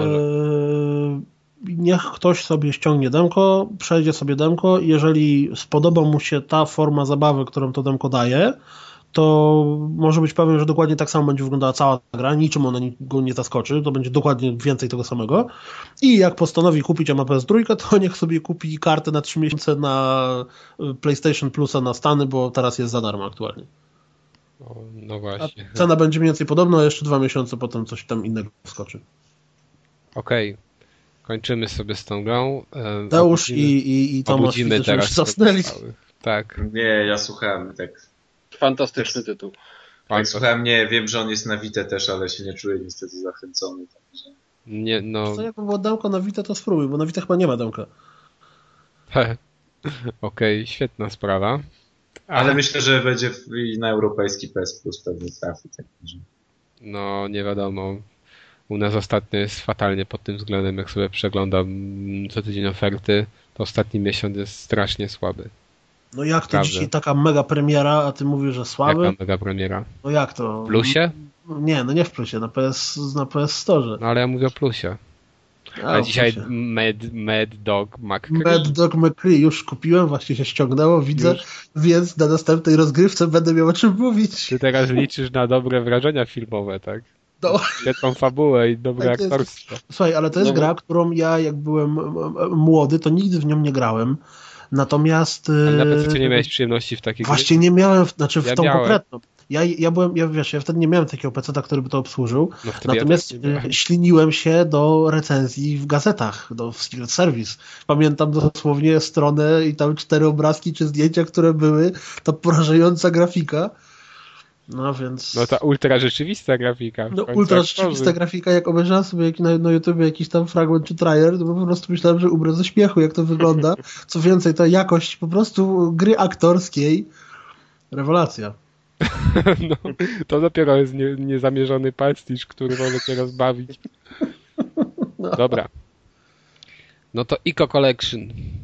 Speaker 3: yy, niech ktoś sobie ściągnie demko, przejdzie sobie demko i jeżeli spodoba mu się ta forma zabawy, którą to demko daje, to może być pewien, że dokładnie tak samo będzie wyglądała cała gra, niczym ona go nie zaskoczy, to będzie dokładnie więcej tego samego i jak postanowi kupić, a ma P S trzy, to niech sobie kupi kartę na trzy miesiące na PlayStation Plusa na Stany, bo teraz jest za darmo aktualnie.
Speaker 1: No, no właśnie.
Speaker 3: A cena będzie mniej więcej podobna, a jeszcze dwa miesiące potem coś tam innego wskoczy.
Speaker 1: Okej. Okay. Kończymy sobie z tą grą.
Speaker 3: Deusz i, i, i Tomasz
Speaker 1: widzę, teraz się
Speaker 3: zasnęli.
Speaker 2: Tak. Nie, ja słuchałem tak.
Speaker 4: Fantastyczny tytuł.
Speaker 2: Tak, słuchałem, nie, wiem, że on jest na Vita też, ale się nie czuję niestety zachęcony. Także...
Speaker 1: Nie, no...
Speaker 3: Co, jakby było demko na Vita, to spróbuj, bo na Vita chyba nie ma demka.
Speaker 1: Okej, okay, świetna sprawa.
Speaker 2: Ale myślę, że będzie na europejski P S Plus pewnie trafi. Tak, że...
Speaker 1: No, nie wiadomo. U nas ostatnio jest fatalnie pod tym względem, jak sobie przeglądam co tydzień oferty, to ostatni miesiąc jest strasznie słaby.
Speaker 3: No jak to Prawda. Dzisiaj taka mega premiera, a ty mówisz, że słaby?
Speaker 1: Jaka mega premiera?
Speaker 3: No jak to?
Speaker 1: W plusie?
Speaker 3: Nie, no nie w plusie, na P S, na P S Store.
Speaker 1: No ale ja mówię o plusie. A, a dzisiaj Mad, Mad Dog McCree.
Speaker 3: Mad Dog McCree już kupiłem, właśnie się ściągnęło, widzę, już? Więc na następnej rozgrywce będę miał o czym mówić.
Speaker 1: Ty teraz liczysz na dobre wrażenia filmowe, tak?
Speaker 3: No.
Speaker 1: Świetną fabułę i dobre tak aktorstwo.
Speaker 3: Jest, słuchaj, ale to jest no. gra, którą ja jak byłem młody, to nigdy w nią nie grałem. Natomiast...
Speaker 1: Ale nawet nie miałeś przyjemności w takiej
Speaker 3: Właśnie gry? Nie miałem, znaczy w
Speaker 1: ja
Speaker 3: tą
Speaker 1: miałem.
Speaker 3: konkretną. Ja, ja byłem, ja wiesz, ja wtedy nie miałem takiego peceta, który by to obsłużył. No Natomiast ja śliniłem się do recenzji w gazetach, do w Secret Service. Pamiętam dosłownie stronę i tam cztery obrazki czy zdjęcia, które były, ta porażająca grafika. No więc...
Speaker 1: No ta ultra rzeczywista grafika.
Speaker 3: No ultra rzeczywista grafika, jak obejrzałem sobie na, na YouTubie jakiś tam fragment czy trailer, to po prostu myślałem, że umrę ze śmiechu, jak to wygląda. Co więcej, ta jakość po prostu gry aktorskiej, rewelacja.
Speaker 1: No, to dopiero jest nie, niezamierzony pastisz, który może cię rozbawić.
Speaker 3: No.
Speaker 1: Dobra. No to Ico Collection.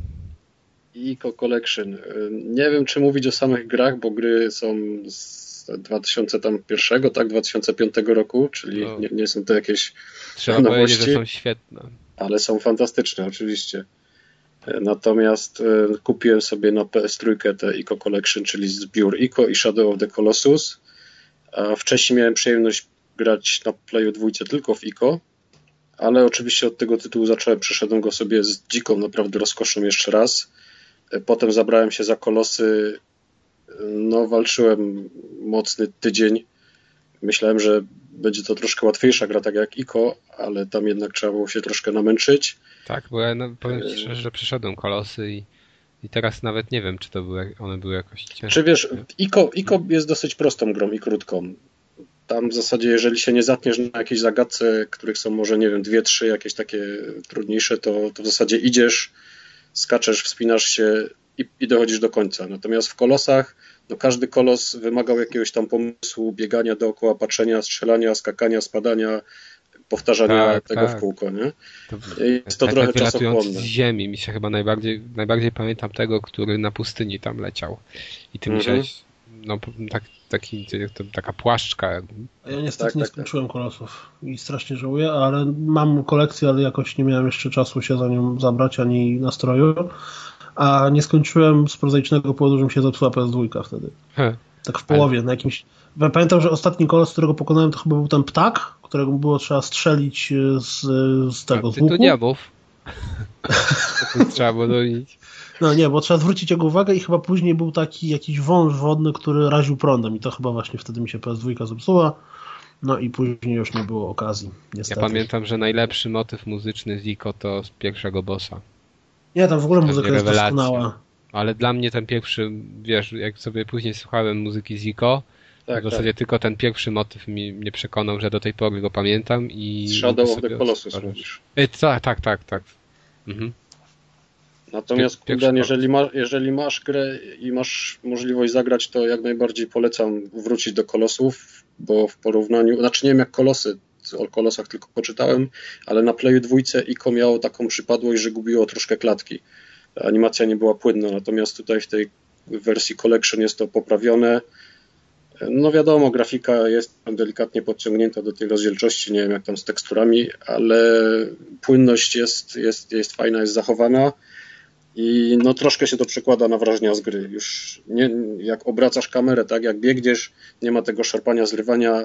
Speaker 4: Ico Collection. Nie wiem, czy mówić o samych grach, bo gry są z dwa tysiące jeden, tak, dwa tysiące piątego roku, czyli
Speaker 1: No.
Speaker 4: nie, nie są to jakieś
Speaker 1: Trzeba
Speaker 4: nowości,
Speaker 1: powiedzieć, że są świetne.
Speaker 4: ale są fantastyczne oczywiście. Natomiast e, kupiłem sobie na P S trzy te Ico Collection, czyli zbiór Ico i Shadow of the Colossus. A wcześniej miałem przyjemność grać na Playu dwójce tylko w Ico, ale oczywiście od tego tytułu zacząłem, przeszedłem go sobie z dziką, naprawdę rozkoszą jeszcze raz. E, Potem zabrałem się za Kolosy, no walczyłem mocny tydzień. Myślałem, że będzie to troszkę łatwiejsza gra, tak jak Ico, ale tam jednak trzeba było się troszkę namęczyć.
Speaker 1: Tak, bo ja no, powiem ci szczerze, że przeszedłem Kolosy i, i teraz nawet nie wiem, czy to były, one były jakoś ciężkie.
Speaker 4: Czy wiesz, Ico, Ico jest dosyć prostą grą i krótką. Tam w zasadzie, jeżeli się nie zatniesz na jakiejś zagadce, których są może, nie wiem, dwie, trzy jakieś takie trudniejsze, to, to w zasadzie idziesz, skaczesz, wspinasz się i, i dochodzisz do końca. Natomiast w Kolosach, no każdy kolos wymagał jakiegoś tam pomysłu, biegania dookoła, patrzenia, strzelania, skakania, spadania, powtarzania
Speaker 1: Tak,
Speaker 4: tego
Speaker 1: tak.
Speaker 4: w kółko, nie?
Speaker 1: To,
Speaker 4: Jest to
Speaker 1: tak,
Speaker 4: trochę
Speaker 1: tak wylatujący
Speaker 4: czasochłonne.
Speaker 1: z ziemi mi się chyba najbardziej, najbardziej pamiętam tego, który na pustyni tam leciał. I ty
Speaker 4: Mhm.
Speaker 1: musiałeś, no tak, taki, to, taka płaszczka. jakby.
Speaker 3: A ja niestety
Speaker 4: Tak,
Speaker 3: nie
Speaker 4: tak,
Speaker 3: skończyłem Kolosów i strasznie żałuję, ale mam kolekcję, ale jakoś nie miałem jeszcze czasu się za nią zabrać, ani nastroju. A nie skończyłem z prozaicznego powodu, że mi się zepsuła P S dwa wtedy.
Speaker 1: He.
Speaker 3: Tak w połowie, na jakimś... Pamiętam, że ostatni kolos, którego pokonałem, to chyba był ten ptak, którego było trzeba strzelić z, z tego,
Speaker 1: A
Speaker 3: z
Speaker 1: ty tu
Speaker 3: łuku.
Speaker 1: nie mów. To trzeba było dojść.
Speaker 3: No nie, bo trzeba zwrócić jego uwagę i chyba później był taki jakiś wąż wodny, który raził prądem i to chyba właśnie wtedy mi się P S dwa zepsuła. No i później już nie było okazji,
Speaker 1: Ja
Speaker 3: niestety.
Speaker 1: pamiętam, że najlepszy motyw muzyczny z Ico to z pierwszego bossa.
Speaker 3: Nie, tam w ogóle
Speaker 1: To
Speaker 3: muzyka
Speaker 1: jest
Speaker 3: jest
Speaker 1: rewelacja.
Speaker 3: doskonała.
Speaker 1: Ale dla mnie ten pierwszy, wiesz, jak sobie później słuchałem muzyki z Ico,
Speaker 4: Tak,
Speaker 1: w zasadzie
Speaker 4: tak.
Speaker 1: tylko ten pierwszy motyw mi, mnie przekonał, że do tej pory go pamiętam i...
Speaker 4: Shadow
Speaker 1: lubię
Speaker 4: of the
Speaker 1: sobie
Speaker 4: Colossus
Speaker 1: odtwarzać.
Speaker 4: mówisz.
Speaker 1: Ej, tak, tak, tak, tak. Mhm.
Speaker 4: Natomiast
Speaker 1: Pierwszy
Speaker 4: Kudan,
Speaker 1: kolos.
Speaker 4: jeżeli, ma, jeżeli masz grę i masz możliwość zagrać, to jak najbardziej polecam wrócić do Kolosów, bo w porównaniu, znaczy nie wiem jak Kolosy, o Kolosach tylko poczytałem, ale na Playu dwójce Ico miało taką przypadłość, że gubiło troszkę klatki. Ta animacja nie była płynna, natomiast tutaj w tej wersji Collection jest to poprawione. No wiadomo, grafika jest tam delikatnie podciągnięta do tej rozdzielczości, nie wiem jak tam z teksturami, ale płynność jest, jest, jest fajna, jest zachowana i no troszkę się to przekłada na wrażenia z gry. Już nie, jak obracasz kamerę, tak jak biegniesz, nie ma tego szarpania, zrywania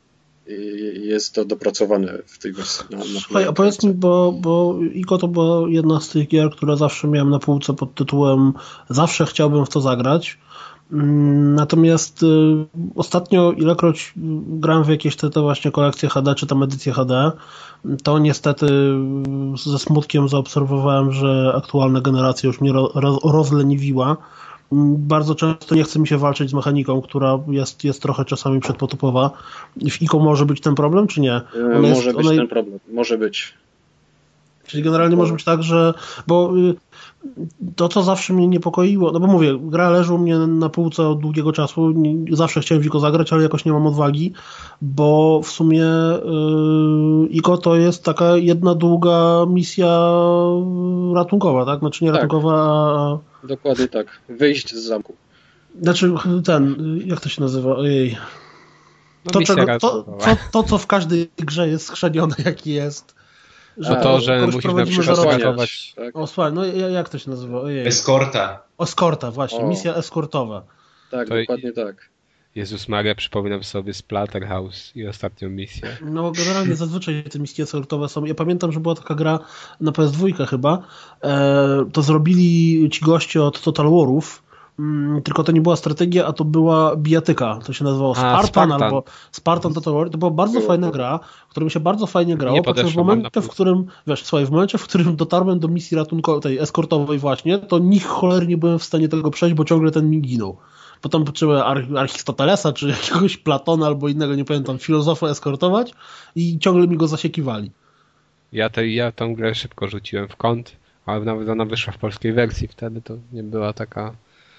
Speaker 4: i jest to dopracowane w tej wersji. Na, na
Speaker 3: Słuchaj, a powiedz mi, bo, bo Ico to była jedna z tych gier, które zawsze miałem na półce pod tytułem zawsze chciałbym w to zagrać. Natomiast y, ostatnio ilekroć grałem w jakieś te, te właśnie kolekcje H D, czy tam edycje H D, to niestety ze smutkiem zaobserwowałem, że aktualna generacja już mnie ro, ro, rozleniwiła. Bardzo często nie chce mi się walczyć z mechaniką, która jest, jest trochę czasami przedpotopowa. W Ico może być ten problem, czy nie?
Speaker 4: Ona
Speaker 3: Ona
Speaker 4: może
Speaker 3: jest,
Speaker 4: być
Speaker 3: ona...
Speaker 4: ten problem, może być.
Speaker 3: Czyli generalnie może być tak, że... Bo to, co zawsze mnie niepokoiło, no bo mówię, gra leży u mnie na półce od długiego czasu, zawsze chciałem w Ico zagrać, ale jakoś nie mam odwagi, bo w sumie yy, Ico to jest taka jedna długa misja ratunkowa, tak? Znaczy nie
Speaker 4: Tak.
Speaker 3: ratunkowa, a...
Speaker 4: Dokładnie tak. Wyjść z zamku.
Speaker 3: Znaczy ten, jak to się nazywa? Ojej.
Speaker 1: No,
Speaker 3: To,
Speaker 1: misja
Speaker 3: czego, to,
Speaker 1: ratunkowa.
Speaker 3: to, to, co w każdej grze jest skrzenione, jaki jest.
Speaker 1: No to, że
Speaker 3: kogoś
Speaker 1: musisz na
Speaker 3: prowadzimy
Speaker 1: przykład
Speaker 3: za rogiem.
Speaker 1: ratować...
Speaker 4: Tak,
Speaker 3: O, słuchaj, no jak to się nazywa? Ojej.
Speaker 2: Eskorta.
Speaker 3: Eskorta, właśnie,
Speaker 4: O.
Speaker 3: misja eskortowa.
Speaker 4: tak
Speaker 1: To-
Speaker 4: dokładnie tak.
Speaker 1: Jezus Maria, przypominam sobie Splatterhouse i ostatnią misję.
Speaker 3: No generalnie zazwyczaj te misje eskortowe są. Ja pamiętam, że była taka gra na P S dwa chyba. E, to zrobili ci goście od Total Warów. Mm, tylko to nie była strategia, a to była bijatyka. To się nazywało Spartan,
Speaker 1: Spartan.
Speaker 3: albo Spartan Total War. To była bardzo
Speaker 4: Było.
Speaker 3: fajna gra, w którą mi się bardzo fajnie grało.
Speaker 1: Nie
Speaker 3: Po czym w
Speaker 1: podeszło, mam na
Speaker 3: momencie, w
Speaker 1: półce.
Speaker 3: którym, wiesz, słuchaj, w momencie, w którym dotarłem do misji ratunkowej, tej eskortowej właśnie, to nich cholery nie byłem w stanie tego przejść, bo ciągle ten mi ginął. Potem potrzeba Ar- Aristotelesa, czy jakiegoś Platona, albo innego, nie pamiętam, filozofa eskortować i ciągle mi go zasiekiwali.
Speaker 1: Ja, te, ja tą grę szybko rzuciłem w kąt, ale nawet ona wyszła w polskiej wersji wtedy, to nie była taka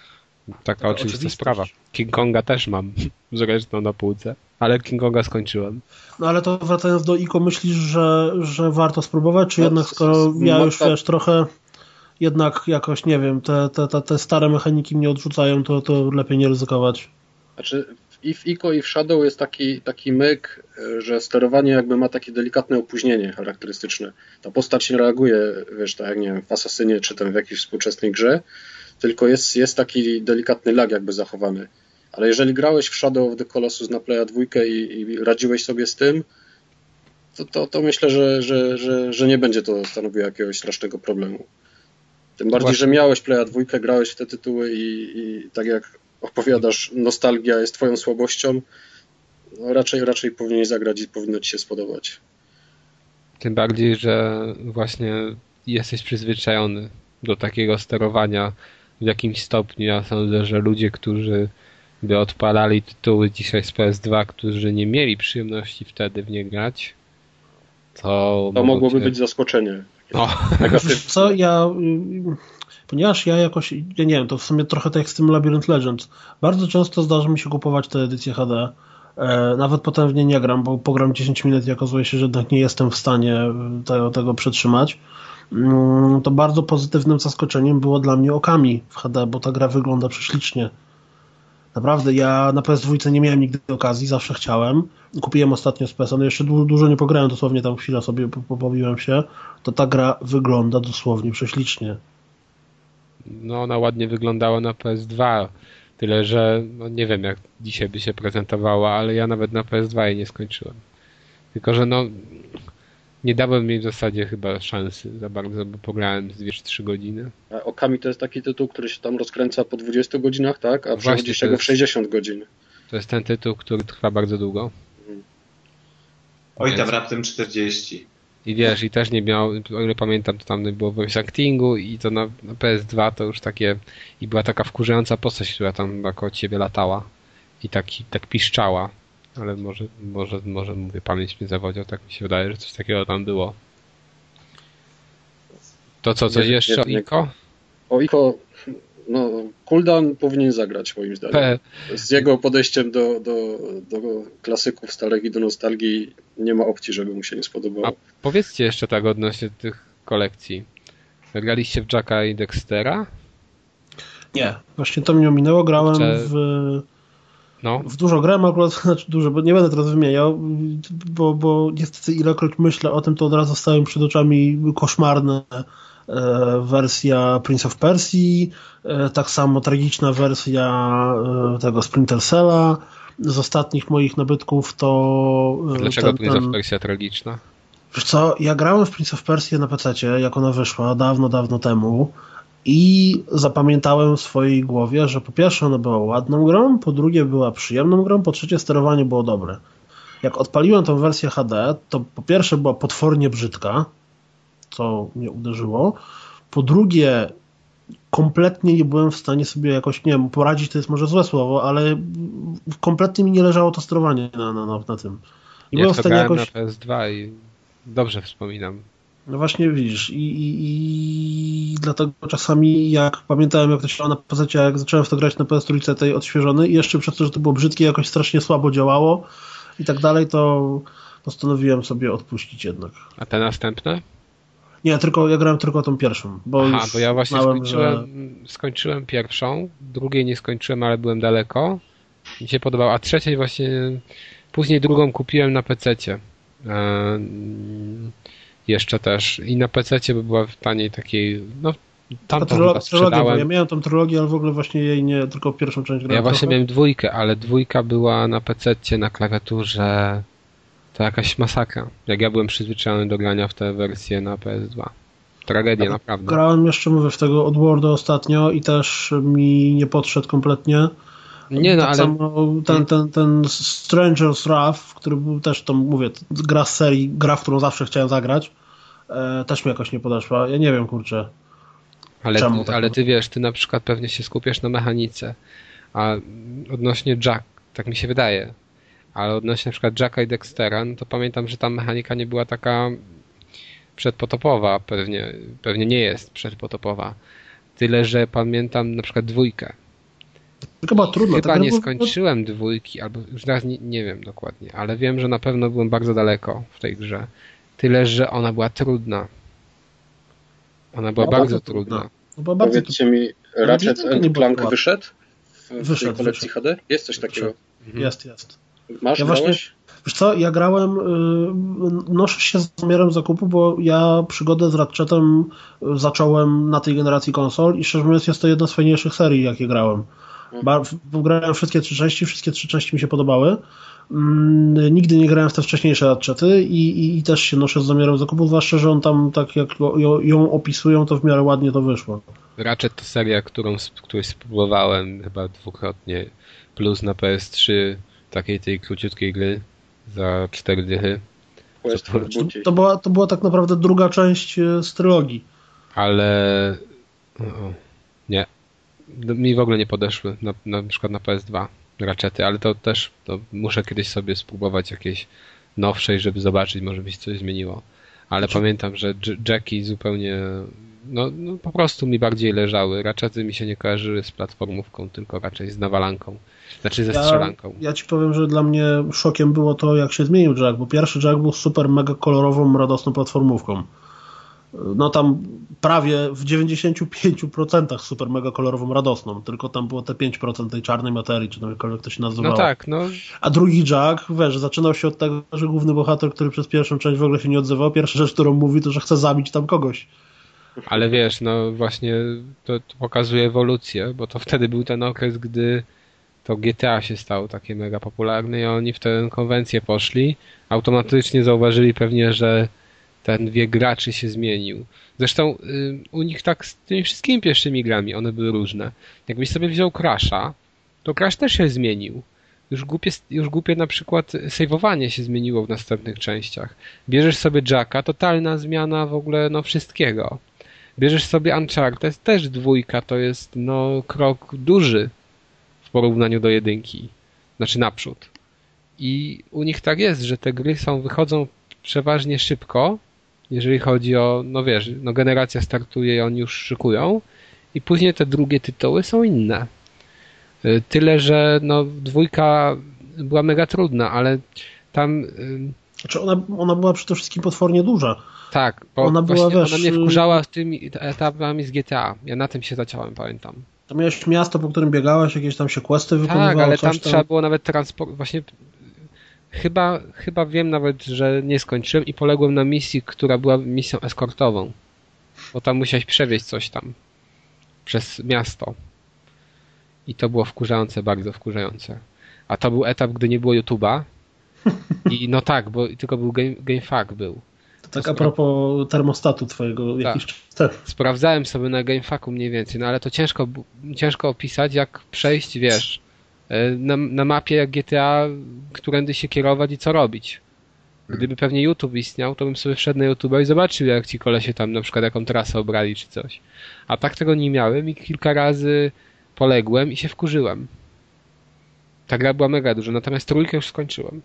Speaker 1: Taka oczywista sprawa. King Konga też mam, zresztą na półce, ale King Konga skończyłem.
Speaker 3: No ale to wracając do Ico, myślisz, że, że warto spróbować, czy no, jednak skoro ja już wiesz, trochę jednak jakoś, nie wiem, te, te, te, te stare mechaniki mnie odrzucają, to, to lepiej nie ryzykować.
Speaker 4: Znaczy i w Ico i w Shadow jest taki, taki myk, że sterowanie jakby ma takie delikatne opóźnienie charakterystyczne. Ta postać nie reaguje, wiesz, tak jak nie wiem, w Asasynie czy tam w jakiejś współczesnej grze, tylko jest, jest taki delikatny lag jakby zachowany. Ale jeżeli grałeś w Shadow of the Colossus na Playa dwa i, i radziłeś sobie z tym, to, to, to myślę, że, że, że, że nie będzie to stanowiło jakiegoś strasznego problemu. Tym bardziej, Właśnie. że miałeś Playa dwa, grałeś w te tytuły i, i tak jak opowiadasz, nostalgia jest twoją słabością, no raczej, raczej powinieneś zagrać i powinno ci się spodobać.
Speaker 1: Tym bardziej, że właśnie jesteś przyzwyczajony do takiego sterowania w jakimś stopniu. Ja sądzę, że ludzie, którzy by odpalali tytuły dzisiaj z P S dwa, którzy nie mieli przyjemności wtedy w nie grać, to...
Speaker 4: To mogłoby cię... być zaskoczenie.
Speaker 1: No.
Speaker 3: Co, ja... Ponieważ ja jakoś, ja nie wiem, to w sumie trochę tak jak z tym Labyrinth Legends. Bardzo często zdarza mi się kupować te edycje H D. E, nawet potem w nie nie gram, bo pogram dziesięć minut i okazuje się, że jednak nie jestem w stanie tego, tego przetrzymać. Mm, to bardzo pozytywnym zaskoczeniem było dla mnie Okami w H D, bo ta gra wygląda prześlicznie. Naprawdę, ja na P S dwa nie miałem nigdy okazji, zawsze chciałem. Kupiłem ostatnio z P S a, no jeszcze du- dużo nie pograłem, dosłownie tam chwilę sobie pobawiłem się. To ta gra wygląda dosłownie prześlicznie.
Speaker 1: No ona ładnie wyglądała na P S dwa, tyle że no nie wiem jak dzisiaj by się prezentowała, ale ja nawet na P S dwa jej nie skończyłem. Tylko że no nie dałem jej w zasadzie chyba szansy za bardzo, bo pograłem z dwie czy trzy godziny.
Speaker 4: A Okami to jest taki tytuł, który się tam rozkręca po dwudziestu godzinach, tak? A przechodzi się go w sześćdziesiąt godzin.
Speaker 1: To jest ten tytuł, który trwa bardzo długo.
Speaker 2: Hmm. Oj, tam raptem czterdzieści.
Speaker 1: I wiesz, i też nie miał, o ile pamiętam, to tam nie było voice actingu i to na, na P S dwa to już takie, i była taka wkurzająca postać, która tam koło ciebie latała i taki, tak piszczała, ale może, może, może mówię, pamięć mnie zawodził, tak mi się wydaje, że coś takiego tam było. To co, coś nie, jeszcze nie, nie. o Ico?
Speaker 4: O Ico, no Kuldan powinien zagrać moim zdaniem. P... Z jego podejściem do, do, do klasyków starych i do nostalgii nie ma opcji, żeby mu się nie spodobało.
Speaker 1: A powiedzcie jeszcze tak odnośnie tych kolekcji. Graliście w Jacka i Dextera?
Speaker 3: Nie, właśnie to mnie ominęło. Grałem Czy... w... No. W dużo grałem akurat, znaczy dużo, bo nie będę teraz wymieniał, bo, bo niestety ilekroć myślę o tym, to od razu stają przed oczami koszmarne e, wersja Prince of Persia, e, tak samo tragiczna wersja e, tego Splinter Cella. Z ostatnich moich nabytków to...
Speaker 1: E, Dlaczego ten, Prince ten... of Persia tragiczna?
Speaker 3: Wiesz co, ja grałem w Prince of Persia na pececie, jak ona wyszła, dawno, dawno temu. I zapamiętałem w swojej głowie, że po pierwsze ona była ładną grą, po drugie była przyjemną grą, po trzecie sterowanie było dobre. Jak odpaliłem tą wersję H D, to po pierwsze była potwornie brzydka, co mnie uderzyło. Po drugie, kompletnie nie byłem w stanie sobie jakoś, nie wiem, poradzić, to jest może złe słowo, ale kompletnie mi nie leżało to sterowanie na, na, na, na tym.
Speaker 1: I ja byłem w stanie jakoś... na P S dwa i dobrze wspominam.
Speaker 3: No właśnie widzisz, i, i, i dlatego czasami jak pamiętałem jak to się na P S ecie, jak zacząłem w to grać na P S trzy tej odświeżony i jeszcze przez to, że to było brzydkie, jakoś strasznie słabo działało i tak dalej, to postanowiłem sobie odpuścić jednak.
Speaker 1: A te następne?
Speaker 3: Nie, tylko ja grałem tylko tą pierwszą. Bo
Speaker 1: Aha,
Speaker 3: już
Speaker 1: bo ja właśnie
Speaker 3: znałem,
Speaker 1: skończyłem,
Speaker 3: że...
Speaker 1: skończyłem pierwszą, drugiej nie skończyłem, ale byłem daleko. Mi się podobało, a trzeciej właśnie później drugą kupiłem na pececie. Eee, jeszcze też. I na pececie by była w taniej takiej, no tam to chyba sprzedałem.
Speaker 3: Ja miałem tą trylogię, ale w ogóle właśnie jej nie, tylko pierwszą część grałem.
Speaker 1: Ja właśnie
Speaker 3: trochę.
Speaker 1: miałem dwójkę, ale dwójka była na pececie, na klawiaturze. To jakaś masakra. Jak ja byłem przyzwyczajony do grania w tę wersję na P S dwa. Tragedia, ja naprawdę.
Speaker 3: Grałem jeszcze, mówię, w tego Oddworlda ostatnio i też mi nie podszedł kompletnie.
Speaker 1: Nie no,
Speaker 3: tak
Speaker 1: ale...
Speaker 3: samo ten, ten, ten Stranger's Wrath, który był też tą, mówię, gra z serii, gra, w którą zawsze chciałem zagrać, e, też mi jakoś nie podeszła. Ja nie wiem, kurczę.
Speaker 1: Ale,
Speaker 3: czemu
Speaker 1: ty,
Speaker 3: tak
Speaker 1: ale ty wiesz, ty na przykład pewnie się skupiasz na mechanice, a odnośnie Jack, tak mi się wydaje, ale odnośnie na przykład Jacka i Dextera, no to pamiętam, że tam mechanika nie była taka przedpotopowa, pewnie, pewnie nie jest przedpotopowa. Tyle, że pamiętam na przykład dwójkę.
Speaker 3: Tylko była trudna.
Speaker 1: Chyba nie skończyłem dwójki, albo już teraz nie, nie wiem dokładnie, ale wiem, że na pewno byłem bardzo daleko w tej grze. Tyle, że ona była trudna. Ona była no, bardzo, bardzo trudna. trudna.
Speaker 4: No, była bardzo Powiedzcie trudna. mi, Ratchet and Clank wyszedł w, w wyszedł, tej kolekcji wyszedł. H D? Jest coś takiego?
Speaker 3: Mhm. Jest, jest.
Speaker 4: Masz,
Speaker 3: ja właśnie, wiesz co, ja grałem, yy, noszę się z zamiarem zakupu, bo ja przygodę z Ratchetem zacząłem na tej generacji konsol i szczerze mówiąc jest to jedna z fajniejszych serii, jakie grałem. Ba, grałem wszystkie trzy części, wszystkie trzy części mi się podobały. Mm, nigdy nie grałem w te wcześniejsze Ratchety i, i, i też się noszę z zamiarem zakupu, zwłaszcza, że on tam tak jak ją, ją opisują, to w miarę ładnie to wyszło.
Speaker 1: Ratchet to seria, którą której spróbowałem chyba dwukrotnie, plus na P S trzy takiej tej króciutkiej gry za cztery dychy.
Speaker 3: To, to, była, to była tak naprawdę druga część z trylogii.
Speaker 1: Ale o, nie. Mi w ogóle nie podeszły, na, na przykład na P S dwa Ratchety, ale to też to muszę kiedyś sobie spróbować jakiejś nowszej, żeby zobaczyć, może by się coś zmieniło. Ale znaczy... pamiętam, że Jacki zupełnie no, no po prostu mi bardziej leżały. Ratchety mi się nie kojarzyły z platformówką, tylko raczej z nawalanką. Znaczy ze strzelanką.
Speaker 3: Ja, ja ci powiem, że dla mnie szokiem było to, jak się zmienił Jack, bo pierwszy Jack był super mega kolorową, radosną platformówką. No tam prawie w dziewięćdziesiąt pięć procent super mega kolorową, radosną, tylko tam było te pięć procent tej czarnej materii, czy tam jakkolwiek to się nazywało.
Speaker 1: No tak, no.
Speaker 3: A drugi Jack, wiesz, zaczynał się od tego, że główny bohater, który przez pierwszą część w ogóle się nie odzywał, pierwsza rzecz, którą mówi, to że chce zabić tam kogoś.
Speaker 1: Ale wiesz, no właśnie to, to pokazuje ewolucję, bo to wtedy był ten okres, gdy to G T A się stało takie mega popularne i oni w tę konwencję poszli, automatycznie zauważyli pewnie, że ten wiek graczy się zmienił. Zresztą y, u nich tak z tymi wszystkimi pierwszymi grami, one były różne. Jakbyś sobie wziął Crasha, to Crash też się zmienił. Już głupie, już głupie na przykład sejwowanie się zmieniło w następnych częściach. Bierzesz sobie Jacka, totalna zmiana w ogóle no wszystkiego. Bierzesz sobie Uncharted, też dwójka, to jest no krok duży w porównaniu do jedynki. Znaczy naprzód. I u nich tak jest, że te gry są, wychodzą przeważnie szybko, jeżeli chodzi o, no wiesz, no generacja startuje i oni już szykują i później te drugie tytuły są inne. Tyle, że no dwójka była mega trudna, ale tam...
Speaker 3: Znaczy ona, ona była przede wszystkim potwornie duża.
Speaker 1: Tak, bo
Speaker 3: ona, była, wiesz,
Speaker 1: ona mnie wkurzała z tymi etapami z G T A. Ja na tym się zaciąłem, pamiętam.
Speaker 3: Tam miałeś miasto, po którym biegałeś, jakieś tam się questy wykonywało.
Speaker 1: Tak, ale tam,
Speaker 3: tam
Speaker 1: trzeba było nawet transport... Właśnie chyba, chyba wiem nawet, że nie skończyłem i poległem na misji, która była misją eskortową. Bo tam musiałeś przewieźć coś tam przez miasto. I to było wkurzające, bardzo wkurzające. A to był etap, gdy nie było YouTube'a. I no tak, bo tylko był game, GameFAQ był.
Speaker 3: To tak to a propos termostatu twojego tak. Jakiś czas temu.
Speaker 1: Sprawdzałem sobie na GameFAQu mniej więcej, no ale to ciężko, ciężko opisać, jak przejść, wiesz, na, na mapie jak G T A, którędy się kierować i co robić. Gdyby pewnie YouTube istniał, to bym sobie wszedł na YouTube i zobaczył, jak ci kolesie tam na przykład jaką trasę obrali czy coś. A tak tego nie miałem i kilka razy poległem i się wkurzyłem. Ta gra była mega duża, natomiast trójkę już skończyłem.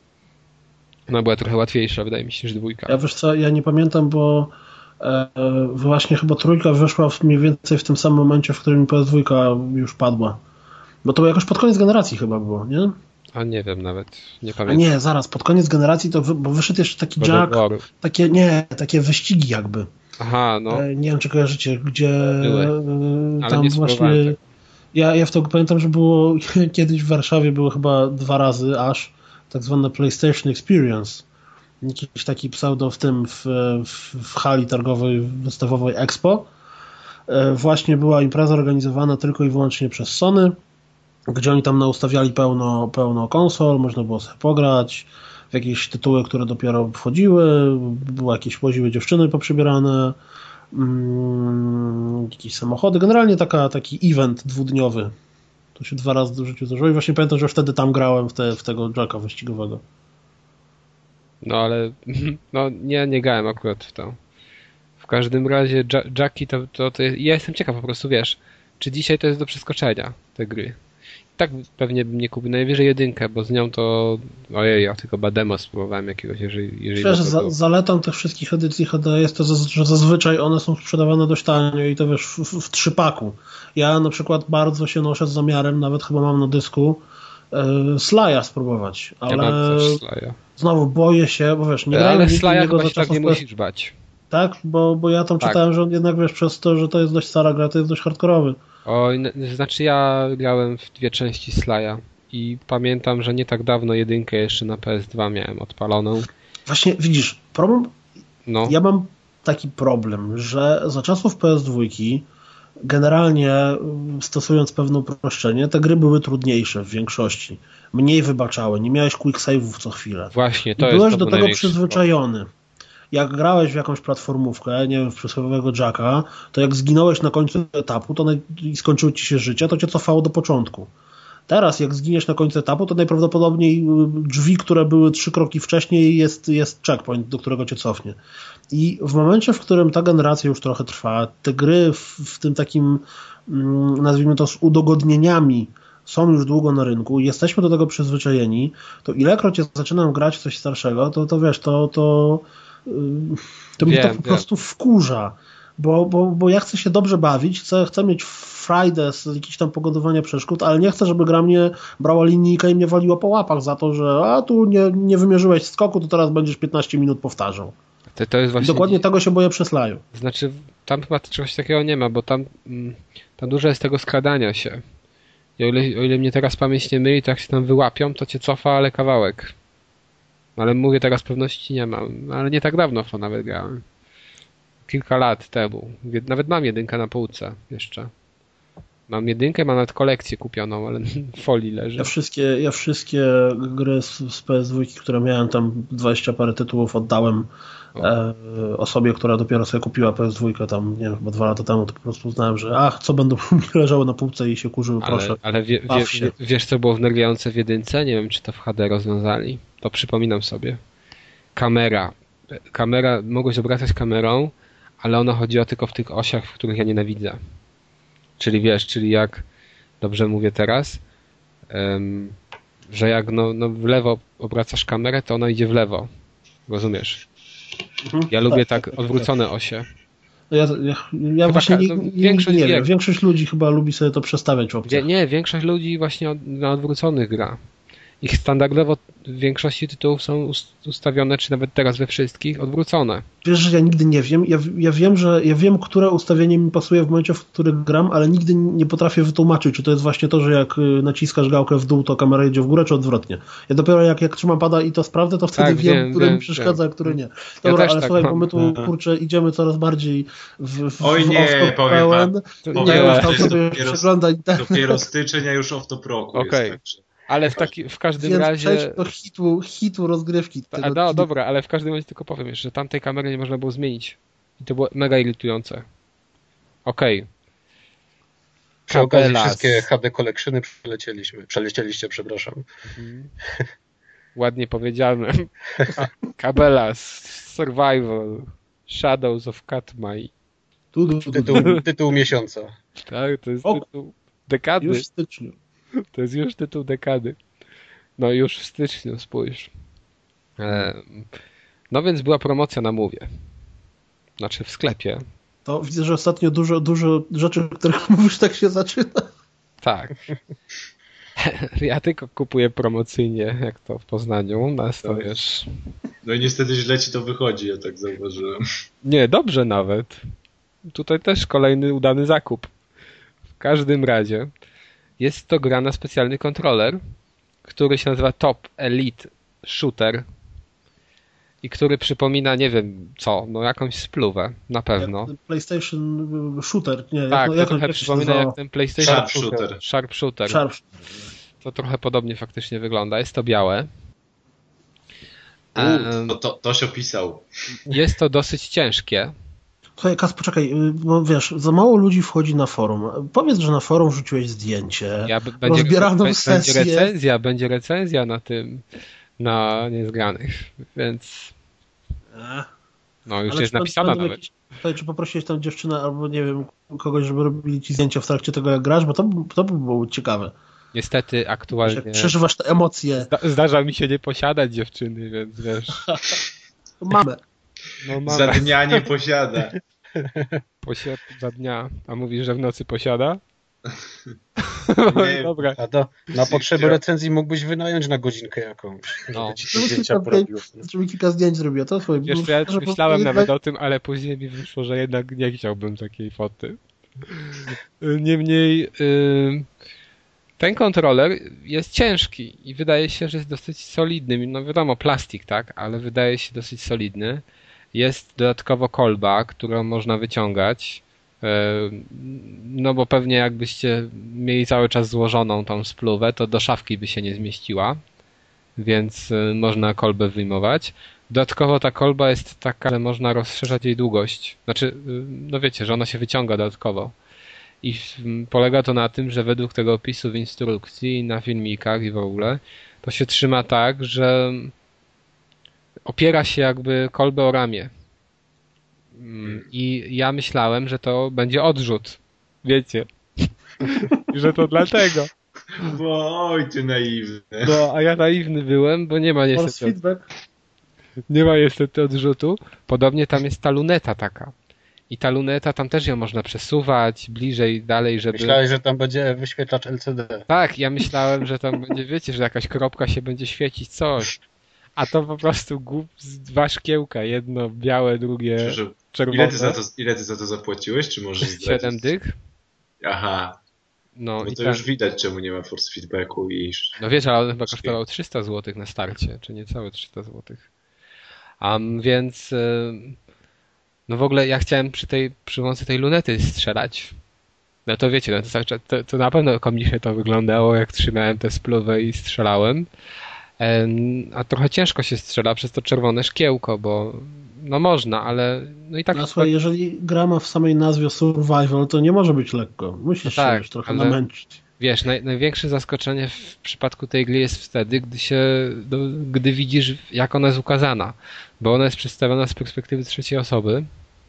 Speaker 1: Ona była trochę łatwiejsza, wydaje mi się, niż dwójka.
Speaker 3: Ja wiesz co, ja nie pamiętam, bo e, właśnie chyba trójka wyszła w, mniej więcej w tym samym momencie, w którym P S dwa już padła. Bo to jakoś pod koniec generacji chyba było, nie?
Speaker 1: A nie wiem nawet, nie pamiętam.
Speaker 3: A nie, zaraz, pod koniec generacji to, wy, bo wyszedł jeszcze taki Jack, takie, nie, takie wyścigi jakby.
Speaker 1: Aha, no.
Speaker 3: E, nie wiem, czy kojarzycie, gdzie
Speaker 1: Były.
Speaker 3: E, tam właśnie... Ja, ja w to pamiętam, że było kiedyś w Warszawie było chyba dwa razy aż tak zwane PlayStation Experience. Jakiś taki pseudo w tym, w, w, w hali targowej, wystawowej Expo. E, właśnie była impreza organizowana tylko i wyłącznie przez Sony, gdzie oni tam naustawiali pełno, pełno konsol, można było sobie pograć w jakieś tytuły, które dopiero wchodziły, były jakieś łoziły dziewczyny poprzybierane, mm, jakieś samochody, generalnie taka, taki event dwudniowy. To się dwa razy w życiu zdarzyło i właśnie pamiętam, że wtedy tam grałem w, te, w tego Jacka wyścigowego.
Speaker 1: No ale no nie, nie grałem akurat w to. W każdym razie Jacki to, to, to jest, ja jestem ciekaw po prostu, wiesz, czy dzisiaj to jest do przeskoczenia te gry. tak pewnie bym nie kupił. Najwyżej jedynkę, bo z nią to... Ojej, ja tylko bademo spróbowałem jakiegoś, jeżeli... jeżeli
Speaker 3: Wiesz, za, zaletą tych wszystkich edycji H D jest to, że zazwyczaj one są sprzedawane dość tanio i to wiesz, w, w, w trzypaku. Ja na przykład bardzo się noszę z zamiarem, nawet chyba mam na dysku, yy, Slaja spróbować, ale
Speaker 1: ja mam też Slaja.
Speaker 3: Znowu boję się, bo wiesz, nie
Speaker 1: ale
Speaker 3: grałem
Speaker 1: Slaja
Speaker 3: niego
Speaker 1: chyba
Speaker 3: za
Speaker 1: się tak nie
Speaker 3: P S...
Speaker 1: musisz bać.
Speaker 3: Tak? Bo, bo ja tam
Speaker 1: tak.
Speaker 3: czytałem, że on jednak wiesz, przez to, że to jest dość stara gra, to jest dość hardkorowy.
Speaker 1: O, znaczy ja grałem w dwie części Slaja i pamiętam, że nie tak dawno jedynkę jeszcze na P S dwa miałem odpaloną.
Speaker 3: Właśnie widzisz, problem,
Speaker 1: no.
Speaker 3: ja mam taki problem, że za czasów P S dwa generalnie stosując pewne uproszczenie, te gry były trudniejsze w większości. Mniej wybaczały, nie miałeś quick save'ów co chwilę.
Speaker 1: Właśnie, to
Speaker 3: I
Speaker 1: jest
Speaker 3: byłeś
Speaker 1: to
Speaker 3: do
Speaker 1: był
Speaker 3: tego
Speaker 1: największy
Speaker 3: przyzwyczajony. Jak grałeś w jakąś platformówkę, nie wiem, w przysłowiowego Jacka, to jak zginąłeś na końcu etapu to i skończyło ci się życie, to cię cofało do początku. Teraz jak zginiesz na końcu etapu, to najprawdopodobniej drzwi, które były trzy kroki wcześniej, jest, jest checkpoint, do którego cię cofnie. I w momencie, w którym ta generacja już trochę trwa, te gry w, w tym takim, nazwijmy to, z udogodnieniami są już długo na rynku i jesteśmy do tego przyzwyczajeni, to ilekroć ja zaczynam grać w coś starszego, to, to wiesz, to, to, to mnie to po prostu wkurza. Bo, bo, bo ja chcę się dobrze bawić, chcę, chcę mieć frajdę z jakichś tam pogodowania przeszkód, ale nie chcę, żeby gra mnie brała linijkę i mnie waliła po łapach za to, że a tu nie, nie wymierzyłeś skoku, to teraz będziesz piętnaście minut powtarzał.
Speaker 1: To, to jest właśnie...
Speaker 3: Dokładnie tego się boję przy Slaju.
Speaker 1: Znaczy, tam chyba czegoś takiego nie ma, bo tam, tam dużo jest tego skradania się. I o ile, o ile mnie teraz pamięć nie myli, to jak się tam wyłapią, to cię cofa, ale kawałek. Ale mówię, teraz pewności nie mam. Ale nie tak dawno w to nawet grałem. Kilka lat temu. Nawet mam jedynkę na półce jeszcze. Mam jedynkę, mam nawet kolekcję kupioną, ale w folii leży.
Speaker 3: Ja wszystkie, ja wszystkie gry z, z P S dwa, które miałem, tam dwadzieścia parę tytułów oddałem e, osobie, która dopiero sobie kupiła P S dwa, tam nie wiem, chyba dwa lata temu, to po prostu uznałem, że ach, co będą leżały na półce i się kurzyły,
Speaker 1: ale,
Speaker 3: proszę.
Speaker 1: Ale wie, wie, wiesz, co było wnerwiające w jedynce? Nie wiem, czy to w H D rozwiązali. To przypominam sobie. Kamera. Kamera, mogłeś obracać kamerą, ale ona chodziła tylko w tych osiach, w których ja nienawidzę. Czyli wiesz, czyli jak, dobrze mówię teraz, um, że jak no, no w lewo obracasz kamerę, to ona idzie w lewo. Rozumiesz? Mhm, ja tak, lubię tak, tak odwrócone tak. osie.
Speaker 3: Ja, ja, ja właśnie nie, nie, większość nie wiem. Większość ludzi chyba lubi sobie to przestawiać w opcjach.
Speaker 1: Nie, nie, większość ludzi właśnie od, na odwróconych gra. Ich standardowo w większości tytułów są ustawione, czy nawet teraz we wszystkich, odwrócone.
Speaker 3: Wiesz, że ja nigdy nie wiem. Ja, ja wiem, że ja wiem, które ustawienie mi pasuje w momencie, w którym gram, ale nigdy nie potrafię wytłumaczyć, czy to jest właśnie to, że jak naciskasz gałkę w dół, to kamera idzie w górę, czy odwrotnie. Ja dopiero jak, jak trzymam pada i to sprawdzę, to wtedy
Speaker 1: tak,
Speaker 3: wiem,
Speaker 1: wiem,
Speaker 3: który
Speaker 1: wiem,
Speaker 3: mi przeszkadza,
Speaker 1: wiem.
Speaker 3: a który nie. Dobra, ja ale tak słuchaj, mam. Bo my tu, kurczę, idziemy coraz bardziej w, w
Speaker 2: Oj nie, powiem
Speaker 3: pełen.
Speaker 2: wam.
Speaker 3: Nie,
Speaker 2: ja
Speaker 3: już tam sobie przeglądać.
Speaker 2: Dopiero styczeń, a już off top roku
Speaker 1: okay.
Speaker 2: jest.
Speaker 1: Ale w, taki, w każdym
Speaker 3: Więc
Speaker 1: razie...
Speaker 3: przejdź do hitu, hitu rozgrywki.
Speaker 1: A, no dobra, ale w każdym razie tylko powiem jeszcze, że tamtej kamery nie można było zmienić. I to było mega irytujące. Okej. Okay.
Speaker 5: Przy okazji wszystkie H D Collectiony przelecieliśmy. Przelecieliście, przepraszam. Mhm.
Speaker 1: Ładnie powiedziane. Cabela's, Survival, Shadows of Katmai.
Speaker 3: Tu, tu, tu,
Speaker 5: tytuł, tytuł miesiąca.
Speaker 1: Tak, to jest o, tytuł dekady.
Speaker 3: Już w styczniu.
Speaker 1: To jest już tytuł dekady. No już w styczniu, spójrz. E, no więc była promocja na Mowie. Znaczy w sklepie.
Speaker 3: To widzę, że ostatnio dużo, dużo rzeczy, o których mówisz, tak się zaczyna.
Speaker 1: Tak. Ja tylko kupuję promocyjnie, jak to w Poznaniu. U nas to wiesz...
Speaker 2: No i niestety źle ci to wychodzi, ja tak zauważyłem.
Speaker 1: Nie, dobrze nawet. Tutaj też kolejny udany zakup. W każdym razie jest to gra na specjalny kontroler, który się nazywa Top Elite Shooter i który przypomina, nie wiem co, no jakąś spluwę, na pewno.
Speaker 3: Jak PlayStation Shooter, nie?
Speaker 1: Tak,
Speaker 3: jak,
Speaker 1: to
Speaker 3: jak,
Speaker 1: trochę
Speaker 3: jak
Speaker 1: przypomina jak ten PlayStation
Speaker 2: Sharp Shooter.
Speaker 1: Sharp Shooter.
Speaker 3: Sharp.
Speaker 1: To trochę podobnie faktycznie wygląda. Jest to białe.
Speaker 2: U, to, to, to się opisał.
Speaker 1: Jest to dosyć ciężkie.
Speaker 3: Słuchaj, Kas, poczekaj, bo wiesz, za mało ludzi wchodzi na forum. Powiedz, że na forum rzuciłeś zdjęcie,
Speaker 1: ja b- będzie,
Speaker 3: rozbieraną
Speaker 1: b-
Speaker 3: sesję.
Speaker 1: Będzie recenzja, będzie recenzja na tym, na Niezgranych, więc no już
Speaker 3: Ale
Speaker 1: jest
Speaker 3: czy
Speaker 1: napisana nawet.
Speaker 3: Jakiś, tutaj, czy poprosiłeś tam dziewczynę albo nie wiem, kogoś, żeby robili ci zdjęcia w trakcie tego, jak grasz, bo to, to by było ciekawe.
Speaker 1: Niestety aktualnie...
Speaker 3: Przeżywasz te emocje.
Speaker 1: Zda- zdarza mi się nie posiadać dziewczyny, więc wiesz...
Speaker 3: Mamy.
Speaker 1: No,
Speaker 2: Za dnia nie posiada.
Speaker 1: Posi- za dnia. A mówisz, że w nocy posiada?
Speaker 2: Nie,
Speaker 1: Dobra.
Speaker 5: A do, na potrzeby recenzji mógłbyś wynająć na godzinkę jakąś, żeby
Speaker 1: No.
Speaker 5: ci te zdjęcia porobił.
Speaker 3: Żeby kilka zdjęć zrobił, to swoje.
Speaker 1: Wiesz, ja myślałem nawet o tym, ale później mi wyszło, że jednak nie chciałbym takiej foty. Niemniej yy, ten kontroler jest ciężki i wydaje się, że jest dosyć solidny. No wiadomo, plastik, tak, ale wydaje się dosyć solidny. Jest dodatkowo kolba, którą można wyciągać. No bo pewnie jakbyście mieli cały czas złożoną tą spluwę, to do szafki by się nie zmieściła, więc można kolbę wyjmować. Dodatkowo ta kolba jest taka, że można rozszerzać jej długość. Znaczy, no wiecie, że ona się wyciąga dodatkowo. I polega to na tym, że według tego opisu w instrukcji, na filmikach i w ogóle, to się trzyma tak, że opiera się jakby kolbę o ramię. I ja myślałem, że to będzie odrzut. Wiecie. Że to dlatego.
Speaker 2: Bo oj, ty naiwny.
Speaker 1: No, a ja naiwny byłem, bo nie ma niestety, nie ma niestety odrzutu. Podobnie tam jest ta luneta taka. I ta luneta, tam też ją można przesuwać bliżej, dalej, żeby...
Speaker 5: Myślałeś, że tam będzie wyświetlacz L C D.
Speaker 1: Tak, ja myślałem, że tam będzie, wiecie, że jakaś kropka się będzie świecić, coś. A to po prostu głup, dwa szkiełka, jedno białe, drugie
Speaker 2: Przepraszam,
Speaker 1: czerwone.
Speaker 2: Ile ty, za to, ile ty za to zapłaciłeś, czy możesz zdradzić?
Speaker 1: Siedem dych.
Speaker 2: Aha.
Speaker 1: No,
Speaker 2: No
Speaker 1: i
Speaker 2: to
Speaker 1: tak.
Speaker 2: już widać, czemu nie ma force feedbacku i...
Speaker 1: No wiesz, ale on chyba kosztował trzysta złotych na starcie, czy niecałe trzysta złotych. Um, więc no w ogóle ja chciałem przy tej przy pomocy tej lunety strzelać. No to wiecie, no to, to, to na pewno komicznie to wyglądało, jak trzymałem tę spluwę i strzelałem. A trochę ciężko się strzela przez to czerwone szkiełko, bo no można, ale no i tak...
Speaker 3: No słuchaj, jeżeli gra ma w samej nazwie survival, to nie może być lekko. Musisz no tak, się trochę ale, namęczyć.
Speaker 1: Wiesz, naj, największe zaskoczenie w przypadku tej gry jest wtedy, gdy się, no, gdy widzisz, jak ona jest ukazana, bo ona jest przedstawiona z perspektywy trzeciej osoby.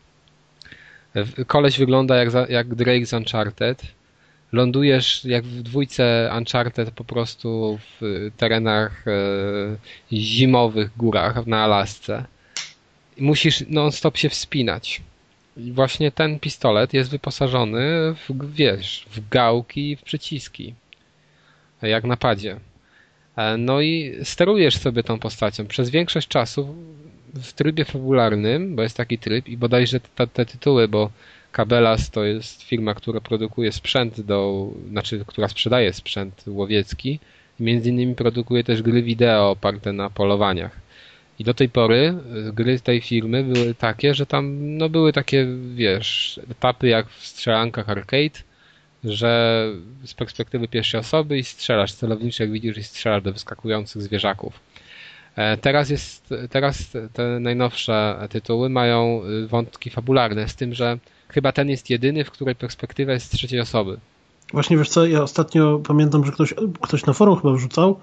Speaker 1: Koleś wygląda jak, jak Drake z Uncharted. Lądujesz jak w dwójce Uncharted po prostu w terenach e, zimowych górach na Alasce. I musisz non-stop się wspinać. I właśnie ten pistolet jest wyposażony w, wiesz, w gałki i w przyciski. Jak na padzie. E, no i sterujesz sobie tą postacią. Przez większość czasu w trybie fabularnym, bo jest taki tryb i bodajże te, te tytuły, bo Cabela's to jest firma, która produkuje sprzęt do, znaczy, która sprzedaje sprzęt łowiecki i między innymi produkuje też gry wideo oparte na polowaniach. I do tej pory gry tej firmy były takie, że tam no były takie, wiesz, etapy jak w strzelankach arcade, że z perspektywy pierwszej osoby i strzelasz, celowniczek widzisz i strzelasz do wyskakujących zwierzaków. Teraz jest, teraz te najnowsze tytuły mają wątki fabularne, z tym, że chyba ten jest jedyny, w której perspektywa jest z trzeciej osoby.
Speaker 3: Właśnie wiesz co, ja ostatnio pamiętam, że ktoś, ktoś na forum chyba wrzucał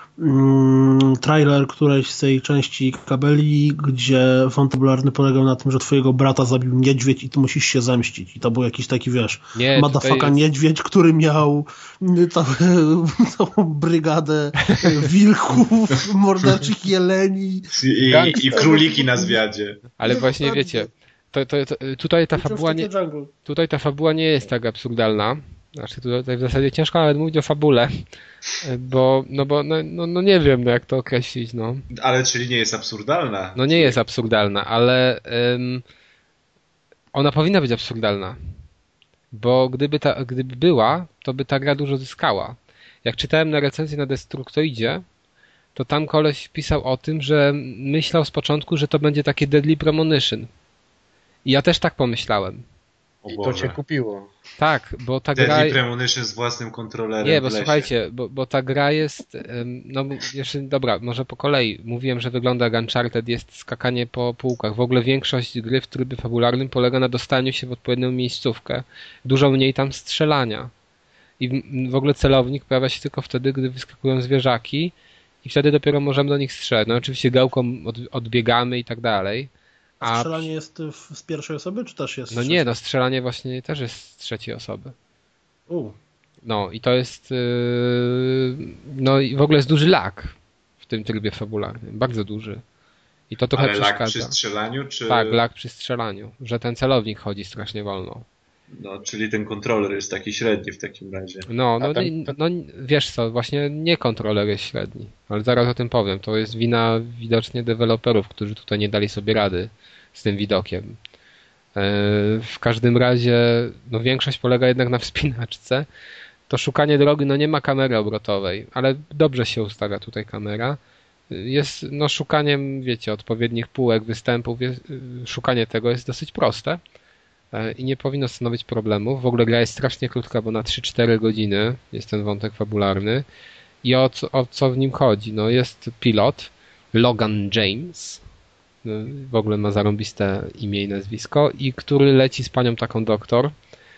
Speaker 3: mm, trailer którejś z tej części Kabeli, gdzie wątek fabularny polegał na tym, że twojego brata zabił niedźwiedź i ty musisz się zemścić. I to był jakiś taki, wiesz,
Speaker 1: Nie,
Speaker 3: motherfucker
Speaker 1: jest...
Speaker 3: niedźwiedź, który miał tą, całą brygadę wilków, morderczych jeleni.
Speaker 2: I, i, i króliki na zwiadzie.
Speaker 1: Ale właśnie wiecie, to, to, to, tutaj ta fabuła nie, tutaj ta fabuła nie jest tak absurdalna. Znaczy tutaj w zasadzie ciężko nawet mówić o fabule, bo, no bo, no, no, no nie wiem, no jak to określić, no.
Speaker 2: Ale czyli nie jest absurdalna?
Speaker 1: No nie jest absurdalna, ale um, ona powinna być absurdalna, bo gdyby, ta, gdyby była, to by ta gra dużo zyskała. Jak czytałem na recenzji na Destructoidzie, to tam koleś pisał o tym, że myślał z początku, że to będzie takie Deadly Premonition. I ja też tak pomyślałem.
Speaker 5: I to cię kupiło.
Speaker 1: Tak, bo ta
Speaker 2: Deadly
Speaker 1: gra...
Speaker 2: Deadly Premonition z własnym kontrolerem.
Speaker 1: Nie, bo słuchajcie, bo, bo ta gra jest... No jeszcze, dobra, może po kolei. Mówiłem, że wygląda jak Uncharted, jest skakanie po półkach. W ogóle większość gry w trybie fabularnym polega na dostaniu się w odpowiednią miejscówkę. Dużo mniej tam strzelania. I w ogóle celownik pojawia się tylko wtedy, gdy wyskakują zwierzaki i wtedy dopiero możemy do nich strzelać. No oczywiście gałką od, odbiegamy i tak dalej.
Speaker 3: A strzelanie jest w, z pierwszej osoby, czy też jest?
Speaker 1: No nie, no strzelanie właśnie też jest z trzeciej osoby.
Speaker 3: U.
Speaker 1: No i to jest yy, no i w ogóle jest duży lag w tym trybie fabularnym, bardzo duży. I to trochę
Speaker 2: Ale
Speaker 1: przeszkadza.
Speaker 2: lag przy strzelaniu, czy...
Speaker 1: Tak, lag przy strzelaniu, że ten celownik chodzi strasznie wolno.
Speaker 2: No, czyli ten kontroler jest taki średni w takim razie.
Speaker 1: No, no,
Speaker 5: ten,
Speaker 1: no, no wiesz co, właśnie nie kontroler jest średni, ale zaraz o tym powiem. To jest wina widocznie deweloperów, którzy tutaj nie dali sobie rady z tym widokiem. W każdym razie, no większość polega jednak na wspinaczce. To szukanie drogi, no nie ma kamery obrotowej, ale dobrze się ustawia tutaj kamera. Jest, no szukaniem, wiecie, odpowiednich półek, występów, jest, szukanie tego jest dosyć proste i nie powinno stanowić problemów. W ogóle gra jest strasznie krótka, bo na trzy cztery godziny jest ten wątek fabularny. I o co, o co w nim chodzi? No jest pilot, Logan James, w ogóle ma zarąbiste imię i nazwisko, i który leci z panią taką doktor,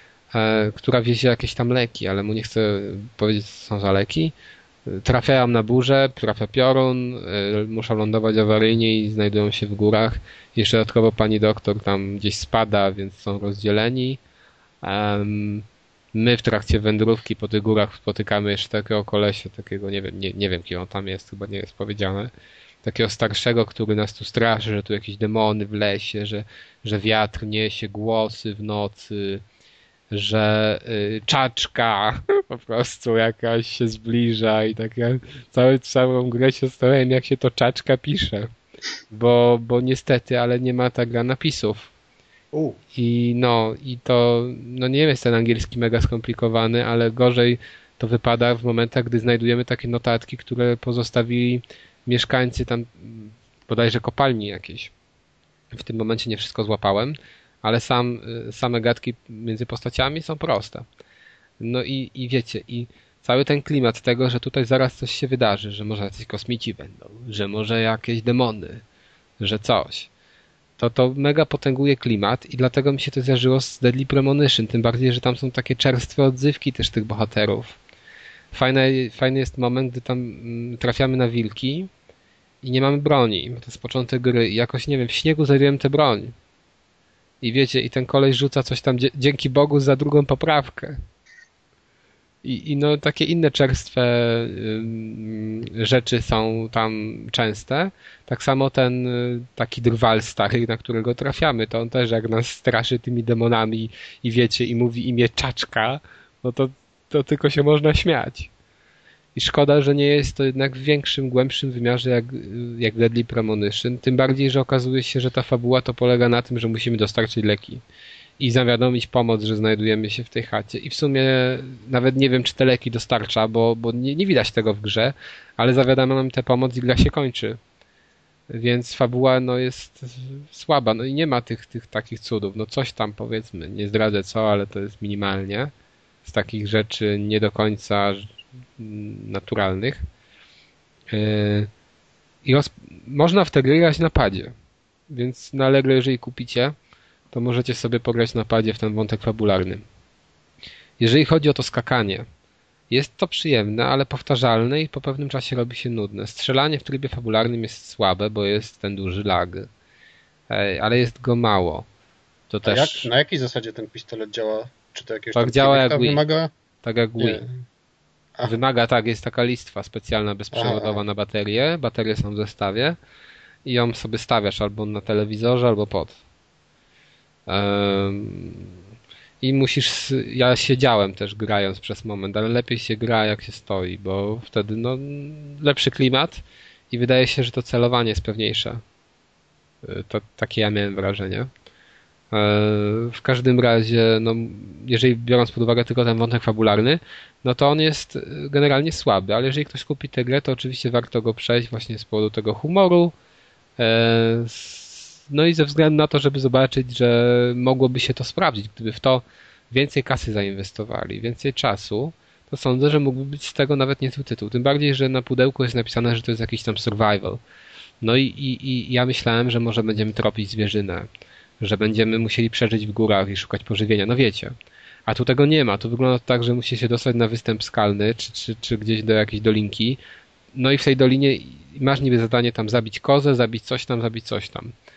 Speaker 1: e, która wiezie jakieś tam leki, ale mu nie chcę powiedzieć, co są za leki. Trafiają na burzę, trafia piorun, e, muszą lądować awaryjnie i znajdują się w górach. Jeszcze dodatkowo pani doktor tam gdzieś spada, więc są rozdzieleni. E, my w trakcie wędrówki po tych górach spotykamy jeszcze takiego kolesia, takiego, nie wiem, nie, nie wiem kim on tam jest, chyba nie jest powiedziane. Takiego starszego, który nas tu straszy, że tu jakieś demony w lesie, że, że wiatr niesie głosy w nocy, że y, czaczka po prostu jakaś się zbliża i tak ja całą, całą grę się zastanawiam, jak się to czaczka pisze, bo, bo niestety, ale nie ma ta gra napisów.
Speaker 3: U.
Speaker 1: I no, i to, no nie jest ten angielski mega skomplikowany, ale gorzej to wypada w momentach, gdy znajdujemy takie notatki, które pozostawili mieszkańcy tam bodajże kopalni jakiejś. W tym momencie nie wszystko złapałem, ale sam, same gadki między postaciami są proste. No i, i wiecie, i cały ten klimat tego, że tutaj zaraz coś się wydarzy, że może jacyś kosmici będą, że może jakieś demony, że coś. To to mega potęguje klimat i dlatego mi się to zjarzyło z Deadly Premonition, tym bardziej, że tam są takie czerstwe odzywki też tych bohaterów. Fajny, fajny jest moment, gdy tam trafiamy na wilki i nie mamy broni. To jest początek gry i jakoś, nie wiem, w śniegu znajduję tę broń. I wiecie, i ten koleś rzuca coś tam, dzięki Bogu, za drugą poprawkę. I, i no takie inne czerstwe y, rzeczy są tam częste. Tak samo ten y, taki drwal stary, na którego trafiamy, to on też jak nas straszy tymi demonami i wiecie, i mówi imię Czaczka, no to, to tylko się można śmiać. I szkoda, że nie jest to jednak w większym, głębszym wymiarze jak, jak Deadly Premonition. Tym bardziej, że okazuje się, że ta fabuła to polega na tym, że musimy dostarczyć leki i zawiadomić pomoc, że znajdujemy się w tej chacie. I w sumie nawet nie wiem, czy te leki dostarcza, bo, bo nie, nie widać tego w grze, ale zawiadamia nam tę pomoc i gra się kończy. Więc fabuła no, jest słaba. No i nie ma tych, tych takich cudów. No coś tam powiedzmy, nie zdradzę co, ale to jest minimalnie. Z takich rzeczy nie do końca naturalnych. I roz... można w tę grę grać na padzie. Więc na Allegro, jeżeli kupicie, to możecie sobie pograć na padzie w ten wątek fabularny. Jeżeli chodzi o to skakanie, jest to przyjemne, ale powtarzalne i po pewnym czasie robi się nudne. Strzelanie w trybie fabularnym jest słabe, bo jest ten duży lag. Ale jest go mało. To
Speaker 5: A
Speaker 1: też...
Speaker 5: jak, na jakiej zasadzie ten pistolet działa? Czy to jakieś
Speaker 1: tak
Speaker 5: tam
Speaker 1: działa jak Wii.
Speaker 5: wymaga?
Speaker 1: Tak jak Wii. Wymaga, tak, jest taka listwa specjalna bezprzewodowa na baterię. Baterie są w zestawie i ją sobie stawiasz albo na telewizorze, albo pod. Um, I musisz, ja siedziałem też grając przez moment, ale lepiej się gra jak się stoi, bo wtedy no, lepszy klimat i wydaje się, że to celowanie jest pewniejsze. To takie ja miałem wrażenie. W każdym razie, no, jeżeli biorąc pod uwagę tylko ten wątek fabularny, no to on jest generalnie słaby, ale jeżeli ktoś kupi tę grę, to oczywiście warto go przejść właśnie z powodu tego humoru, no i ze względu na to, żeby zobaczyć, że mogłoby się to sprawdzić. Gdyby w to więcej kasy zainwestowali, więcej czasu, to sądzę, że mógłby być z tego nawet niezły tytuł. Tym bardziej, że na pudełku jest napisane, że to jest jakiś tam survival. No i, i, i ja myślałem, że może będziemy tropić zwierzynę, że będziemy musieli przeżyć w górach i szukać pożywienia. No wiecie. A tu tego nie ma. Tu wygląda tak, że musi się dostać na występ skalny, czy, czy, czy gdzieś do jakiejś dolinki. No i w tej dolinie masz niby zadanie tam zabić kozę, zabić coś tam, zabić coś tam.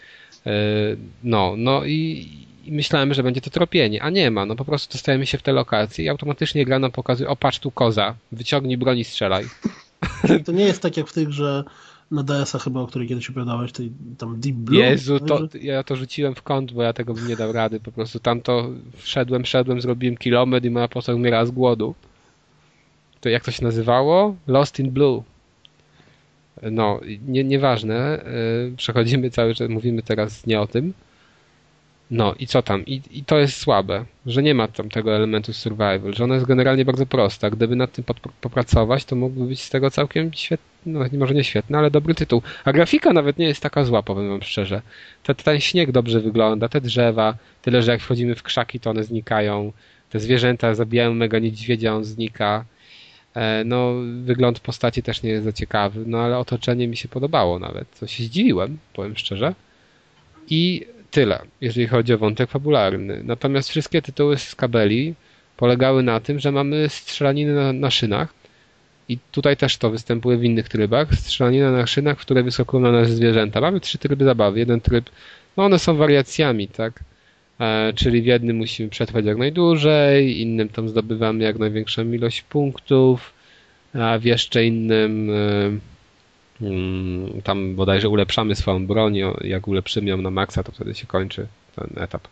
Speaker 1: No, no i, i myślałem, że będzie to tropienie, a nie ma. No po prostu dostajemy się w te lokacje i automatycznie gra nam pokazuje, o patrz tu koza, wyciągnij broń i strzelaj.
Speaker 3: To nie jest tak jak w tych, że na D S a chyba, o której kiedyś opowiadałeś, tej tam Deep Blue.
Speaker 1: Jezu, to, ja to rzuciłem w kąt, bo ja tego bym nie dał rady. Po prostu tam to wszedłem, szedłem, zrobiłem kilometr i moja postać umierała z głodu. To jak to się nazywało? Lost in Blue. No, nie, nieważne. Przechodzimy cały czas, mówimy teraz nie o tym. No i co tam? I, I to jest słabe, że nie ma tam tego elementu survival, że ona jest generalnie bardzo prosta. Gdyby nad tym popracować, to mógłby być z tego całkiem świetny, no może nie świetny, ale dobry tytuł. A grafika nawet nie jest taka zła, powiem wam szczerze. Ten, ten śnieg dobrze wygląda, te drzewa, tyle, że jak wchodzimy w krzaki, to one znikają. Te zwierzęta zabijają mega niedźwiedzia, on znika. No, wygląd postaci też nie jest za ciekawy, no ale otoczenie mi się podobało nawet, co się zdziwiłem, powiem szczerze. I tyle, jeżeli chodzi o wątek fabularny. Natomiast wszystkie tytuły z kabeli polegały na tym, że mamy strzelaniny na, na szynach i tutaj też to występuje w innych trybach. Strzelanina na szynach, w które wyskakują na nas zwierzęta. Mamy trzy tryby zabawy. Jeden tryb, no one są wariacjami, tak? E, czyli w jednym musimy przetrwać jak najdłużej, innym tam zdobywamy jak największą ilość punktów, a w jeszcze innym e, tam bodajże ulepszamy swoją broń, jak ulepszymy ją na maksa, to wtedy się kończy ten etap.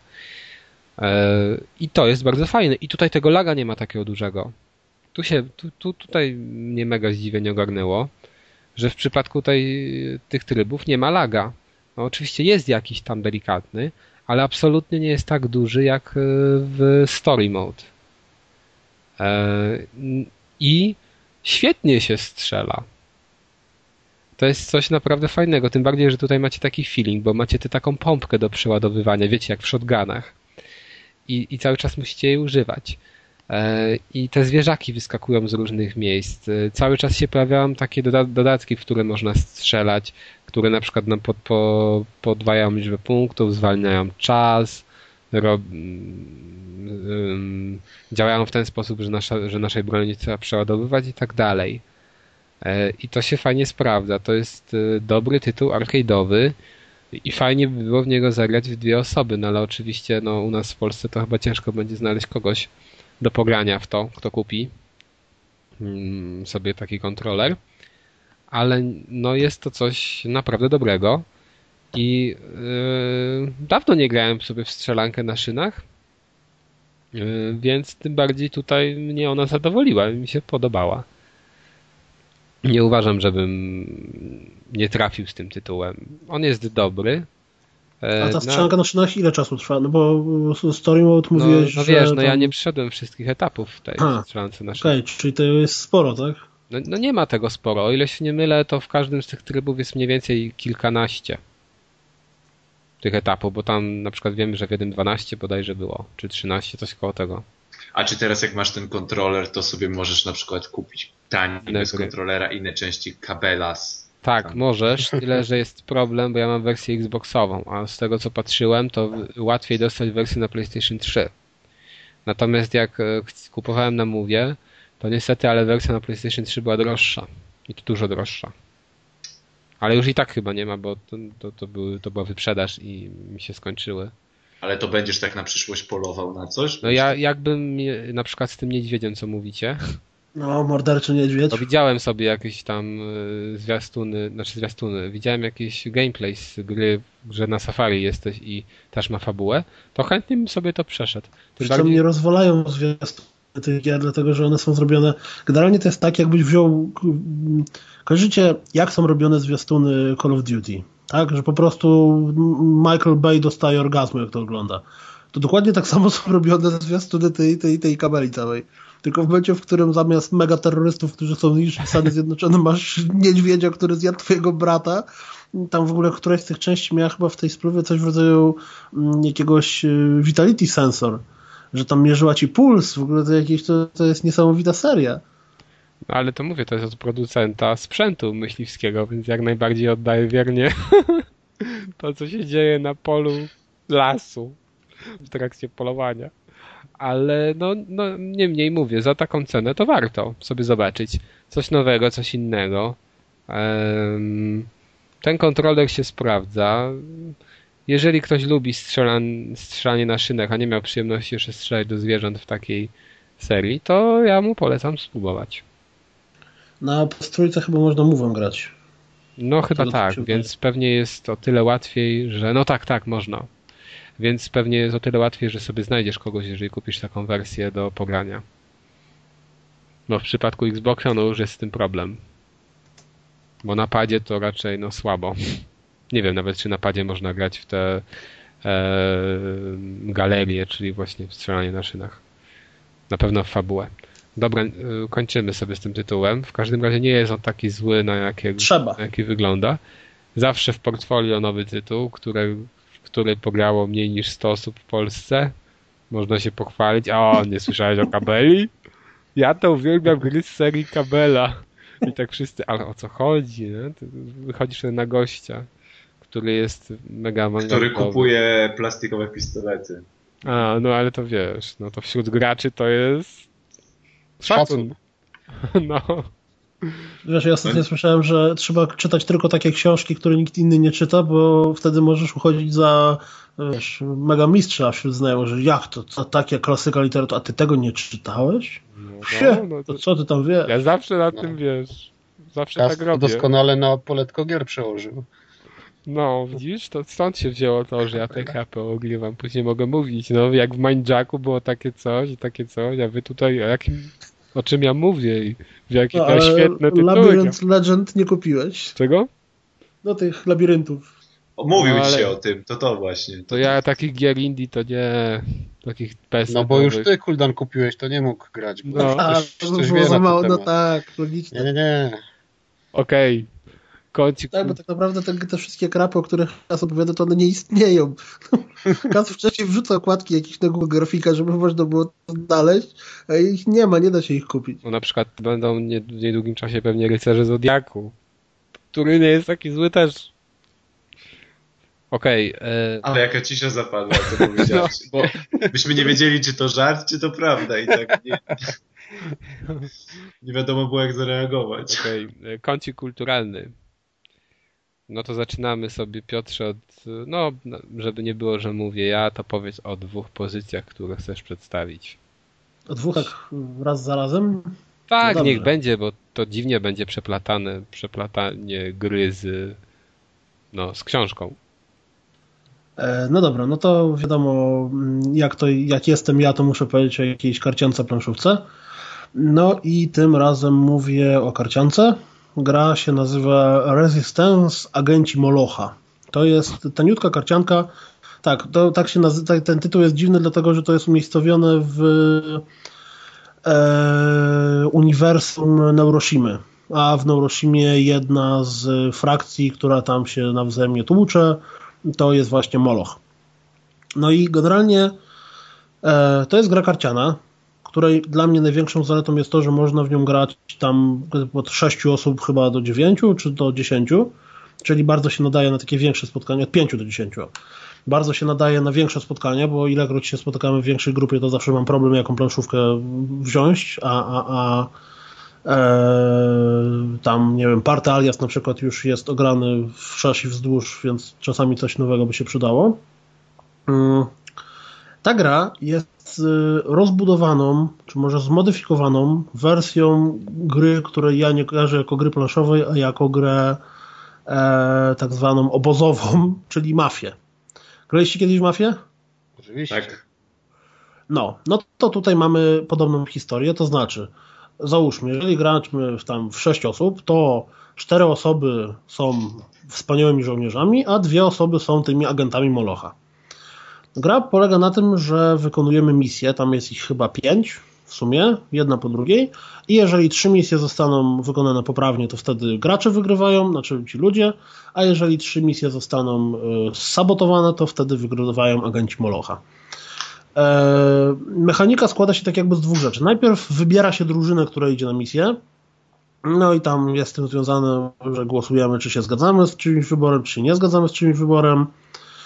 Speaker 1: I to jest bardzo fajne. I tutaj tego laga nie ma takiego dużego. Tu się, tu, tu, tutaj mnie mega zdziwienie ogarnęło, że w przypadku tej, tych trybów nie ma laga. No, oczywiście jest jakiś tam delikatny, ale absolutnie nie jest tak duży jak w Story Mode. I świetnie się strzela. To jest coś naprawdę fajnego, tym bardziej, że tutaj macie taki feeling, bo macie tę taką pompkę do przeładowywania, wiecie, jak w shotgunach. I, i cały czas musicie jej używać. E, I te zwierzaki wyskakują z różnych miejsc. E, cały czas się pojawiają takie doda- dodatki, w które można strzelać, które na przykład nam pod, po, podwajają liczbę punktów, zwalniają czas, rob, um, działają w ten sposób, że, nasza, że naszej broni nie trzeba przeładowywać i tak dalej. I to się fajnie sprawdza. To jest dobry tytuł arcade'owy i fajnie by było w niego zagrać w dwie osoby, no ale oczywiście no, u nas w Polsce to chyba ciężko będzie znaleźć kogoś do pogrania w to, kto kupi sobie taki kontroler. Ale no jest to coś naprawdę dobrego i yy, dawno nie grałem sobie w strzelankę na szynach, yy, więc tym bardziej tutaj mnie ona zadowoliła, mi się podobała. Nie uważam, żebym nie trafił z tym tytułem. On jest dobry.
Speaker 3: A ta strzelanka na szynach ile czasu trwa? No bo Story Mode mówiłeś,
Speaker 1: no, no wiesz, że no tam... ja nie przeszedłem wszystkich etapów w tej A, strzelance na szynach.
Speaker 3: Okej, okay, czyli to jest sporo, tak?
Speaker 1: No, no nie ma tego sporo. O ile się nie mylę, to w każdym z tych trybów jest mniej więcej kilkanaście tych etapów, bo tam na przykład wiemy, że w jednym dwanaście bodajże było, czy trzynaście, coś koło tego.
Speaker 2: A czy teraz jak masz ten kontroler, to sobie możesz na przykład kupić taniej bez kontrolera inne części kabela? Z...
Speaker 1: Tak, tam. Możesz, tyle że jest problem, bo ja mam wersję Xboxową, a z tego co patrzyłem, to łatwiej dostać wersję na PlayStation trzy. Natomiast jak kupowałem na Move'ie, to niestety, ale wersja na PlayStation trzy była droższa. I to dużo droższa. Ale już i tak chyba nie ma, bo to, to, to, były, to była wyprzedaż i mi się skończyły.
Speaker 2: Ale to będziesz tak na przyszłość polował na coś?
Speaker 1: No ja jakbym na przykład z tym niedźwiedziem, co mówicie.
Speaker 3: No, morderczy niedźwiedź.
Speaker 1: To widziałem sobie jakieś tam zwiastuny, znaczy zwiastuny, widziałem jakiś gameplay z gry, że na Safari jesteś i też ma fabułę, to chętnie bym sobie to przeszedł.
Speaker 3: Zresztą bardziej... mnie rozwalają zwiastuny tych gier, dlatego że one są zrobione... Generalnie to jest tak, jakbyś wziął... Kojarzycie, jak są robione zwiastuny Call of Duty? Tak, że po prostu Michael Bay dostaje orgazmu, jak to ogląda. To dokładnie tak samo są robione zwiastuny tej, tej, tej kabeli całej. Tylko w momencie, w którym zamiast mega terrorystów, którzy są niżsi w Stanach Zjednoczonych, masz niedźwiedzia, który zjadł twojego brata. Tam w ogóle któraś z tych części miała chyba w tej sprówie coś w rodzaju jakiegoś vitality sensor, że tam mierzyła ci puls. W ogóle to, jakieś, to, to jest niesamowita seria.
Speaker 1: No ale to mówię, to jest od producenta sprzętu myśliwskiego, więc jak najbardziej oddaję wiernie to, co się dzieje na polu lasu w trakcie polowania. Ale no, no niemniej mówię, za taką cenę to warto sobie zobaczyć coś nowego, coś innego. Ten kontroler się sprawdza. Jeżeli ktoś lubi strzelan, strzelanie na szynach, a nie miał przyjemności jeszcze strzelać do zwierząt w takiej serii, to ja mu polecam spróbować.
Speaker 3: Na trójce chyba można mówem grać.
Speaker 1: No chyba to tak, więc pewnie jest o tyle łatwiej, że... No tak, tak, można. Więc pewnie jest o tyle łatwiej, że sobie znajdziesz kogoś, jeżeli kupisz taką wersję do pogrania. No w przypadku Xboxa no już jest z tym problem. Bo na padzie to raczej no słabo. Nie wiem nawet, czy na padzie można grać w te e, galerie, czyli właśnie w strzelanie na szynach. Na pewno w fabułę. Dobra, kończymy sobie z tym tytułem. W każdym razie nie jest on taki zły, na, jakie,
Speaker 3: Trzeba.
Speaker 1: na jaki wygląda. Zawsze w portfolio nowy tytuł, który, w który pograło mniej niż sto osób w Polsce. Można się pochwalić. O, nie słyszałeś o Kabeli? Ja to uwielbiam gry z serii Kabela. I tak wszyscy, ale o co chodzi? Nie? Ty wychodzisz na gościa, który jest mega awangardowy.
Speaker 2: Który kupuje plastikowe pistolety.
Speaker 1: A, no ale to wiesz, no to wśród graczy to jest szacun. No.
Speaker 3: Wiesz, ja ostatnio słyszałem, że trzeba czytać tylko takie książki, które nikt inny nie czyta, bo wtedy możesz uchodzić za, wiesz, mega mistrza wśród znajomych, że jak to, co takie klasyka literatury, a ty tego nie czytałeś?
Speaker 1: No,
Speaker 3: Wsie,
Speaker 1: no, no
Speaker 3: to co ty tam wiesz?
Speaker 1: Ja zawsze na
Speaker 5: No.
Speaker 1: tym, wiesz, zawsze
Speaker 5: Kast
Speaker 1: tak robię.
Speaker 5: doskonale na poletko gier przełożył.
Speaker 1: No, widzisz, to stąd się wzięło to, że ja T K P ogrywam, później mogę mówić, no jak w Mindjacku było takie coś i takie coś, a wy tutaj o jakim, o czym ja mówię i w jakie
Speaker 3: No,
Speaker 1: to
Speaker 3: ale
Speaker 1: świetne tytuły.
Speaker 3: Labyrinth Legend nie kupiłeś.
Speaker 1: Czego?
Speaker 3: No tych labiryntów.
Speaker 2: O, mówił
Speaker 1: No, ale-
Speaker 2: ci o tym, to to właśnie. To
Speaker 1: To ja takich gier indie to nie, takich pestek
Speaker 5: No bo już
Speaker 1: nowych.
Speaker 5: ty, Kuldan, kupiłeś, to nie mógł grać. Bo
Speaker 1: No.
Speaker 3: A,
Speaker 5: ktoś,
Speaker 3: to
Speaker 5: ktoś
Speaker 3: było
Speaker 5: wie
Speaker 3: za
Speaker 5: na
Speaker 3: mało,
Speaker 5: ten
Speaker 3: no
Speaker 5: temat.
Speaker 3: tak, logicznie.
Speaker 5: Nie, nie, nie.
Speaker 1: Okej, kącik.
Speaker 3: Tak, bo tak naprawdę te, te wszystkie krapy, o których Kas opowiada, to one nie istnieją. Kas wcześniej wrzuca okładki jakichś na Google Grafika, żeby można było to znaleźć, a ich nie ma, nie da się ich kupić.
Speaker 1: No na przykład będą nie, w niedługim czasie pewnie Rycerze Zodiaku, który nie jest taki zły też. Okej, e,
Speaker 2: Ale jaka cisza zapadła, to powiedziałeś. Bo byśmy nie wiedzieli, czy to żart, czy to prawda. I tak nie, nie wiadomo było, jak zareagować.
Speaker 1: okej, e, kącik kulturalny. No to zaczynamy sobie, Piotrze, od, no żeby nie było, że mówię ja, to powiedz o dwóch pozycjach, które chcesz przedstawić.
Speaker 3: O dwóch tak raz za razem?
Speaker 1: Tak,
Speaker 3: No
Speaker 1: niech
Speaker 3: dobrze.
Speaker 1: będzie, bo to dziwnie będzie przeplatane, przeplatanie gry z, no, z książką.
Speaker 3: E, No dobra, no to wiadomo, jak to, jak jestem ja, to muszę powiedzieć o jakiejś karciance planszówce. No i tym razem mówię o karciance. Gra się nazywa Resistance Agenci Molocha. To jest taniutka karcianka. Tak, to, tak się nazywa, ten tytuł jest dziwny, dlatego że to jest umiejscowione w e, uniwersum Neuroshimy. A w Neuroshimie jedna z frakcji, która tam się nawzajem tłucze, to jest właśnie Moloch. No i generalnie e, to jest gra karciana, której dla mnie największą zaletą jest to, że można w nią grać tam od sześciu osób chyba do dziewięciu czy do dziesięciu, czyli bardzo się nadaje na takie większe spotkania, od pięciu do dziesięciu. Bardzo się nadaje na większe spotkania, bo ilekroć się spotykamy w większej grupie, to zawsze mam problem, jaką planszówkę wziąć, a, a, a e, tam, nie wiem, Party Alias na przykład już jest ograny wszerz i wzdłuż, więc czasami coś nowego by się przydało. Mm. Ta gra jest rozbudowaną, czy może zmodyfikowaną wersją gry, której ja nie kojarzę jako gry planszowej, a jako grę e, tak zwaną obozową, czyli Mafię. Graliście kiedyś w Mafię?
Speaker 5: Oczywiście.
Speaker 2: Tak.
Speaker 3: No, no to tutaj mamy podobną historię, to znaczy, załóżmy, jeżeli gramy w tam w sześć osób, to cztery osoby są wspaniałymi żołnierzami, a dwie osoby są tymi agentami Molocha. Gra polega na tym, że wykonujemy misje, tam jest ich chyba pięć w sumie, jedna po drugiej, i jeżeli trzy misje zostaną wykonane poprawnie, to wtedy gracze wygrywają, znaczy ci ludzie, a jeżeli trzy misje zostaną sabotowane, to wtedy wygrywają agenci Molocha. E, mechanika składa się tak jakby z dwóch rzeczy. Najpierw wybiera się drużynę, która idzie na misję, no i tam jest z tym związane, że głosujemy, czy się zgadzamy z czyimś wyborem, czy się nie zgadzamy z czyimś wyborem.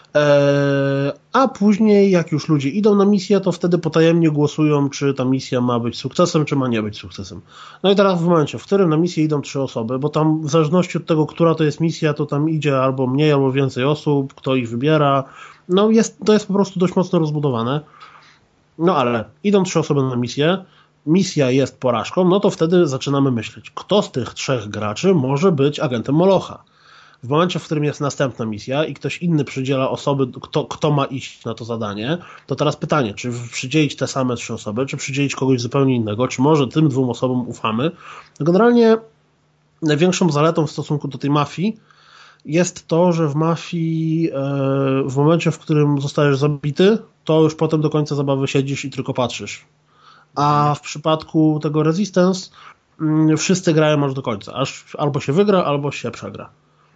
Speaker 3: A później, jak już ludzie idą na misję, to wtedy potajemnie głosują, czy ta misja ma być sukcesem, czy ma nie być sukcesem. No i teraz w momencie, w którym na misję idą trzy osoby, bo tam w zależności od tego, która to jest misja, to tam idzie albo mniej, albo więcej osób, kto ich wybiera. No jest, to jest po prostu dość mocno rozbudowane. No ale idą trzy osoby na misję, misja jest porażką, no to wtedy zaczynamy myśleć, kto z tych trzech graczy może być agentem Molocha. W momencie, w którym jest następna misja i ktoś inny przydziela osoby, kto, kto ma iść na to zadanie, to teraz pytanie, czy przydzielić te same trzy osoby, czy przydzielić kogoś zupełnie innego, czy może tym dwóm osobom ufamy. Generalnie największą zaletą w stosunku do tej mafii jest to, że w mafii w momencie, w którym zostajesz zabity, to już potem do końca zabawy siedzisz i tylko patrzysz. A w przypadku tego Resistance wszyscy grają aż do końca. Aż albo się wygra, albo się przegra.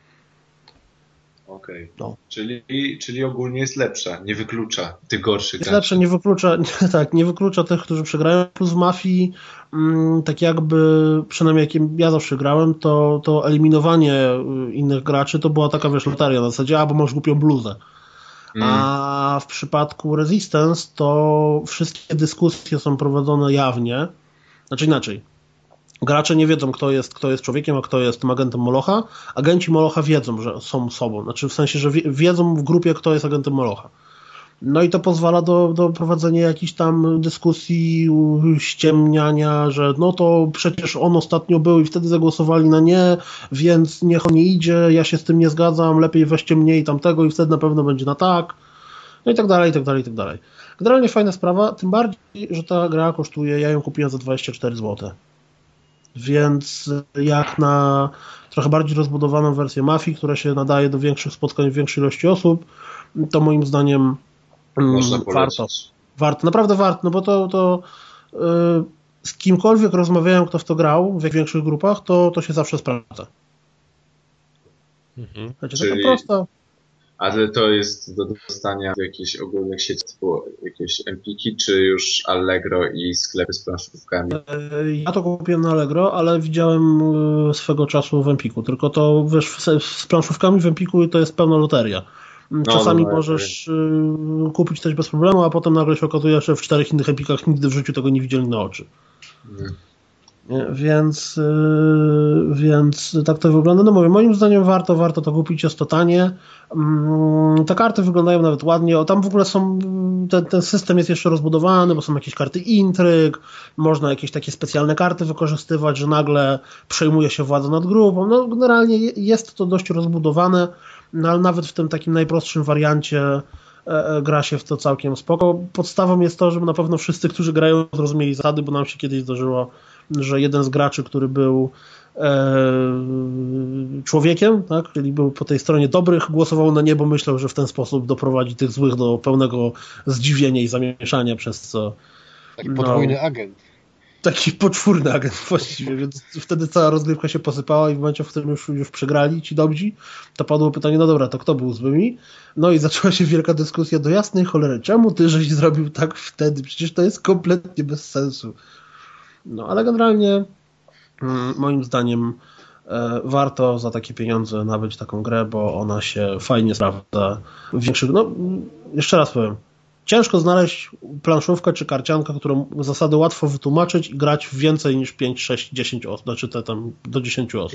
Speaker 2: Okej. Okay.
Speaker 3: No.
Speaker 2: Czyli, czyli ogólnie jest lepsza, nie wyklucza tych gorszych
Speaker 3: Jest
Speaker 2: graczy.
Speaker 3: lepsza, nie wyklucza, tak, nie wyklucza tych, którzy przegrają. Plus w mafii, tak jakby, przynajmniej jak ja zawsze grałem, to, to eliminowanie innych graczy to była taka, wiesz, loteria na zasadzie, albo masz głupią bluzę. Mm. A w przypadku Resistance to wszystkie dyskusje są prowadzone jawnie. Znaczy inaczej. Gracze nie wiedzą, kto jest, kto jest człowiekiem, a kto jest tym agentem Molocha. Agenci Molocha wiedzą, że są sobą. Znaczy w sensie, że wiedzą w grupie, kto jest agentem Molocha. No i to pozwala do, do prowadzenia jakichś tam dyskusji, ściemniania, że no to przecież on ostatnio był i wtedy zagłosowali na nie, więc niech on nie idzie, ja się z tym nie zgadzam, lepiej weźcie mnie i tamtego i wtedy na pewno będzie na tak. No i tak dalej, i tak dalej, i tak dalej. Generalnie fajna sprawa, tym bardziej, że ta gra kosztuje, ja ją kupiłem za dwadzieścia cztery złote. Więc jak na trochę bardziej rozbudowaną wersję mafii, która się nadaje do większych spotkań w większej ilości osób, to moim zdaniem
Speaker 2: Można
Speaker 3: warto. Warto, naprawdę warto, no bo to, to yy, z kimkolwiek rozmawiałem, kto w to grał w większych grupach, to, to się zawsze sprawdza.
Speaker 2: Mhm.
Speaker 3: Znaczy,
Speaker 2: Czyli...
Speaker 3: taka prosta.
Speaker 2: Ale to jest do dostania w jakichś ogólnych sieci, typu jakieś Empiki, czy już Allegro i sklepy z planszówkami?
Speaker 3: Ja to kupiłem na Allegro, ale widziałem swego czasu w Empiku. Tylko to, wiesz, z planszówkami w Empiku to jest pełna loteria. Czasami no, no, możesz no. kupić coś bez problemu, a potem nagle się okazuje, że w czterech innych Epikach nigdy w życiu tego nie widzieli na oczy. Hmm. Więc, yy, więc tak to wygląda. No mówię, moim zdaniem warto, warto to kupić, jest to tanie. Yy, te karty wyglądają nawet ładnie. O, tam w ogóle są, ten, ten system jest jeszcze rozbudowany, bo są jakieś karty intryg, można jakieś takie specjalne karty wykorzystywać, że nagle przejmuje się władzę nad grupą. No generalnie jest to dość rozbudowane, no, ale nawet w tym takim najprostszym wariancie e, gra się w to całkiem spoko. Podstawą jest to, żeby na pewno wszyscy, którzy grają, zrozumieli zasady, bo nam się kiedyś zdarzyło, że jeden z graczy, który był e, człowiekiem, tak, czyli był po tej stronie dobrych, głosował na nie, bo myślał, że w ten sposób doprowadzi tych złych do pełnego zdziwienia i zamieszania, przez co...
Speaker 5: Taki podwójny no, agent.
Speaker 3: Taki poczwórny agent właściwie, więc wtedy cała rozgrywka się posypała i w momencie, w którym już, już przegrali ci dobrzy, to padło pytanie, no dobra, to kto był złymi? No i zaczęła się wielka dyskusja do jasnej cholery, czemu ty żeś zrobił tak wtedy? Przecież to jest kompletnie bez sensu. No ale generalnie mm, moim zdaniem e, warto za takie pieniądze nabyć taką grę, bo ona się fajnie sprawdza w większych... No, jeszcze raz powiem, ciężko znaleźć planszówkę czy karciankę, którą zasady łatwo wytłumaczyć i grać w więcej niż pięć, sześć, dziesięć osób, znaczy te tam do dziesięciu osób.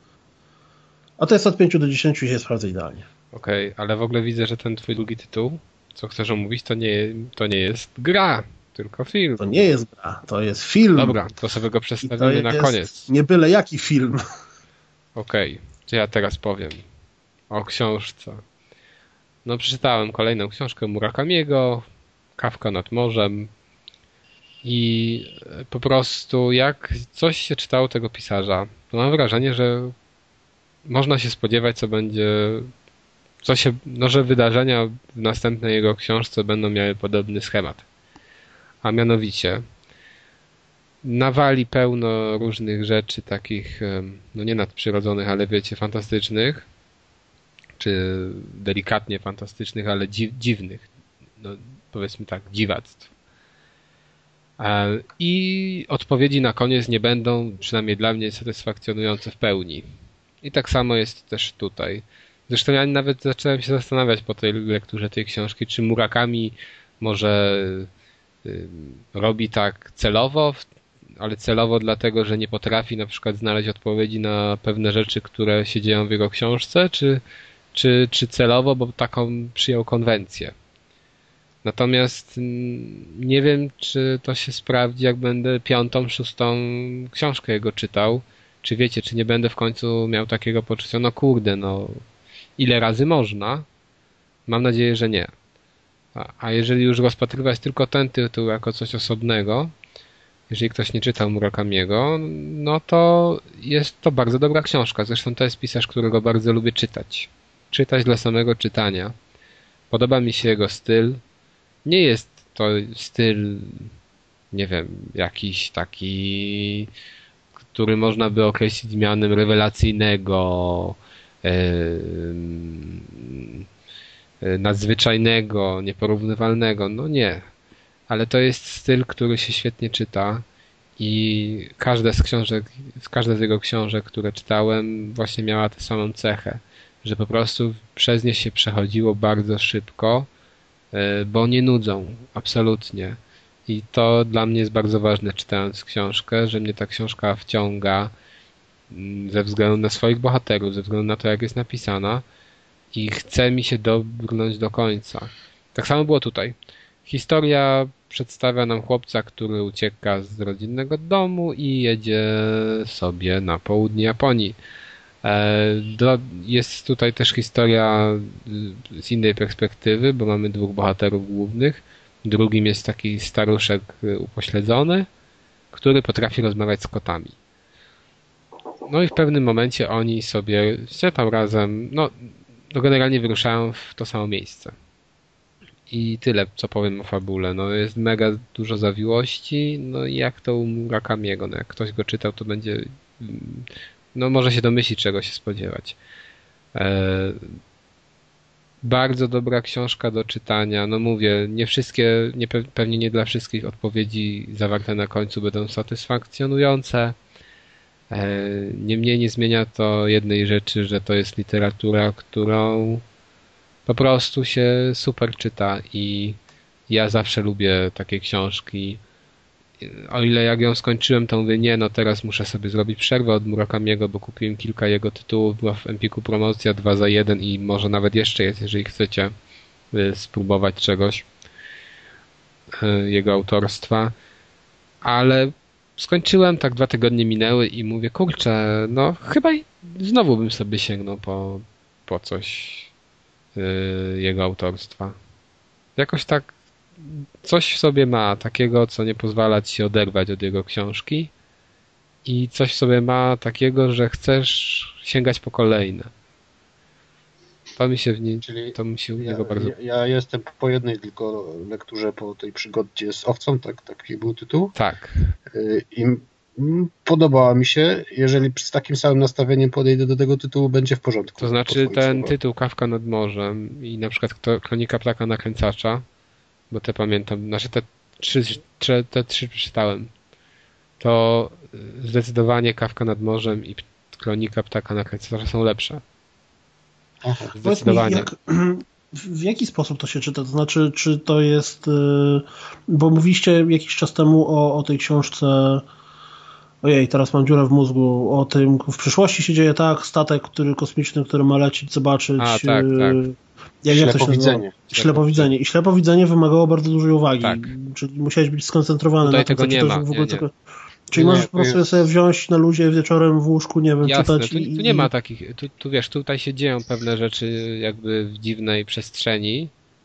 Speaker 3: A to jest od pięciu do dziesięciu i się sprawdza idealnie.
Speaker 1: Okej, okay, ale w ogóle widzę, że ten twój drugi tytuł, co chcesz omówić, to nie, to nie jest gra, tylko film.
Speaker 3: To nie jest gra, to jest film.
Speaker 1: Dobra, to sobie go przedstawimy na koniec.
Speaker 3: Nie byle jaki film.
Speaker 1: Okej, okay, to ja teraz powiem o książce. No przeczytałem kolejną książkę Murakamiego, Kafka nad morzem i po prostu jak coś się czytało tego pisarza, to mam wrażenie, że można się spodziewać, co będzie, co się, no że wydarzenia w następnej jego książce będą miały podobny schemat. A mianowicie nawali pełno różnych rzeczy takich, no nie nadprzyrodzonych, ale wiecie, fantastycznych, czy delikatnie fantastycznych, ale dziw, dziwnych, no powiedzmy tak, dziwactw. I odpowiedzi na koniec nie będą, przynajmniej dla mnie, satysfakcjonujące w pełni. I tak samo jest też tutaj. Zresztą ja nawet zacząłem się zastanawiać po tej lekturze tej książki, czy Murakami może y, robi tak celowo, ale celowo dlatego, że nie potrafi na przykład znaleźć odpowiedzi na pewne rzeczy, które się dzieją w jego książce, czy, czy, czy celowo, bo taką przyjął konwencję. Natomiast nie wiem, czy to się sprawdzi, jak będę piątą, szóstą książkę jego czytał. Czy wiecie, czy nie będę w końcu miał takiego poczucia, no kurde, no ile razy można? Mam nadzieję, że nie. A, a jeżeli już rozpatrywać tylko ten tytuł jako coś osobnego, jeżeli ktoś nie czytał Murakamiego, no to jest to bardzo dobra książka. Zresztą to jest pisarz, którego bardzo lubię czytać. Czytać dla samego czytania. Podoba mi się jego styl. Nie jest to styl, nie wiem, jakiś taki, który można by określić mianem rewelacyjnego, yy, nadzwyczajnego, nieporównywalnego. No nie. Ale to jest styl, który się świetnie czyta i każda z książek, każda z jego książek, które czytałem, właśnie miała tę samą cechę, że po prostu przez nie się przechodziło bardzo szybko, bo nie nudzą, absolutnie. I to dla mnie jest bardzo ważne, czytając książkę, że mnie ta książka wciąga ze względu na swoich bohaterów, ze względu na to, jak jest napisana i chce mi się dobrnąć do końca. Tak samo było tutaj. Historia przedstawia nam chłopca, który ucieka z rodzinnego domu i jedzie sobie na południe Japonii. Jest tutaj też historia z innej perspektywy, bo mamy dwóch bohaterów głównych. Drugim jest taki staruszek upośledzony, który potrafi rozmawiać z kotami. No i w pewnym momencie oni sobie się tam razem, no, no generalnie wyruszają w to samo miejsce. I tyle, co powiem o fabule. No jest mega dużo zawiłości, no i jak to u Murakamiego, no jak ktoś go czytał, to będzie, no może się domyślić, czego się spodziewać. E, bardzo dobra książka do czytania, no mówię, nie wszystkie, nie, pewnie nie dla wszystkich odpowiedzi zawarte na końcu będą satysfakcjonujące. E, niemniej nie zmienia to jednej rzeczy, że to jest literatura, którą po prostu się super czyta i ja zawsze lubię takie książki. O ile jak ją skończyłem, to mówię, nie, no teraz muszę sobie zrobić przerwę od Murakamiego, bo kupiłem kilka jego tytułów, była w Empiku promocja dwa za jeden i może nawet jeszcze jest, jeżeli chcecie spróbować czegoś jego autorstwa. Ale skończyłem, tak dwa tygodnie minęły i mówię, kurczę, no chyba znowu bym sobie sięgnął po, po coś jego autorstwa. Jakoś tak coś w sobie ma takiego, co nie pozwala ci się oderwać od jego książki i coś w sobie ma takiego, że chcesz sięgać po kolejne. To mi się w niej,
Speaker 5: Czyli
Speaker 1: to mi się u
Speaker 5: ja,
Speaker 1: niego bardzo...
Speaker 5: Ja, ja jestem po jednej tylko lekturze po tej przygodzie z owcą, tak, taki był tytuł.
Speaker 1: Tak.
Speaker 5: I podobała mi się. Jeżeli z takim samym nastawieniem podejdę do tego tytułu, będzie w porządku.
Speaker 1: To znaczy ten słowach. Tytuł Kafka nad morzem i na przykład Kronika ptaka nakręcacza, bo te pamiętam, znaczy te trzy, te, te trzy przeczytałem, to zdecydowanie Kafka nad morzem i Kronika ptaka nakręcacza są lepsze.
Speaker 3: Aha. Zdecydowanie. Jak, w jaki sposób to się czyta? To znaczy, czy to jest, bo mówiliście jakiś czas temu o, o tej książce, ojej, teraz mam dziurę w mózgu, o tym, w przyszłości się dzieje tak, statek, który kosmiczny, który ma lecieć, zobaczyć.
Speaker 1: A, tak, tak.
Speaker 3: Jak, ślepowidzenie. Jak ślepowidzenie. I ślepowidzenie wymagało bardzo dużej uwagi. Tak. Czyli musiałeś być skoncentrowany
Speaker 1: Tutaj
Speaker 3: na tym,
Speaker 1: tego
Speaker 3: co
Speaker 1: nie
Speaker 3: czytasz
Speaker 1: ma.
Speaker 3: w ogóle.
Speaker 1: Nie, nie.
Speaker 3: Czyli
Speaker 5: nie,
Speaker 3: możesz po prostu jest... sobie wziąć na luzie wieczorem w łóżku, nie wiem,
Speaker 1: Jasne,
Speaker 3: czytać.
Speaker 1: Tu,
Speaker 3: i...
Speaker 1: tu nie ma takich, tu, tu wiesz, tutaj się dzieją pewne rzeczy jakby w dziwnej przestrzeni.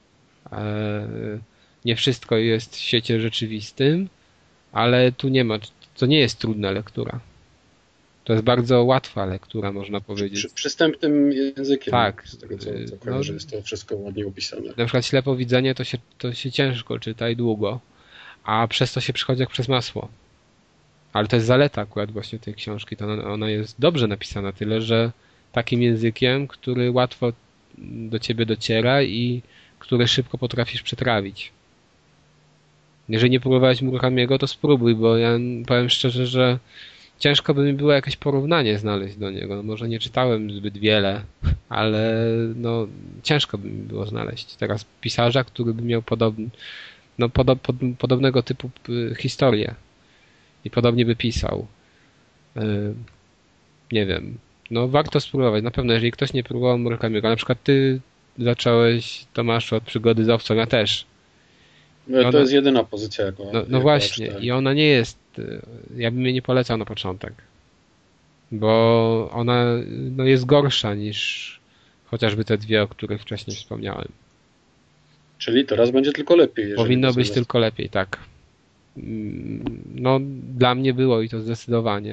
Speaker 1: Nie wszystko jest w świecie rzeczywistym, ale tu nie ma, to nie jest trudna lektura. To jest bardzo łatwa lektura, można powiedzieć.
Speaker 4: Przy, przystępnym językiem.
Speaker 1: Tak.
Speaker 4: Z tego co, co kojarzę, no, jest to wszystko ładnie opisane.
Speaker 1: Na przykład ślepowidzenie to się, to się ciężko czyta i długo, a przez to się przychodzi jak przez masło. Ale to jest zaleta akurat właśnie tej książki. To ona, ona jest dobrze napisana, tyle że takim językiem, który łatwo do ciebie dociera i który szybko potrafisz przetrawić. Jeżeli nie próbowałeś Murakamiego, to spróbuj, bo ja powiem szczerze, że ciężko by mi było jakieś porównanie znaleźć do niego. No może nie czytałem zbyt wiele ale no ciężko by mi było znaleźć teraz pisarza, który by miał podobny, no, podo, pod, podobnego typu historię i podobnie by pisał. Yy, nie wiem. No warto spróbować. Na pewno, jeżeli ktoś nie próbował Murakamiego, na przykład ty zacząłeś, Tomaszu, od Przygody z owcą, ja też.
Speaker 5: No, to
Speaker 1: ona,
Speaker 5: jest jedyna pozycja, jaką
Speaker 1: No, no właśnie. I ona nie jest, ja bym jej nie polecał na początek. Bo ona no, jest gorsza niż chociażby te dwie, o których wcześniej wspomniałem.
Speaker 5: Czyli teraz będzie tylko lepiej.
Speaker 1: Powinno być tylko lepiej, tak. No, dla mnie było i to zdecydowanie.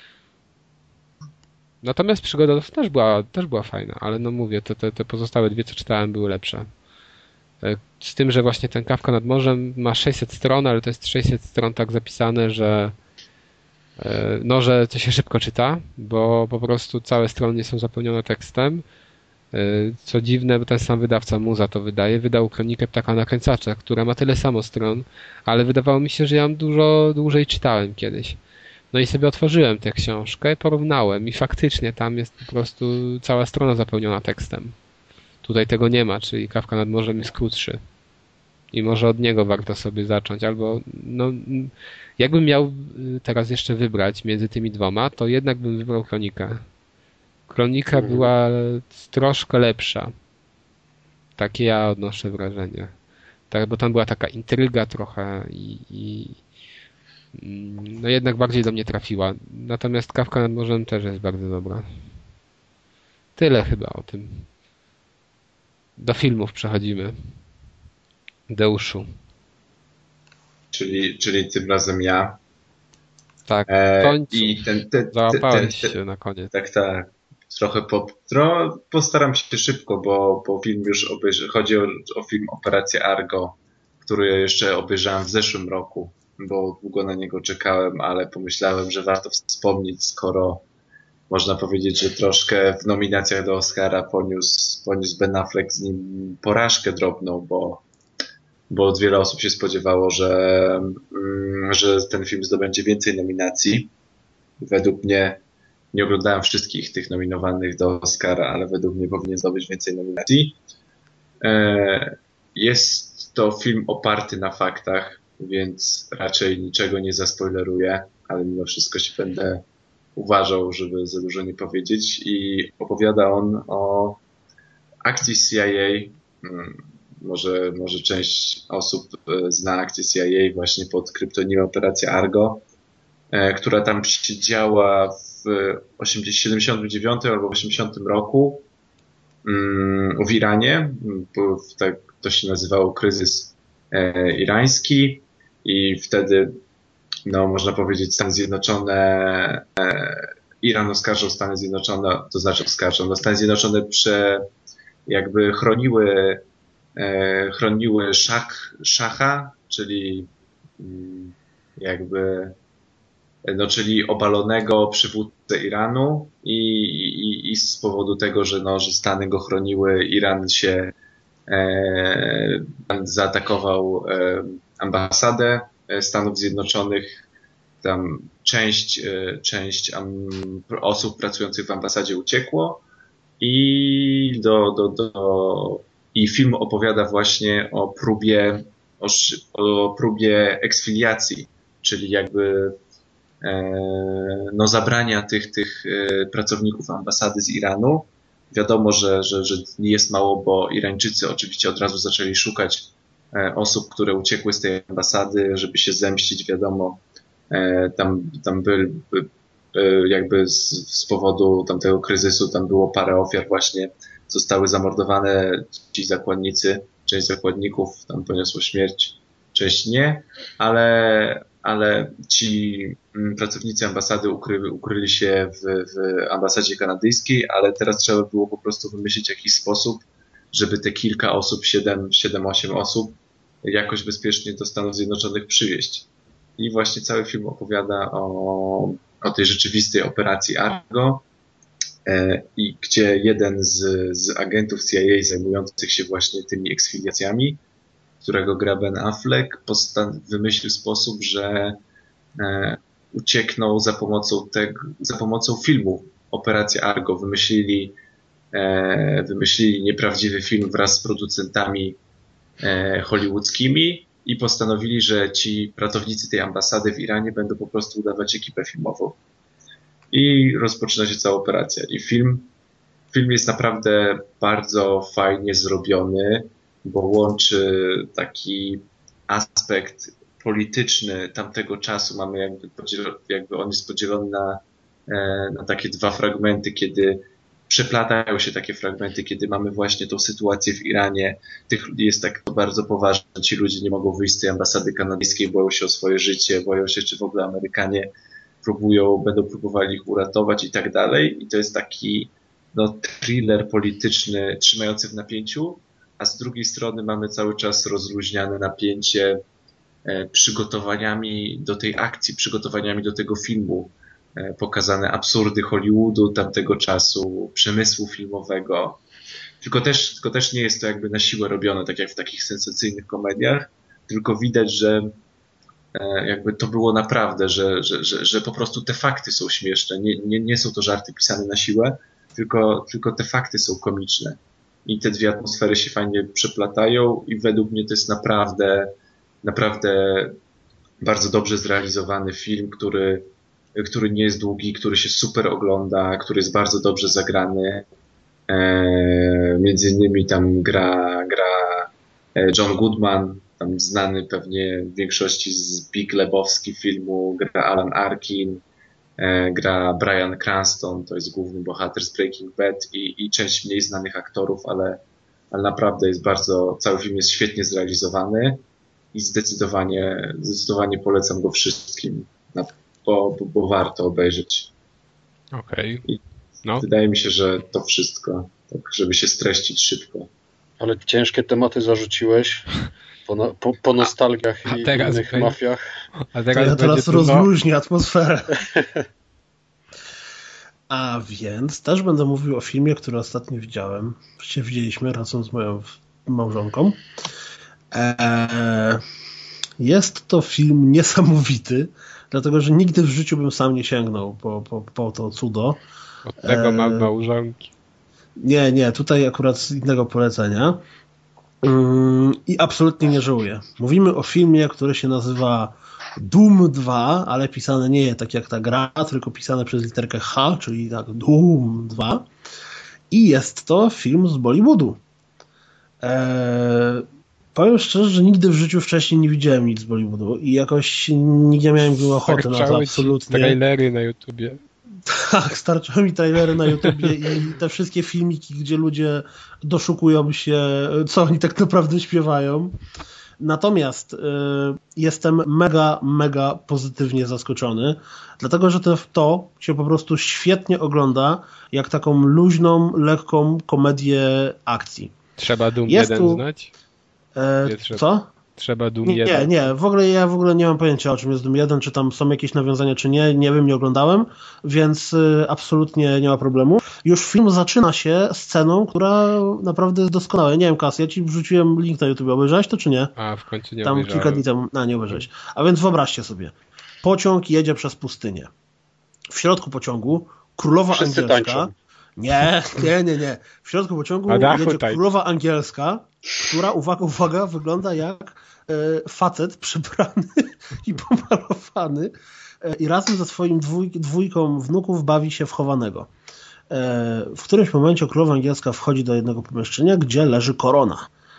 Speaker 1: Natomiast Przygoda też była, też była fajna, ale no mówię, te, te, te pozostałe dwie, co czytałem, były lepsze. Z tym, że właśnie ten Kafka nad morzem ma sześćset stron, ale to jest sześćset stron tak zapisane, że no, że to się szybko czyta, bo po prostu całe strony nie są zapełnione tekstem. Co dziwne, bo ten sam wydawca Muza to wydaje, wydał Kronikę Ptaka Nakręcacza, która ma tyle samo stron, ale wydawało mi się, że ja ją dużo dłużej czytałem kiedyś. No i sobie otworzyłem tę książkę, porównałem i faktycznie tam jest po prostu cała strona zapełniona tekstem. Tutaj tego nie ma, czyli Kafka nad morzem jest krótszy. I może od niego warto sobie zacząć, albo no, jakbym miał teraz jeszcze wybrać między tymi dwoma, to jednak bym wybrał Kronikę. Kronika mhm. była troszkę lepsza. Takie ja odnoszę wrażenie. Tak, bo tam była taka intryga trochę i, i no jednak bardziej do mnie trafiła. Natomiast Kafka nad morzem też jest bardzo dobra. Tyle chyba o tym. Do filmów przechodzimy. Deuszu.
Speaker 2: Czyli, czyli tym razem ja.
Speaker 1: Tak, w końcu.
Speaker 2: E, I ten, ten,
Speaker 1: Załapałeś
Speaker 2: ten, ten,
Speaker 1: się na koniec.
Speaker 2: Tak, tak. Trochę po, tro, postaram się szybko, bo, bo film już obejrzę. Chodzi o, o film Operacja Argo, który jeszcze obejrzałem w zeszłym roku, bo długo na niego czekałem, ale pomyślałem, że warto wspomnieć, skoro można powiedzieć, że troszkę w nominacjach do Oscara poniósł, poniósł Ben Affleck z nim porażkę drobną, bo, bo wiele osób się spodziewało, że, że ten film zdobędzie więcej nominacji. Według mnie, nie oglądałem wszystkich tych nominowanych do Oscara, ale według mnie powinien zdobyć więcej nominacji. Jest to film oparty na faktach, więc raczej niczego nie zaspoileruję, ale mimo wszystko się będę uważał, żeby za dużo nie powiedzieć. I opowiada on o akcji C I A. Może, może część osób zna akcję C I A właśnie pod kryptonimem Operacja Argo, która tam się działa w siedemdziesiątym dziewiątym albo osiemdziesiątym roku w Iranie. Tak to się nazywało kryzys irański i wtedy, no można powiedzieć, Stany Zjednoczone, Iran oskarżał Stany Zjednoczone, to znaczy oskarżał, no Stany Zjednoczone prze, jakby chroniły chroniły szach, szacha, czyli jakby no, czyli obalonego przywódcę Iranu i, i, i z powodu tego, że, no, że Stany go chroniły, Iran się e, zaatakował e, ambasadę Stanów Zjednoczonych. Tam część, e, część am, osób pracujących w ambasadzie uciekło i do, do, do i film opowiada właśnie o próbie o, o próbie eksfiliacji, czyli jakby no zabrania tych, tych pracowników ambasady z Iranu. Wiadomo, że, że, że nie jest mało, bo Irańczycy oczywiście od razu zaczęli szukać osób, które uciekły z tej ambasady, żeby się zemścić. Wiadomo, tam, tam był jakby z, z powodu tamtego kryzysu, tam było parę ofiar właśnie, zostały zamordowane ci zakładnicy, część zakładników tam poniosło śmierć, część nie, ale ale ci pracownicy ambasady ukryli, ukryli się w, w ambasadzie kanadyjskiej, ale teraz trzeba było po prostu wymyślić jakiś sposób, żeby te kilka osób, siedem, siedem, osiem osób jakoś bezpiecznie do Stanów Zjednoczonych przywieźć. I właśnie cały film opowiada o, o tej rzeczywistej operacji Argo, e, i gdzie jeden z, z agentów C I A zajmujących się właśnie tymi eksfiliacjami, którego gra Ben Affleck, postan- wymyślił sposób, że e, ucieknął za pomocą tego, za pomocą filmu Operacja Argo. Wymyślili e, wymyślili nieprawdziwy film wraz z producentami e, hollywoodzkimi i postanowili, że ci pracownicy tej ambasady w Iranie będą po prostu udawać ekipę filmową. I rozpoczyna się cała operacja. I film, film jest naprawdę bardzo fajnie zrobiony, bo łączy taki aspekt polityczny tamtego czasu. Mamy jakby, podziel- jakby on jest podzielony na, na takie dwa fragmenty, kiedy przeplatają się takie fragmenty, kiedy mamy właśnie tą sytuację w Iranie. Tych ludzi jest tak bardzo poważne. Ci ludzie nie mogą wyjść z tej ambasady kanadyjskiej, boją się o swoje życie, boją się, czy w ogóle Amerykanie próbują, będą próbowali ich uratować i tak dalej. I to jest taki no, thriller polityczny trzymający w napięciu, a z drugiej strony mamy cały czas rozluźniane napięcie e, przygotowaniami do tej akcji, przygotowaniami do tego filmu. E, pokazane absurdy Hollywoodu tamtego czasu, przemysłu filmowego. Tylko też, tylko też nie jest to jakby na siłę robione, tak jak w takich sensacyjnych komediach, tylko widać, że e, jakby to było naprawdę, że, że, że, że po prostu te fakty są śmieszne. Nie, nie, nie są to żarty pisane na siłę, tylko, tylko te fakty są komiczne. I te dwie atmosfery się fajnie przeplatają i według mnie to jest naprawdę, naprawdę bardzo dobrze zrealizowany film, który, który nie jest długi, który się super ogląda, który jest bardzo dobrze zagrany. Eee, między innymi tam gra, gra John Goodman, tam znany pewnie w większości z Big Lebowski filmu, gra Alan Arkin, gra Bryan Cranston, to jest główny bohater z Breaking Bad i, i część mniej znanych aktorów, ale, ale naprawdę jest bardzo, cały film jest świetnie zrealizowany i zdecydowanie, zdecydowanie polecam go wszystkim, bo, bo, bo warto obejrzeć.
Speaker 1: Okej. Okay. No.
Speaker 2: Wydaje mi się, że to wszystko, tak, żeby się streścić szybko.
Speaker 4: Ale ciężkie tematy zarzuciłeś po, no, po, po nostalgiach a, a i innych będzie, mafiach.
Speaker 3: A teraz ja teraz rozluźnię atmosferę. A więc też będę mówił o filmie, który ostatnio widziałem. Właściwie widzieliśmy razem z moją małżonką. Eee, jest to film niesamowity, dlatego że nigdy w życiu bym sam nie sięgnął po, po, po to cudo.
Speaker 1: Od tego eee, mam małżonki.
Speaker 3: Nie, nie, tutaj akurat z innego polecenia. I absolutnie nie żałuję. Mówimy o filmie, który się nazywa Doom dwa, ale pisane nie jest tak jak ta gra, tylko pisane przez literkę H, czyli tak Doom dwa. I jest to film z Bollywoodu. Eee, powiem szczerze, że nigdy w życiu wcześniej nie widziałem nic z Bollywoodu i jakoś nie miałem ochoty na to absolutnie.
Speaker 1: Trailery na YouTubie.
Speaker 3: Tak, starczały mi trailery na YouTubie i te wszystkie filmiki, gdzie ludzie doszukują się, co oni tak naprawdę śpiewają. Natomiast y, jestem mega, mega pozytywnie zaskoczony, dlatego że to, to się po prostu świetnie ogląda jak taką luźną, lekką komedię akcji.
Speaker 1: Trzeba Doom jeden tu, znać?
Speaker 3: Y, co?
Speaker 1: Trzeba Doom
Speaker 3: nie,
Speaker 1: jeden.
Speaker 3: Nie, nie, w ogóle ja w ogóle nie mam pojęcia, o czym jest Doom jeden, czy tam są jakieś nawiązania, czy nie, nie wiem, nie oglądałem, więc y, absolutnie nie ma problemu. Już film zaczyna się sceną, która naprawdę jest doskonała. Nie wiem, Kas, ja ci wrzuciłem link na YouTube, obejrzałeś to, czy nie?
Speaker 1: A, w końcu nie
Speaker 3: Tam
Speaker 1: obejrzałem.
Speaker 3: kilka dni temu, a nie obejrzałeś. A więc wyobraźcie sobie, pociąg jedzie przez pustynię. W środku pociągu królowa
Speaker 4: Wszyscy
Speaker 3: angielska...
Speaker 4: tańczą.
Speaker 3: Nie, nie, nie, nie. W środku pociągu jedzie tańczy. Królowa angielska, która, uwaga, uwaga, wygląda jak e, facet przebrany i pomalowany e, i razem ze swoim dwój, dwójką wnuków bawi się w chowanego. E, w którymś momencie królowa angielska wchodzi do jednego pomieszczenia, gdzie leży korona.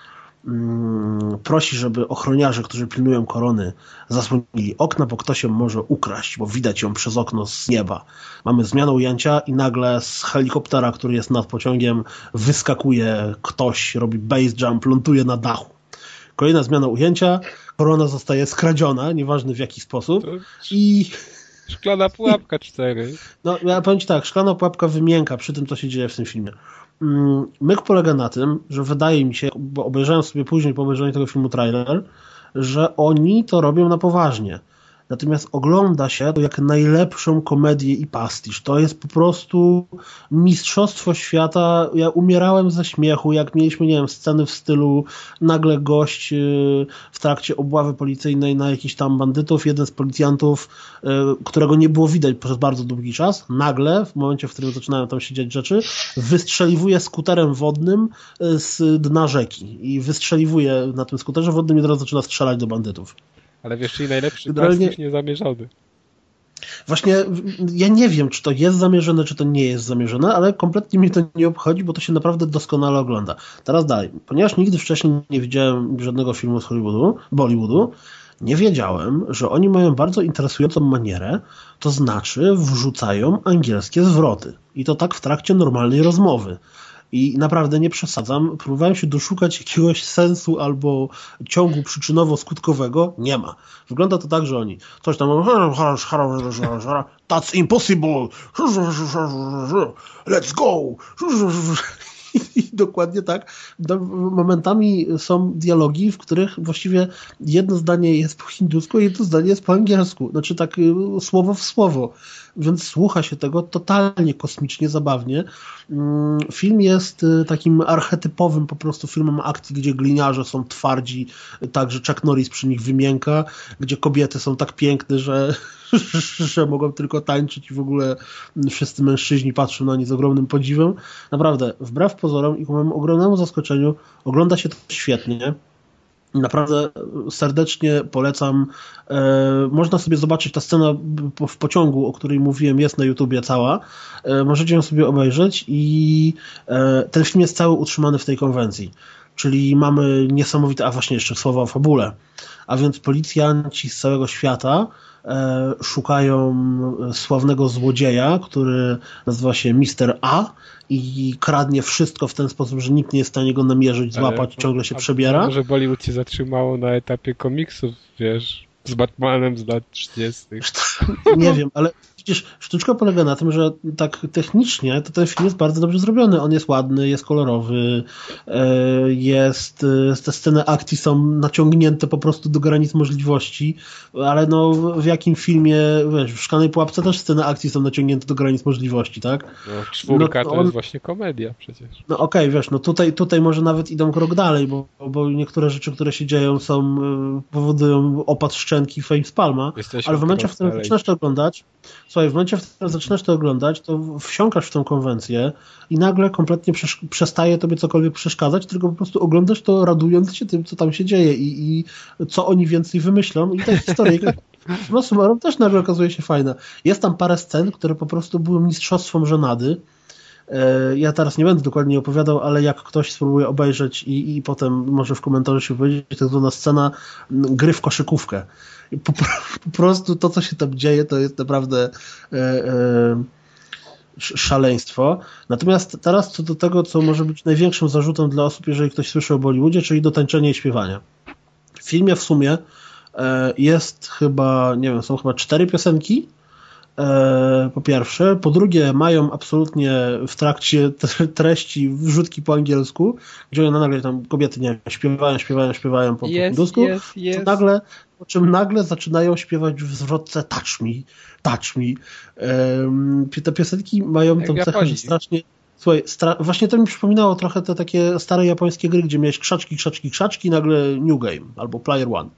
Speaker 3: Mm, prosi, żeby ochroniarze, którzy pilnują korony, zasłonili okna, bo ktoś ją może ukraść, bo widać ją przez okno z nieba. Mamy zmianę ujęcia i nagle z helikoptera, który jest nad pociągiem, wyskakuje ktoś, robi base jump, ląduje na dachu. Kolejna zmiana ujęcia, korona zostaje skradziona, nieważne w jaki sposób.
Speaker 1: To
Speaker 3: i
Speaker 1: szklana pułapka cztery.
Speaker 3: No, ja powiem ci tak, szklana pułapka wymięka przy tym, co się dzieje w tym filmie. Myk polega na tym, że wydaje mi się, bo obejrzałem sobie później po obejrzeniu tego filmu trailer, że oni to robią na poważnie. natomiast ogląda się to jak najlepszą komedię i pastisz. To jest po prostu mistrzostwo świata. Ja umierałem ze śmiechu, jak mieliśmy, nie wiem, sceny w stylu nagle gość w trakcie obławy policyjnej na jakichś tam bandytów, jeden z policjantów, którego nie było widać przez bardzo długi czas, nagle, w momencie, w którym zaczynają tam się dziać rzeczy, wystrzeliwuje skuterem wodnym z dna rzeki i wystrzeliwuje na tym skuterze wodnym i teraz zaczyna strzelać do bandytów.
Speaker 1: Ale wiesz, czyli najlepszy
Speaker 3: Generalnie...
Speaker 1: pastisz niezamierzony.
Speaker 3: Właśnie ja nie wiem, czy to jest zamierzone, czy to nie jest zamierzone, ale kompletnie mnie to nie obchodzi, bo to się naprawdę doskonale ogląda. Teraz dalej. Ponieważ nigdy wcześniej nie widziałem żadnego filmu z Hollywoodu, Bollywoodu, nie wiedziałem, że oni mają bardzo interesującą manierę, to znaczy wrzucają angielskie zwroty. I to tak w trakcie normalnej rozmowy. I naprawdę nie przesadzam, próbowałem się doszukać jakiegoś sensu albo ciągu przyczynowo-skutkowego. Nie ma. Wygląda to tak, że oni coś tam that's impossible, let's go. I dokładnie tak. Momentami są dialogi, w których właściwie jedno zdanie jest po hindusku, jedno zdanie jest po angielsku. Znaczy tak słowo w słowo. Więc słucha się tego totalnie kosmicznie, zabawnie. Film jest takim archetypowym po prostu filmem akcji, gdzie gliniarze są twardzi, tak, że Chuck Norris przy nich wymięka, gdzie kobiety są tak piękne, że, że mogą tylko tańczyć i w ogóle wszyscy mężczyźni patrzą na nie z ogromnym podziwem. Naprawdę, wbrew pozorom i ku mojemu ogromnemu zaskoczeniu ogląda się to świetnie. Naprawdę serdecznie polecam. E, można sobie zobaczyć, ta scena w pociągu, o której mówiłem, jest na YouTubie cała. E, możecie ją sobie obejrzeć i e, ten film jest cały utrzymany w tej konwencji. Czyli mamy niesamowite, a właśnie jeszcze słowa o fabule. A więc policjanci z całego świata e, szukają sławnego złodzieja, który nazywa się mister A i kradnie wszystko w ten sposób, że nikt nie jest w stanie go namierzyć, złapać, ale, ciągle się a, przebiera.
Speaker 1: Może Bollywood się zatrzymało na etapie komiksów, wiesz, z Batmanem z lat trzydziestych.
Speaker 3: Nie wiem, ale przecież sztuczka polega na tym, że tak technicznie to ten film jest bardzo dobrze zrobiony. On jest ładny, jest kolorowy, jest, te sceny akcji są naciągnięte po prostu do granic możliwości, ale no w jakim filmie, wiesz, w Szklanej Pułapce też sceny akcji są naciągnięte do granic możliwości, tak?
Speaker 1: No czwórka no, to
Speaker 3: on...
Speaker 1: jest właśnie komedia przecież.
Speaker 3: No okej, okay, wiesz, no tutaj, tutaj może nawet idą krok dalej, bo, bo niektóre rzeczy, które się dzieją są, powodują opad szczęki facepalma, ale w momencie, w którym dalej. zaczynasz to oglądać, słuchaj, w momencie, w którym zaczynasz to oglądać, to wsiąkasz w tą konwencję i nagle kompletnie przestaje tobie cokolwiek przeszkadzać, tylko po prostu oglądasz to radując się tym, co tam się dzieje i, i co oni więcej wymyślą i ta historyjka no summarum też nagle okazuje się fajna. Jest tam parę scen, które po prostu były mistrzostwem żenady. Ja teraz nie będę dokładnie opowiadał, ale jak ktoś spróbuje obejrzeć i, i potem może w komentarzu się powiedzieć, to jest to scena gry w koszykówkę. Po, po prostu to, co się tam dzieje, to jest naprawdę e, e, szaleństwo. Natomiast teraz co do tego, co może być największym zarzutem dla osób, jeżeli ktoś słyszy o Bollywoodzie, czyli do tańczenia i śpiewania. W filmie w sumie e, jest chyba, nie wiem, są chyba cztery piosenki, po pierwsze. Po drugie, mają absolutnie w trakcie treści wrzutki po angielsku, gdzie one nagle tam kobiety, nie wiem, śpiewają, śpiewają, śpiewają po hindusku, yes, yes, yes. nagle, po czym nagle zaczynają śpiewać w zwrotce touch me, touch me. Um, te piosenki mają tą cechę, że strasznie słuchaj, stra- właśnie to mi przypominało trochę te takie stare japońskie gry, gdzie miałeś krzaczki, krzaczki, krzaczki, nagle New Game albo Player One.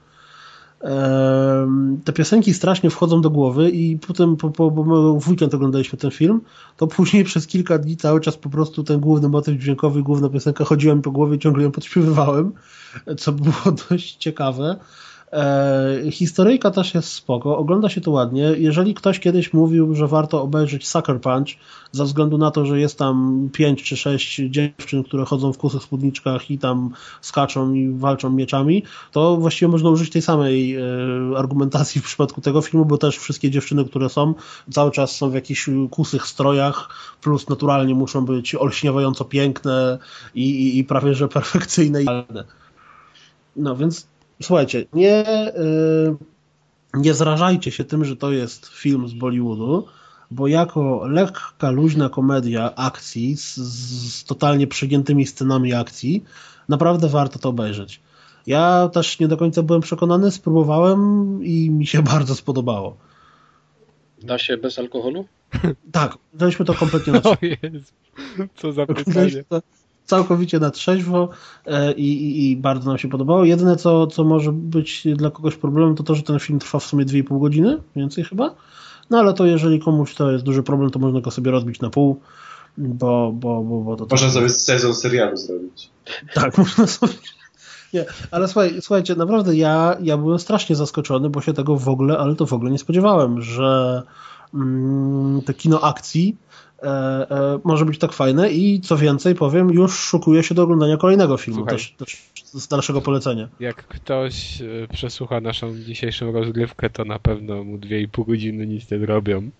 Speaker 3: Te piosenki strasznie wchodzą do głowy i potem, po, po, bo my w weekend oglądaliśmy ten film, to później przez kilka dni cały czas po prostu ten główny motyw dźwiękowy, główna piosenka chodziła mi po głowie i ciągle ją podśpiewywałem, co było dość ciekawe. E, historyjka też jest spoko, ogląda się to ładnie. Jeżeli ktoś kiedyś mówił, że warto obejrzeć Sucker Punch ze względu na to, że jest tam pięć czy sześć dziewczyn, które chodzą w kusych spódniczkach i tam skaczą i walczą mieczami, to właściwie można użyć tej samej e, argumentacji w przypadku tego filmu, bo też wszystkie dziewczyny, które są, cały czas są w jakichś kusych strojach, plus naturalnie muszą być olśniewająco piękne i, i, i prawie że perfekcyjne. No więc słuchajcie, nie, yy, nie zrażajcie się tym, że to jest film z Bollywoodu, bo jako lekka, luźna komedia akcji z, z totalnie przegiętymi scenami akcji, naprawdę warto to obejrzeć. Ja też nie do końca byłem przekonany, spróbowałem i mi się bardzo spodobało.
Speaker 4: Da się bez alkoholu?
Speaker 3: Tak, daliśmy to kompletnie na
Speaker 1: O
Speaker 3: trzeźwo.
Speaker 1: Jezu, co za pytanie.
Speaker 3: Daliśmy to całkowicie na trzeźwo e, i, i, i bardzo nam się podobało. Jedyne, co, co może być dla kogoś problemem, to to, że ten film trwa w sumie dwie i pół godziny, więcej chyba. No ale to jeżeli komuś to jest duży problem, to można go sobie rozbić na pół, bo, bo, bo, bo to...
Speaker 2: Można
Speaker 3: to...
Speaker 2: sobie sezon serialu zrobić.
Speaker 3: Tak, można sobie... Nie, ale słuchaj, słuchajcie, naprawdę ja, ja byłem strasznie zaskoczony, bo się tego w ogóle, ale to w ogóle nie spodziewałem, że mm, te kino akcji e, e, może być tak fajne i co więcej powiem, już szukuję się do oglądania kolejnego filmu, też, też z dalszego polecenia.
Speaker 1: Jak ktoś e, przesłucha naszą dzisiejszą rozgrywkę, to na pewno mu dwie i pół godziny nic nie zrobią.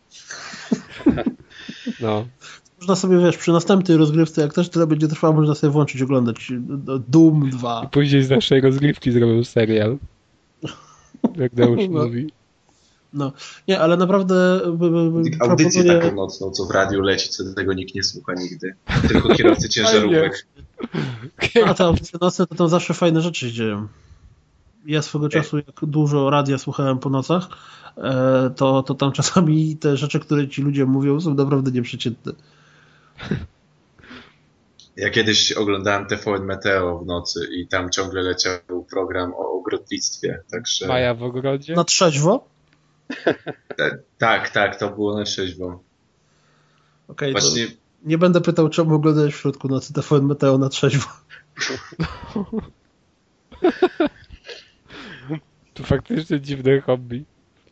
Speaker 1: No.
Speaker 3: Można sobie, wiesz, przy następnej rozgrywce, jak też tyle będzie trwało, można sobie włączyć, oglądać Doom dwa.
Speaker 1: I później z naszej rozgrywki zrobią serial. Jak Deusz
Speaker 3: No.
Speaker 1: mówi.
Speaker 3: No, nie, ale naprawdę by, by, by
Speaker 2: Audycję
Speaker 3: proponuję...
Speaker 2: taką nocną, co w radiu leci, co tego nikt nie słucha nigdy. Tylko kierowcy ciężarówek.
Speaker 3: A te audycje nocne, to tam zawsze fajne rzeczy się dzieją. Ja swego czasu, jak dużo radia słuchałem po nocach, to, to tam czasami te rzeczy, które ci ludzie mówią, są naprawdę nieprzeciętne.
Speaker 2: Ja kiedyś oglądałem T V N Meteo w nocy i tam ciągle leciał program o ogrodnictwie, także...
Speaker 1: Maja w ogrodzie?
Speaker 3: Na trzeźwo?
Speaker 2: Te, tak, tak, to było na trzeźwo.
Speaker 3: Okej,
Speaker 2: Właśnie...
Speaker 3: nie będę pytał, czemu oglądałeś w środku nocy T V N Meteo na trzeźwo.
Speaker 1: To faktycznie dziwne hobby.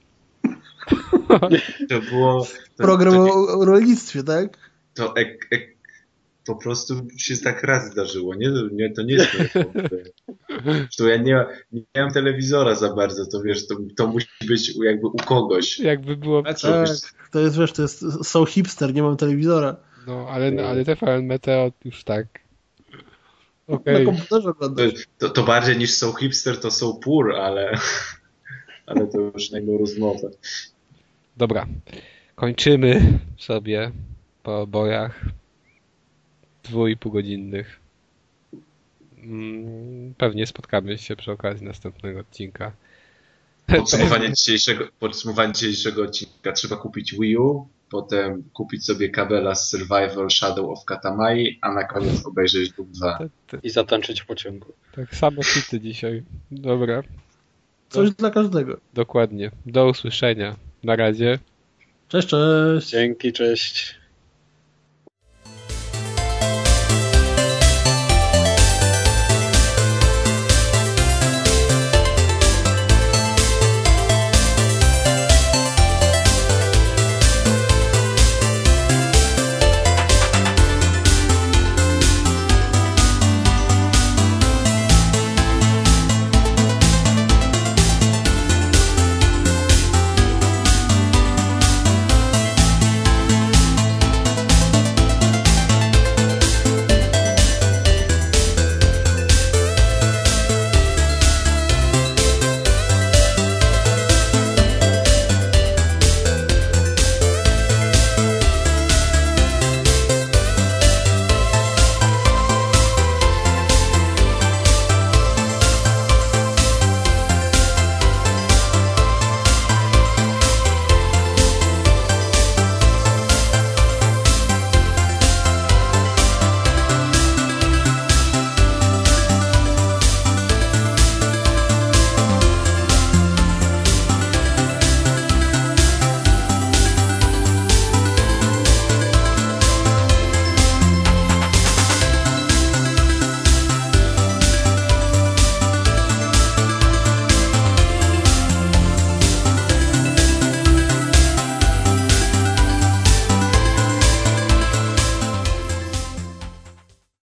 Speaker 2: To było... To,
Speaker 3: Program
Speaker 2: to,
Speaker 3: o, o rolnictwie, tak?
Speaker 2: to ek, ek, po prostu się tak raz zdarzyło. Nie, nie, to nie jest to ja nie, nie miałem telewizora za bardzo, to wiesz, to, to musi być jakby u kogoś.
Speaker 1: Jakby było...
Speaker 2: A co,
Speaker 3: Tak,
Speaker 2: wiesz,
Speaker 3: to jest, wiesz, to jest so hipster, nie mam telewizora.
Speaker 1: No, ale, ale T V N Meteo już tak. Okej.
Speaker 3: Na komputerze
Speaker 2: to,
Speaker 3: oglądasz.
Speaker 2: to, to bardziej niż są hipster, to są poor, ale, ale to już na inną rozmowę.
Speaker 1: Dobra. Kończymy sobie po obojach dwu i pół godzinnych. Mm, Pewnie spotkamy się przy okazji następnego odcinka.
Speaker 2: Podsumowanie dzisiejszego, podsumowanie dzisiejszego odcinka. Trzeba kupić Wii U, potem kupić sobie kabela z Survival Shadow of Katamai, a na koniec obejrzeć Doom dwa.
Speaker 4: I zatańczyć w pociągu.
Speaker 1: Tak samo hity dzisiaj. Dobra.
Speaker 3: Coś dla każdego.
Speaker 1: Dokładnie. Do usłyszenia. Na razie.
Speaker 3: Cześć, cześć.
Speaker 4: Dzięki, cześć.